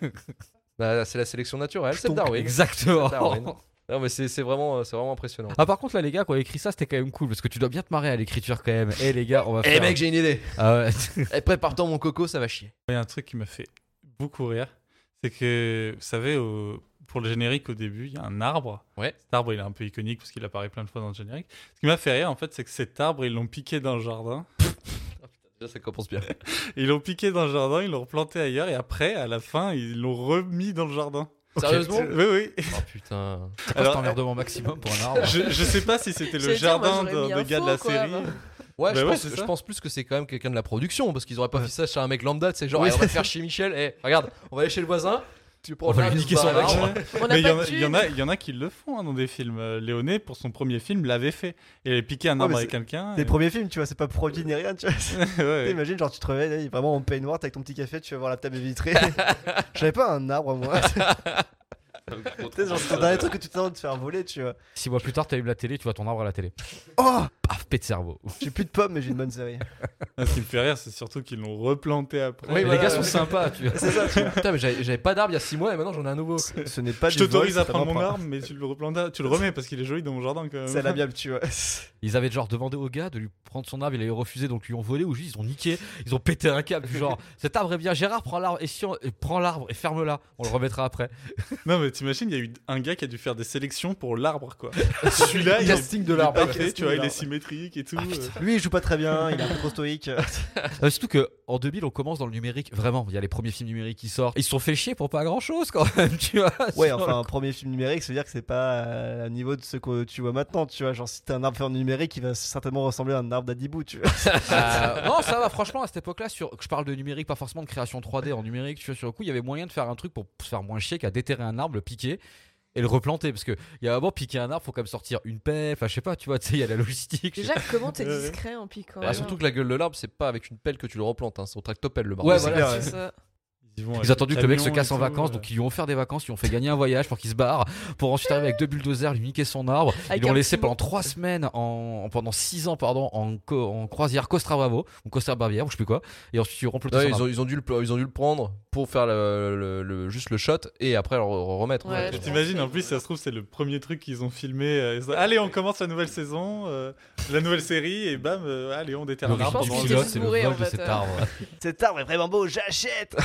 Bah, c'est la sélection naturelle. C'est Darwin. Exactement. C'est Darwin. Non mais c'est c'est vraiment, c'est vraiment impressionnant. Ah par contre là les gars quand on a écrit ça c'était quand même cool parce que tu dois bien te marrer à l'écriture quand même. Eh les gars on va Eh faire. mec, j'ai une idée. Ah ouais. Eh, prépare-toi mon coco, ça va chier. Il y a un truc qui m'a fait beaucoup rire. C'est que, vous savez, au- pour le générique au début, il y a un arbre. Ouais. Cet arbre, il est un peu iconique parce qu'il apparaît plein de fois dans le générique. Ce qui m'a fait rire, en fait, c'est que cet arbre, ils l'ont piqué dans le jardin. Déjà, ça commence bien. Ils l'ont piqué dans le jardin, ils l'ont replanté ailleurs et après, à la fin, ils l'ont remis dans le jardin. Sérieusement? Oui, oui. Oh putain. C'est quoi Alors, cet emmerdement maximum pour un arbre? Je, je sais pas si c'était le J'allais dire, moi, jardin j'aurais mis d'un un des gars de faux, la quoi, série. bah. Ouais, Bah je, ouais, pense, c'est je ça. pense plus que c'est quand même quelqu'un de la production parce qu'ils auraient pas fait ça chez un mec lambda, c'est genre Oui, eh, on va c'est le faire chez Michel, eh, regarde, on va aller chez le voisin, tu prends On va le lui lard, niquer tu son barres arbre. l'arbre. On n'a Mais il y, en pas a- de il y en thune. a, il y en a qui le font hein, dans des films. Euh, Léoné, pour son premier film, l'avait fait. Il avait piqué un Ouais, arbre mais avec c'est- quelqu'un. Des et- premiers films, tu vois, c'est pas produit ni rien, tu vois. Ouais, ouais. Imagine, genre, tu te réveilles, là, il est vraiment en peignoir, t'as avec ton petit café, tu vas voir la table vitrée. J'avais pas un arbre, moi. Peut-être, genre, c'est ton dernier truc que tu t'attends de te faire voler, tu vois. Six mois plus tard t'allumes la télé, tu vois ton arbre à la télé. Oh paf, pète cerveau. J'ai plus de pommes, mais j'ai une bonne série. Ah, ce qui me fait rire, c'est surtout qu'ils l'ont replanté après. Oui, les voilà. gars sont sympas, tu vois. C'est ça, tu vois. Putain, mais j'avais j'avais pas d'arbre il y a six mois et maintenant j'en ai un nouveau. Ce ce n'est pas Je du vol, t'autorise à c'est un prendre mon emprunt. arbre, mais tu le replantes, tu le remets parce qu'il est joli dans mon jardin quand même. C'est l'amiable, tu vois. Ils avaient genre demandé au gars de lui prendre son arbre, il avait refusé, donc ils lui ont volé ou juste ils ont niqué, ils ont pété un câble du genre cet arbre est bien, Gérard prends l'arbre et si on et prends l'arbre et ferme-la, on le remettra après. Non, mais t'imagines, il y a eu un gars qui a dû faire des sélections pour l'arbre, quoi. Celui-là, il est Casting de l'arbre. parfait, Casting tu vois, de il est l'arbre. symétrique et tout. euh. Lui, il joue pas très bien, il est un peu trop stoïque. Euh, surtout que en deux mille on commence dans le numérique, vraiment, il y a les premiers films numériques qui sortent, ils se sont fait chier pour pas grand chose quand même, tu vois. Ouais, Sur- enfin, un premier film numérique, ça veut dire que c'est pas euh, à niveau de ce que tu vois maintenant, tu vois. Genre, si t'as un arbre fait en numérique, il va certainement ressembler à un arbre d'Adibou, tu vois. Euh, non, ça va, franchement, à cette époque-là, sur, je parle de numérique, pas forcément de création trois D en numérique, tu vois, sur le coup, il y avait moyen de faire un truc pour se faire moins chier qu'à déterrer un arbre, le piquer et le replanter. Parce que, il y a un moment, piquer un arbre, faut quand même sortir une paix, enfin, je sais pas, tu vois, tu sais, il y a la logistique. Déjà, comment t'es Ouais, ouais. discret en piquant Ah, surtout que la gueule de l'arbre, c'est pas avec une pelle que tu le replantes, hein, c'est au tractopelle le bordel. Ouais, C'est voilà. clair, C'est ça. Ils, vont Ils avec ont attendu que le mec se camion casse et en tout, vacances, euh. donc ils lui ont offert des vacances, ils lui ont fait gagner un voyage pour qu'il se barre, pour ensuite arriver avec deux bulldozers, lui niquer son arbre. Avec Ils l'ont un laissé petit pendant mot. trois semaines, en, pendant six ans, pardon, en, co- en croisière Costa Bravo, ou Costa Bavière, ou je sais plus quoi, et ensuite ils ont replanté Ouais, son ils, arbre. ont, ils, ont dû le, ils ont dû le prendre pour faire le, le- le- juste le shot et après le re- remettre. Ouais, Ouais, je T'imagines, en plus, ça se trouve, c'est le premier truc qu'ils ont filmé. euh, ils ont dit, allez, on commence la nouvelle saison, euh, la nouvelle série, et bam, euh, allez, on déterre Le un arbre riche pense du pendant qu'ils pilote, étaient c'est le bourrés, vol en de fait, cet euh. arbre. Cet arbre est vraiment beau, j'achète.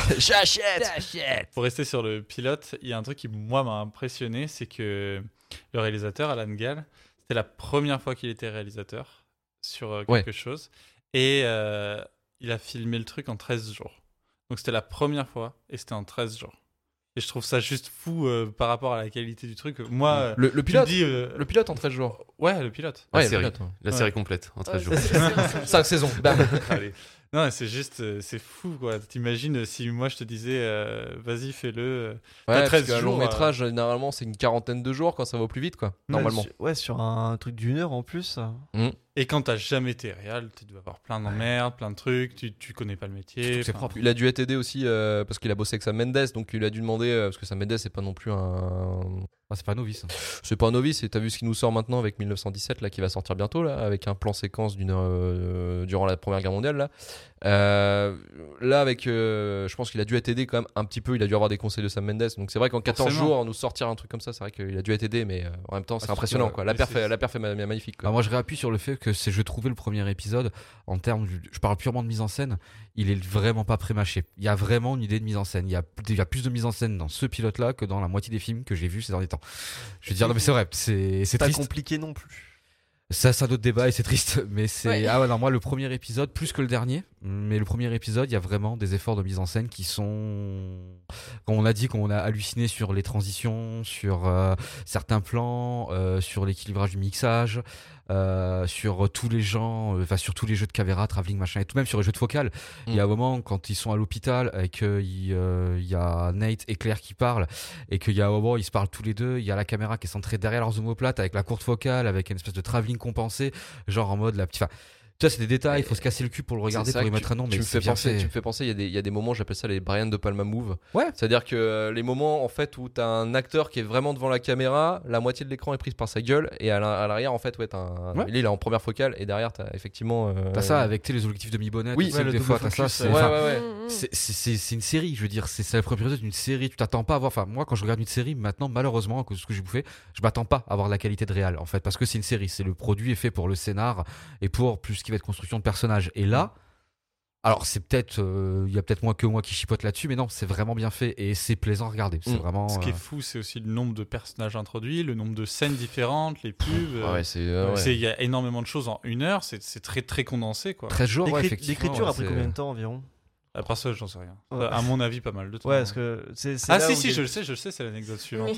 J'achète. Pour rester sur le pilote, il y a un truc qui, moi, m'a impressionné, c'est que le réalisateur, Alan Gall, c'était la première fois qu'il était réalisateur sur euh, quelque Ouais. chose. Et euh, il a filmé le truc en treize jours. Donc c'était la première fois, et c'était en treize jours. Et je trouve ça juste fou euh, par rapport à la qualité du truc. Moi, euh, Le, le tu me pilote dis, euh, Le pilote en treize jours. ouais, le pilote. La Ouais, le série. pilote, ouais. La Ouais. série complète en treize Ouais, jours. c'est- c'est- c'est- Cinq saisons. Bam. Allez. Non, mais c'est juste, euh, c'est fou, quoi. T'imagines euh, si moi je te disais, euh, vas-y, fais-le. euh, Ouais, T'as parce treize qu'un jours, long métrage, généralement, c'est une quarantaine de jours quand ça va au plus vite, quoi. Normalement. Ouais, sur- Ouais, sur un truc d'une heure en plus. Et quand t'as jamais été réal, tu dois avoir plein d'emmerdes, plein de trucs, tu, tu connais pas le métier. Surtout que c'est enfin, propre. Il a dû être aidé aussi euh, parce qu'il a bossé avec Sam Mendes, donc il a dû demander euh, parce que Sam Mendes c'est pas non plus un, Ah, c'est pas novice. c'est pas un novice. Et t'as vu ce qui nous sort maintenant avec mille neuf cent dix-sept là, qui va sortir bientôt là, avec un plan séquence d'une euh, durant la Première Guerre mondiale là. Euh, là avec, euh, je pense qu'il a dû être aidé quand même un petit peu. Il a dû avoir des conseils de Sam Mendes. Donc c'est vrai qu'en quatorze Forcément. jours nous sortir un truc comme ça, c'est vrai qu'il a dû être aidé, mais euh, en même temps c'est Ah, impressionnant surtout, quoi. La mais perf, c'est- est- la perf est ma- magnifique. Quoi. Bah, moi, je réappuie sur le fait que c'est, je trouvais le premier épisode, en termes, du- je parle purement de mise en scène, il est vraiment pas pré-mâché. Il y a vraiment une idée de mise en scène. Il y a, il y a plus de mise en scène dans ce pilote-là que dans la moitié des films que j'ai vus ces derniers temps. Je veux dire, non, mais c'est vrai, c'est, c'est Pas triste. compliqué non plus. Ça, c'est un autre débat et c'est triste. Mais c'est, Ouais. ah ouais, non, moi, le premier épisode, plus que le dernier, mais le premier épisode, il y a vraiment des efforts de mise en scène qui sont, quand on a dit qu'on a halluciné sur les transitions, sur euh, certains plans, euh, sur l'équilibrage du mixage, euh, sur tous les gens, euh, enfin sur tous les jeux de caméra, travelling, machin, et tout même sur les jeux de focale. Il y a un moment quand ils sont à l'hôpital et qu'il euh, y a Nate et Claire qui parlent et qu'il y a un moment ils se parlent tous les deux, il y a la caméra qui est centrée derrière leurs omoplates avec la courte focale, avec une espèce de travelling compensé, genre en mode la petite. Enfin, tu vois, c'est des détails, il faut se casser le cul pour le regarder, C'est ça pour y que mettre un nom, tu mais me c'est fais bien penser, fait. tu me fais penser, il y a des, il y a des moments, j'appelle ça les Brian De Palma move. Ouais. C'est-à-dire que euh, les moments en fait où t'as un acteur qui est vraiment devant la caméra, la moitié de l'écran est prise par sa gueule et à la- à l'arrière en fait ouais, t'as un... Ouais. il est là en première focale et derrière t'as effectivement. euh, T'as ça avec tu sais, les objectifs demi-bonnet, Oui, tu sais, ouais, que le des double fois t'as ça. focus, c'est- Ouais, enfin, ouais, ouais. Mm, mm. C'est, c'est, c'est- c'est une série, je veux dire, c'est, c'est le premier épisode d'une série, tu t'attends pas à voir, enfin moi quand je regarde une série, maintenant malheureusement à cause de ce que j'ai bouffé, je m'attends pas à avoir la qualité de réal en fait, parce que c'est une série, c'est le produit est fait pour le scénar et pour plus ce qui va être construction de personnages. Et là, alors c'est peut-être, euh, il y a peut-être moins que moi qui chipote là-dessus, mais non, c'est vraiment bien fait et c'est plaisant à regarder, c'est Mm. vraiment... Ce qui est euh, fou, c'est aussi le nombre de personnages introduits, le nombre de scènes différentes, les pubs. Ah euh, ouais, c'est. euh, ouais. c'est- Il y a énormément de choses en une heure, c'est c'est très très condensé, quoi. treize jours, ouais, L'écrit- effectivement. L'écriture ouais, a pris c'est- combien de temps environ? À part ça, j'en sais rien. Ouais. À mon avis, pas mal de temps. Ouais, parce que c'est. c'est Ah là si, où si, il y a- je le sais, je le sais, c'est l'anecdote suivante.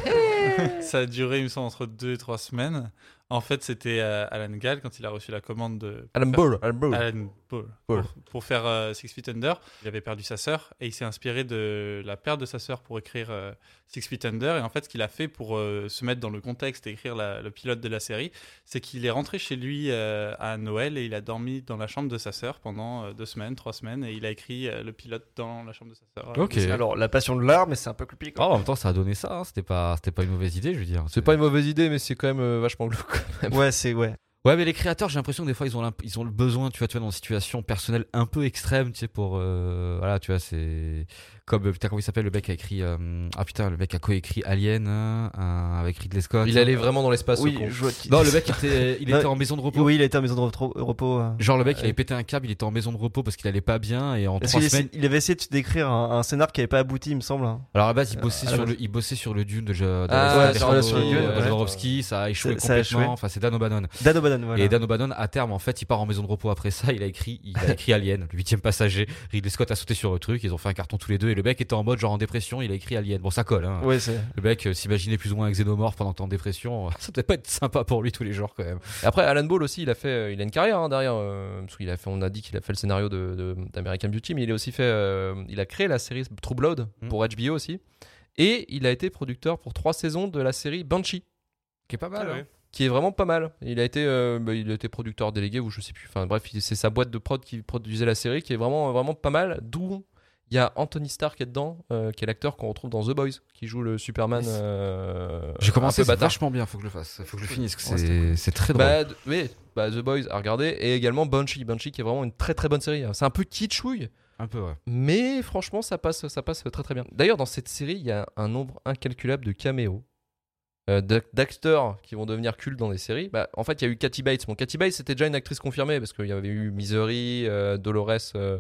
Mhm. Ça a duré, il me semble, entre deux et trois semaines. En fait, c'était euh, Alan Gall, quand il a reçu la commande de... Alan Ball, Alan Ball. Alan Ball. Ball. Pour, pour faire euh, Six Feet Under. Il avait perdu sa sœur et il s'est inspiré de la perte de sa sœur pour écrire euh, Six Feet Under. Et en fait, ce qu'il a fait pour euh, se mettre dans le contexte et écrire la- le pilote de la série, c'est qu'il est rentré chez lui euh, à Noël et il a dormi dans la chambre de sa sœur pendant euh, deux semaines, trois semaines et il a écrit euh, le pilote dans la chambre de sa sœur. Ok. Alors, la passion de l'art, mais c'est un peu creepy. Oh, Quoi. en même temps, ça a donné ça, hein, c'était pas, c'était pas une mauvaise idée, je veux dire. C'est pas une mauvaise idée, mais c'est quand même euh, vachement glauque. Ouais, c'est. Ouais. Ouais, mais les créateurs, j'ai l'impression que des fois ils ont l'imp- ils ont le besoin, tu vois, tu vois, dans une situation personnelle un peu extrême, tu sais, pour euh, voilà, tu vois, c'est comme putain comment il s'appelle le mec qui a écrit euh, ah putain le mec qui a coécrit Alien hein, un- avec Ridley Scott. Il allait vraiment dans l'espace. Oui, ce con. je vois qui- Non, le mec était il Non, était en maison de repos. Oui, il était en maison de repos. repos, euh. Genre le mec il Ouais. avait pété un câble, il était en maison de repos parce qu'il allait pas bien et en Parce trois qu'il semaines. essa- il avait essayé de d'écrire un, un scénar qui avait pas abouti, il me semble. hein. Alors à la base il bossait à sur la le base. il bossait sur le Dune de, de Ah, ouais, Alejandro sur le Dune, ouais. Jodorowsky, ça a échoué Ça- ça a complètement. échoué. Enfin c'est Dan O'Bannon. Dan O'Bannon, voilà. Et Dan O'Bannon, à terme, en fait, il part en maison de repos après ça. Il a écrit, il a écrit Alien, le huitième passager. Ridley Scott a sauté sur le truc. Ils ont fait un carton tous les deux. Et le mec était en mode genre en dépression. Il a écrit Alien. Bon, ça colle. Hein. Ouais, c'est. Le mec euh, s'imaginait plus ou moins un xénomorphe pendant que t'es en dépression. Ça devait pas être sympa pour lui tous les jours quand même. Et après, Alan Ball aussi, il a fait, euh, il a une carrière hein, derrière. euh, parce qu'il a fait, on a dit qu'il a fait le scénario de, de- d'American Beauty, mais il a aussi fait, euh, il a créé la série True Blood Mm. pour H B O aussi, et il a été producteur pour trois saisons de la série Banshee, Qui est pas mal. Ah hein. ouais. qui est vraiment pas mal. Il a été, euh, bah, il a été producteur délégué ou je sais plus. Enfin bref, il- c'est sa boîte de prod qui produisait la série, qui est vraiment, vraiment pas mal. D'où il y a Anthony Starr qui est dedans, euh, qui est l'acteur qu'on retrouve dans The Boys, qui joue le Superman. Yes. euh, J'ai commencé, un peu c'est bâtard. vachement bien. Faut que je le fasse. Faut que je le finisse. Ouais, C'est c'est très drôle. Bah, d- oui, bah, The Boys à regarder, et également Banshee, Banshee qui est vraiment une très très bonne série. C'est un peu kitschouille, Un peu, ouais. mais franchement ça passe, ça passe très très bien. D'ailleurs dans cette série il y a un nombre incalculable de caméos, euh, d'ac- d'acteurs qui vont devenir cultes dans des séries. Bah, en fait il y a eu Kathy Bates. Bon, Kathy Bates c'était déjà une actrice confirmée parce qu'il y avait eu Misery, euh, Dolores, euh,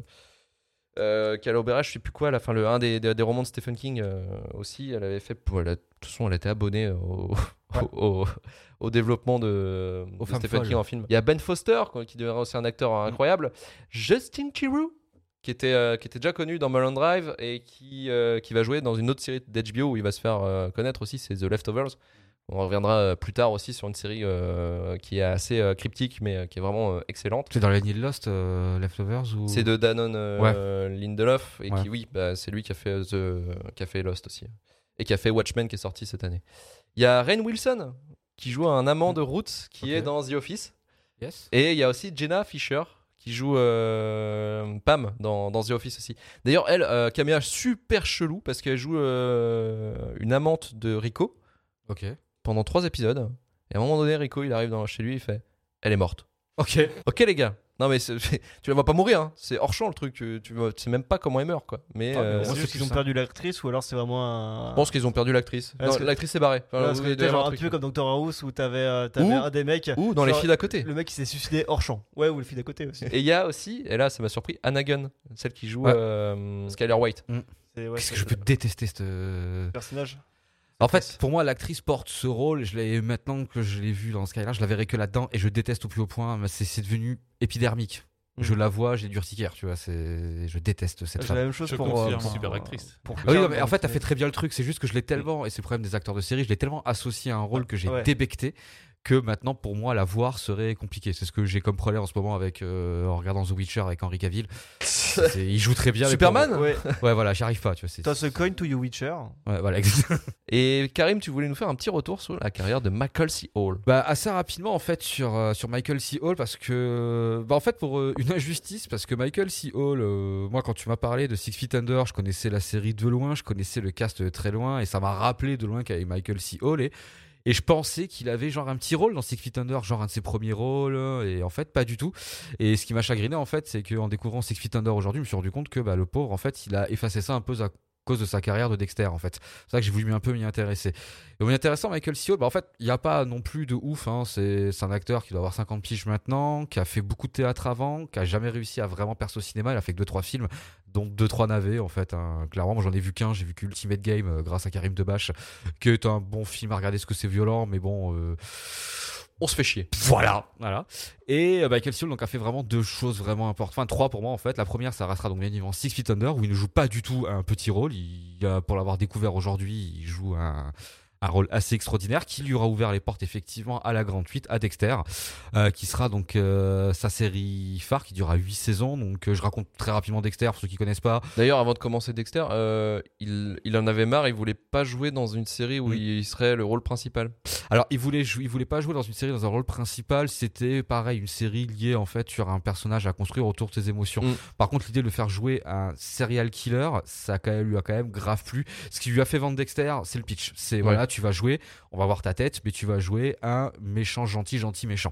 euh, Calobera, je sais plus quoi, la fin, le un des, des, des romans de Stephen King euh, aussi. Elle avait fait, voilà, de toute façon elle était abonnée au, au, au développement de, Aux de femmes Stephen folles. King en film. Il y a Ben Foster quoi, qui deviendra aussi un acteur incroyable. Justin Theroux qui était, euh, qui était déjà connu dans Mulholland Drive et qui, euh, qui va jouer dans une autre série d'H B O où il va se faire euh, connaître aussi, c'est The Leftovers. On reviendra euh, plus tard aussi sur une série euh, qui est assez euh, cryptique mais euh, qui est vraiment euh, excellente. C'est dans la lignée de Lost, euh, Leftovers ou. C'est de Danone euh, Lindelof et Ouais. qui oui bah, c'est lui qui a fait The qui a fait Lost aussi et qui a fait Watchmen qui est sorti cette année. Il y a Rainn Wilson qui joue un amant de Roots qui Ok. est dans The Office, Yes. et il y a aussi Jenna Fisher qui joue euh, Pam dans, dans The Office aussi. D'ailleurs elle euh, caméra super chelou parce qu'elle joue euh, une amante de Rico Ok. pendant trois épisodes, et à un moment donné Rico il arrive dans, chez lui, il fait elle est morte. Ok. Ok les gars, non mais c'est- tu la vois pas mourir, hein. C'est hors champ le truc, tu, tu, vois- tu sais même pas comment elle meurt quoi. Mais Ah, mais euh, bon, C'est c'est juste tout qu'ils ont ça. perdu l'actrice ou alors c'est vraiment un. je pense qu'ils ont perdu l'actrice. Ouais, Non, parce que- l'actrice s'est barrée. Enfin, Ouais, parce oui, que il doit y t'es avoir genre un un truc. peu comme Doctor House où t'avais euh, t'avais Ou- un des mecs. Ou dans les genre, filles d'à côté. Le mec qui s'est suicidé hors champ. Ouais, ou le fille d'à côté aussi. Et il y a aussi, et là ça m'a surpris, Anna Gunn, celle qui joue Ouais. euh, Skyler White. C'est- ouais, Qu'est-ce que c'est- je peux détester cette. euh, personnage. En fait, pour moi, l'actrice porte ce rôle. Je l'ai maintenant que je l'ai vu dans Skylar, je la verrai que là-dedans et je déteste au plus haut point. Mais c'est c'est devenu épidermique. Mm. Je la vois, j'ai du urticaire, tu vois. C'est, je déteste cette J'ai femme. la même chose Je pour. confirme. pour- Super actrice. pour Ah oui, non, Carl mais en dans- fait, elle fait très bien le truc. C'est juste que je l'ai tellement, et c'est le problème des acteurs de série, je l'ai tellement associé à un rôle que j'ai Ouais. débecté que maintenant, pour moi, la voir serait compliqué. C'est ce que j'ai comme problème en ce moment avec euh, en regardant The Witcher avec Henry Cavill. C'est- il joue très bien. mais Superman pour- Ouais. Ouais, voilà, j'y arrive pas, tu vois. c'est- Toss a coin to you Witcher. Ouais, voilà, exactement. Et Karim, tu voulais nous faire un petit retour sur la carrière de Michael C. Hall. Bah assez rapidement en fait sur euh, sur Michael C. Hall parce que bah en fait pour euh, une injustice parce que Michael C. Hall euh, moi quand tu m'as parlé de Six Feet Under je connaissais la série de loin, je connaissais le cast de très loin et ça m'a rappelé de loin qu'il y avait Michael C. Hall et et je pensais qu'il avait genre un petit rôle dans Six Feet Under, genre un de ses premiers rôles, et en fait pas du tout. Et ce qui m'a chagriné en fait, c'est qu'en découvrant Six Feet Under aujourd'hui, je me suis rendu compte que bah, le pauvre en fait, il a effacé ça un peu à cause de sa carrière de Dexter en fait. C'est ça que j'ai voulu un peu m'y intéresser. Et m'y intéressant Michael C. Hall, bah en fait, il n'y a pas non plus de ouf. Hein. C'est, c'est un acteur qui doit avoir cinquante piges maintenant, qui a fait beaucoup de théâtre avant, qui a jamais réussi à vraiment percer au cinéma. Il a fait que deux trois films, dont deux trois navets en fait. Hein. Clairement, moi j'en ai vu qu'un. J'ai vu qu'Ultimate Game euh, grâce à Karim Debache, qui est un bon film à regarder, ce que c'est violent, mais bon. Euh... On se fait chier. Voilà, voilà. Et euh, Michael C. Hall donc a fait vraiment deux choses vraiment importantes, enfin trois pour moi en fait. La première, ça restera donc bien évidemment Six Feet Under où il ne joue pas du tout un petit rôle. Il, a, pour l'avoir découvert aujourd'hui, il joue un, un rôle assez extraordinaire qui lui aura ouvert les portes effectivement à la grande suite, à Dexter, euh, qui sera donc euh, sa série phare qui durera huit saisons. Donc euh, je raconte très rapidement Dexter pour ceux qui connaissent pas. D'ailleurs, avant de commencer Dexter, euh, il, il en avait marre, il voulait pas jouer dans une série où Mm. il serait le rôle principal. Alors, il voulait, jou- il voulait pas jouer dans une série dans un rôle principal. C'était pareil, une série liée en fait sur un personnage à construire autour de ses émotions. Mm. Par contre, l'idée de le faire jouer un serial killer, ça a quand même- lui a quand même grave plu. Ce qui lui a fait vendre Dexter, c'est le pitch. C'est voilà, tu vas jouer, on va voir ta tête, mais tu vas jouer un méchant gentil, gentil méchant.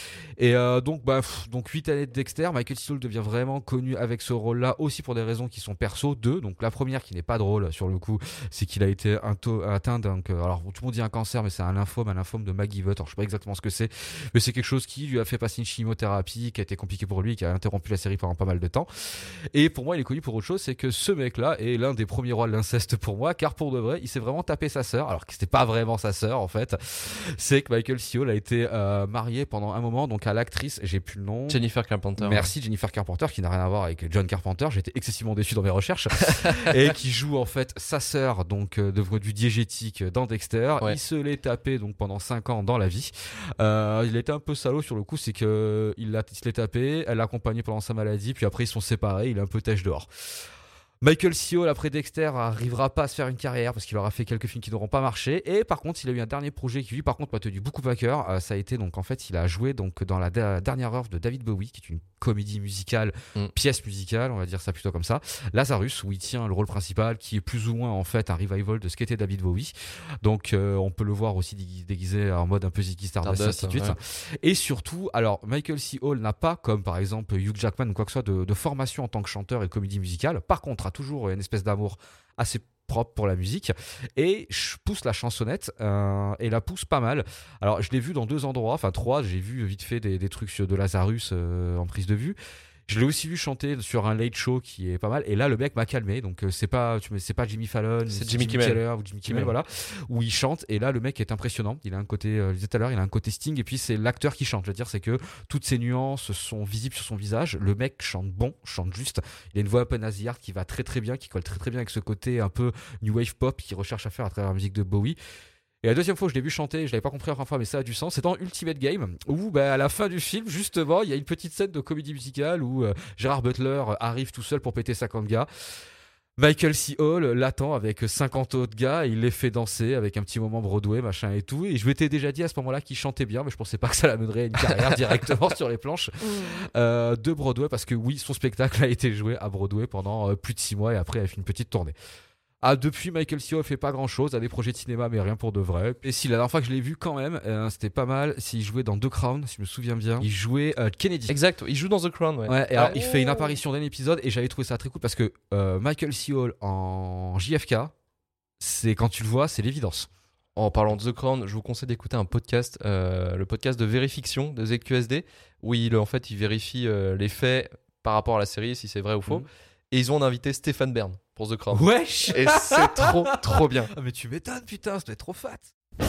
Et euh, donc, bah, pff, donc huit années de Dexter, Michael C. Hall devient vraiment connu avec ce rôle-là, aussi pour des raisons qui sont perso. Deux, donc la première qui n'est pas drôle sur le coup, c'est qu'il a été into- atteint d'un, euh, alors tout le monde dit un cancer, mais c'est un lymphome, un lymphome de McGivot. Alors je sais pas exactement ce que c'est, mais c'est quelque chose qui lui a fait passer une chimiothérapie, qui a été compliqué pour lui, qui a interrompu la série pendant pas mal de temps. Et pour moi, il est connu pour autre chose, c'est que ce mec-là est l'un des premiers rois de l'inceste pour moi, car pour de vrai, il s'est vraiment tapé sa sœur, alors que c'était pas vraiment sa sœur en fait. C'est que Michael C. Hall a été euh, marié pendant un moment, donc à l'actrice, j'ai plus le nom. Jennifer Carpenter. Merci Jennifer Carpenter, qui n'a rien à voir avec John Carpenter. J'étais excessivement déçu dans mes recherches. Et qui joue en fait sa sœur, donc euh, de point de vue diégétique dans Dexter. Ouais. Il se l'est tapé donc pendant cinq ans dans la vie. Euh, il était un peu salaud sur le coup, c'est que il, l'a, il se l'est tapé, elle l'a accompagné pendant sa maladie, puis après ils sont séparés, il est un peu têche dehors. Michael C. Hall, après Dexter, arrivera pas à se faire une carrière parce qu'il aura fait quelques films qui n'auront pas marché. Et par contre, il a eu un dernier projet qui lui, par contre, m'a tenu beaucoup à cœur. Euh, ça a été donc en fait, il a joué donc dans la da- dernière œuvre de David Bowie, qui est une comédie musicale, Mm. pièce musicale, on va dire ça plutôt comme ça. Lazarus, où il tient le rôle principal, qui est plus ou moins en fait un revival de ce qu'était David Bowie. Donc euh, on peut le voir aussi déguisé, déguisé en mode un peu Ziggy Stardust, Stardust, ainsi de suite. ouais. Et surtout, alors Michael C. Hall n'a pas, comme par exemple Hugh Jackman ou quoi que ce soit, de, de formation en tant que chanteur et comédie musicale. Par contre, a toujours une espèce d'amour assez propre pour la musique et je pousse la chansonnette euh, et la pousse pas mal. Alors je l'ai vu dans deux endroits, enfin trois, j'ai vu vite fait des, des trucs de Lazarus euh, en prise de vue. Je l'ai aussi vu chanter sur un late show qui est pas mal. Et là, le mec m'a calmé. Donc, euh, c'est pas, tu me- c'est pas Jimmy Fallon, C'est Jimmy Kimmel. Keller ou Jimmy Kimmel, Kimmel. voilà, où il chante. Et là, le mec est impressionnant. Il a un côté, euh, je disais tout à l'heure, il a un côté Sting. Et puis, c'est l'acteur qui chante. Je veux dire, c'est que toutes ces nuances sont visibles sur son visage. Le mec chante bon, chante juste. Il a une voix un peu nasillarde qui va très très bien, qui colle très très bien avec ce côté un peu new wave pop qu'il recherche à faire à travers la musique de Bowie. Et la deuxième fois que je l'ai vu chanter, je l'avais pas compris la première fois, mais ça a du sens. C'est dans Ultimate Game, où bah, à la fin du film, justement, il y a une petite scène de comédie musicale où euh, Gérard Butler arrive tout seul pour péter cinquante gars. Michael C. Hall l'attend avec cinquante autres gars, et il les fait danser avec un petit moment Broadway, machin et tout. Et je m'étais déjà dit à ce moment-là qu'il chantait bien, mais je pensais pas que ça l'amènerait à une carrière directement sur les planches euh, de Broadway, parce que oui, son spectacle a été joué à Broadway pendant euh, plus de six mois, et après il a fait une petite tournée. Ah, depuis, Michael C. Hall fait pas grand chose, a des projets de cinéma, mais rien pour de vrai. Et si la dernière fois que je l'ai vu, quand même, euh, c'était pas mal. S'il jouait dans The Crown, si je me souviens bien, il jouait euh, Kennedy. Exact, il joue dans The Crown, ouais. Ouais, et alors, Ouais. il fait une apparition d'un épisode, et j'avais trouvé ça très cool parce que euh, Michael C. Hall en J F K, c'est quand tu le vois, c'est l'évidence. En parlant de The Crown, je vous conseille d'écouter un podcast, euh, le podcast de Vérifiction de Z Q S D, où il, en fait, il vérifie euh, les faits par rapport à la série, si c'est vrai ou faux. Mhm. Et ils ont invité Stéphane Bern pour The Crown. Wesh! Et c'est trop, trop bien. Ah, mais tu m'étonnes, putain, ça doit être trop fat.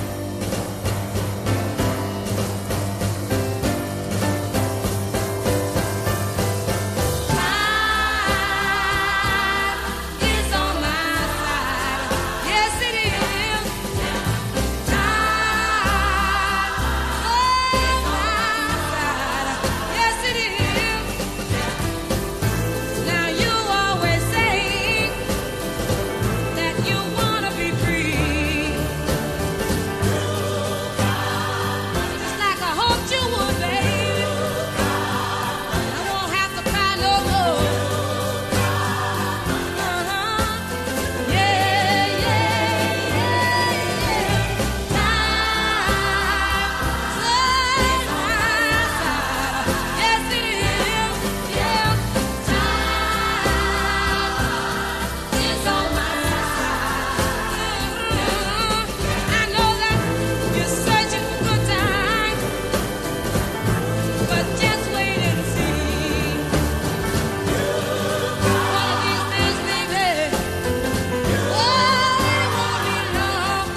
Is on my side. Yes, it is. Time on my side. Yes, it is. Now you always say that you wanna be free. Just like I hoped you would, baby. I won't have to cry no more. Just wait and see. One of these days, baby. Oh, it won't be long.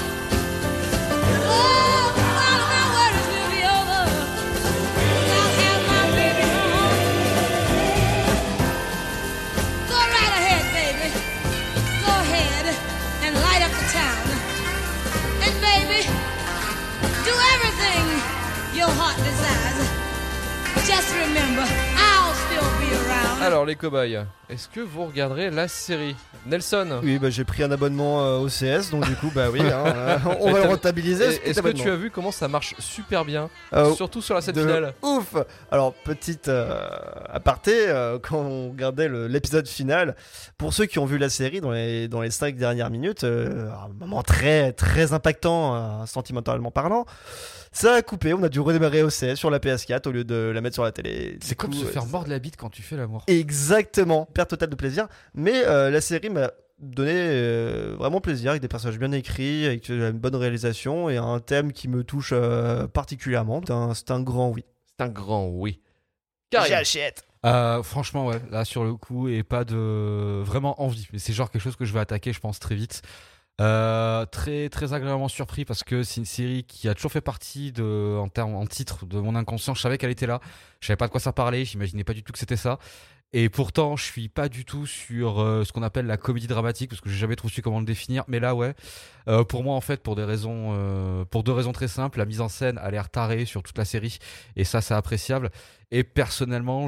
Oh, all of my worries will be over. I'll have my baby home. Go right ahead, baby. Go ahead and light up the town. And baby, do everything your heart desires. Just remember, I'll still be around. Alors les cobayes, est-ce que vous regarderez la série Nelson? Oui, bah, j'ai pris un abonnement euh, au C S, donc du coup, bah oui, hein, euh, on va le rentabiliser. Et- ce petit Est-ce que abonnement. tu as vu comment ça marche super bien, Euh, surtout sur la scène de finale? Ouf. Alors, petite euh, aparté, euh, quand on regardait le- l'épisode final, pour ceux qui ont vu la série dans les, dans les cinq dernières minutes, euh, un moment très, très impactant, euh, sentimentalement parlant, ça a coupé, on a dû redémarrer au C S sur la P S quatre au lieu de la mettre sur la télé. C'est Du comme coup, se euh, faire mordre la bite quand tu fais l'amour. Exactement, perte totale de plaisir. Mais euh, la série m'a donné euh, vraiment plaisir, avec des personnages bien écrits, avec une bonne réalisation et un thème qui me touche euh, particulièrement. C'est un, c'est un grand oui. C'est un grand oui. Karim. J'achète. Euh, franchement, ouais, là sur le coup, et pas de vraiment envie. Mais c'est genre quelque chose que je vais attaquer, je pense, très vite. Euh, très très agréablement surpris parce que c'est une série qui a toujours fait partie de, en termes en titre de mon inconscient. Je savais qu'elle était là, je savais pas de quoi ça parlait, j'imaginais pas du tout que c'était ça. Et pourtant, je suis pas du tout sur euh, ce qu'on appelle la comédie dramatique parce que j'ai jamais trop su comment le définir. Mais là, ouais, euh, pour moi en fait, pour des raisons, euh, pour deux raisons très simples, la mise en scène a l'air tarée sur toute la série et ça, c'est appréciable. Et personnellement,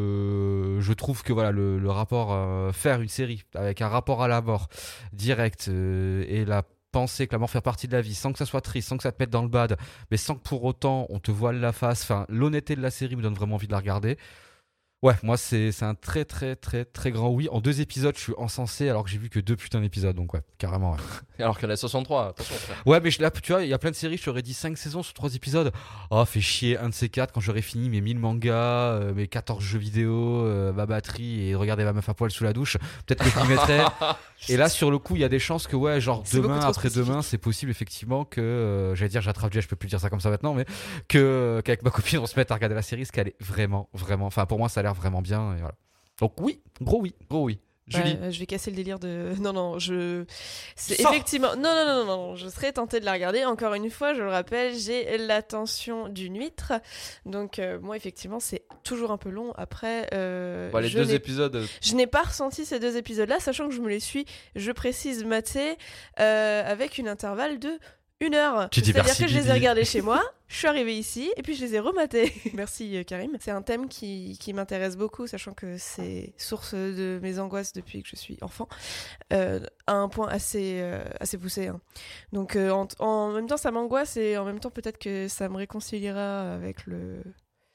je, je trouve que voilà, le, le rapport, euh, faire une série avec un rapport à la mort direct euh, et la penser que la mort fait partie de la vie sans que ça soit triste, sans que ça te mette dans le bad, mais sans que pour autant on te voile la face. Enfin, l'honnêteté de la série me donne vraiment envie de la regarder. Ouais, moi c'est c'est un très très très très grand oui. En deux épisodes, je suis encensé alors que j'ai vu que deux putains d'épisodes, donc ouais, carrément. Ouais, Alors qu'il y en a soixante-trois, attention frère. ouais mais je, là, tu vois, il y a plein de séries, je t'aurais dit cinq saisons sur trois épisodes. Oh, fait chier, un de ces quatre quand j'aurais fini mes mille mangas, euh, mes quatorze jeux vidéo, euh, ma batterie et regarder ma meuf à poil sous la douche. Peut-être que je m'y mettrais. Et là, sur le coup, il y a des chances que, ouais, genre C'est beaucoup demain, trop après-demain, spécifique. c'est possible effectivement que, euh, j'allais dire, j'attrape Jay, je peux plus dire ça comme ça maintenant, mais que qu'avec ma copine, on se mette à regarder la série, ce qu'elle est vraiment, vraiment. Enfin, pour moi, ça a l'air vraiment bien. Et voilà. Donc oui, gros oui. Gros oui. Julie. Ouais, je vais casser le délire de. Non, non, je. C'est Sors. effectivement. Non, non, non, non, non, je serais tentée de la regarder. Encore une fois, je le rappelle, j'ai l'attention d'une huître. Donc, euh, moi, effectivement, c'est toujours un peu long. Après, euh, Bon, les je deux n'ai- épisodes. euh, je n'ai pas ressenti ces deux épisodes-là, sachant que je me les suis, je précise, matés euh, avec une intervalle de une heure. Tu C'est-à-dire diversifies, que je les ai Bibi. regardés chez moi, je suis arrivée ici, et puis je les ai rematés. Merci euh, Karim. C'est un thème qui, qui m'intéresse beaucoup, sachant que c'est source de mes angoisses depuis que je suis enfant, euh, à un point assez, euh, assez poussé. hein. Donc euh, en, en même temps, ça m'angoisse, et en même temps, peut-être que ça me réconciliera avec le...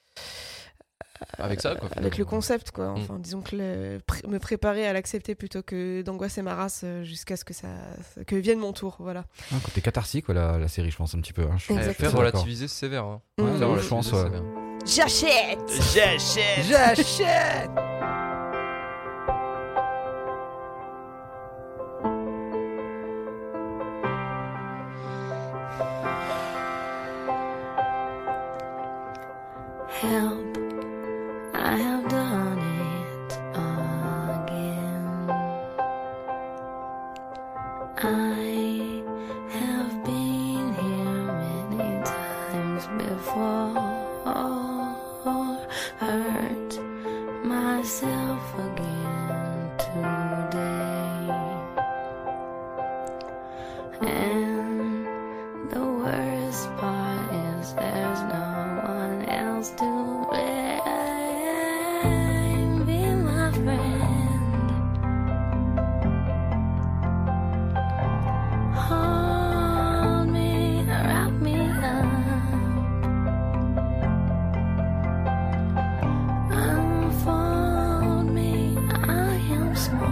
Avec ça, quoi. Avec le finalement. concept, quoi. Mm. Enfin, disons que le- pr- me préparer à l'accepter plutôt que d'angoisser ma race euh, jusqu'à ce que ça, que vienne mon tour, voilà. Un côté cathartique, ouais, la, la série, je pense un petit peu. Hein. Je suis Eh, Exactement. faire d'accord. relativiser sévère. Hein. Mm. Ouais, Faire ouais, relativiser je pense, ouais. sévère. J'achète. J'achète. J'achète. Help, I have done it again. I have been here many times before. Hurt myself again today. And the worst part is there's no one else to blame. Be my friend. Hold me, wrap me up. Unfold me, I am small.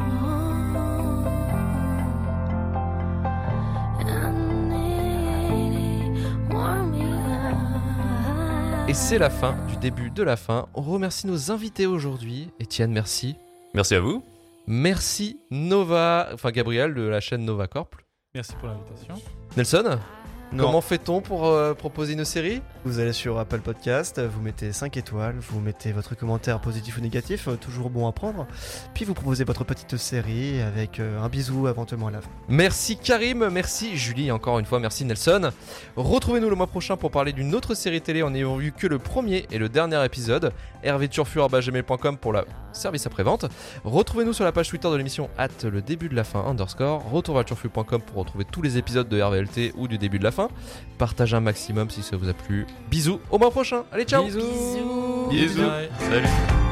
Et c'est la fin du début de la fin. On remercie nos invités aujourd'hui. Étienne, merci. Merci à vous. Merci Nova, enfin Gabriel de la chaîne Nova Corp. Merci pour l'invitation. Nelson, Non. comment fait-on pour euh, proposer une série? Vous allez sur Apple Podcast, vous mettez cinq étoiles, vous mettez votre commentaire positif ou négatif, euh, toujours bon à prendre. Puis vous proposez votre petite série avec euh, un bisou éventuellement à la fin. Merci Karim, merci Julie, et encore une fois merci Nelson. Retrouvez-nous le mois prochain pour parler d'une autre série télé en n'ayant vu que le premier et le dernier épisode. hervé turfu arobase gmail point com pour la service après-vente. Retrouvez-nous sur la page Twitter de l'émission at le début de la fin underscore. retour vers turfu point com pour retrouver tous les épisodes de R V L T ou du début de la fin. Partagez un maximum si ça vous a plu. Bisous, au mois prochain. Allez, ciao. Bisous. Bisous. Bye. Salut.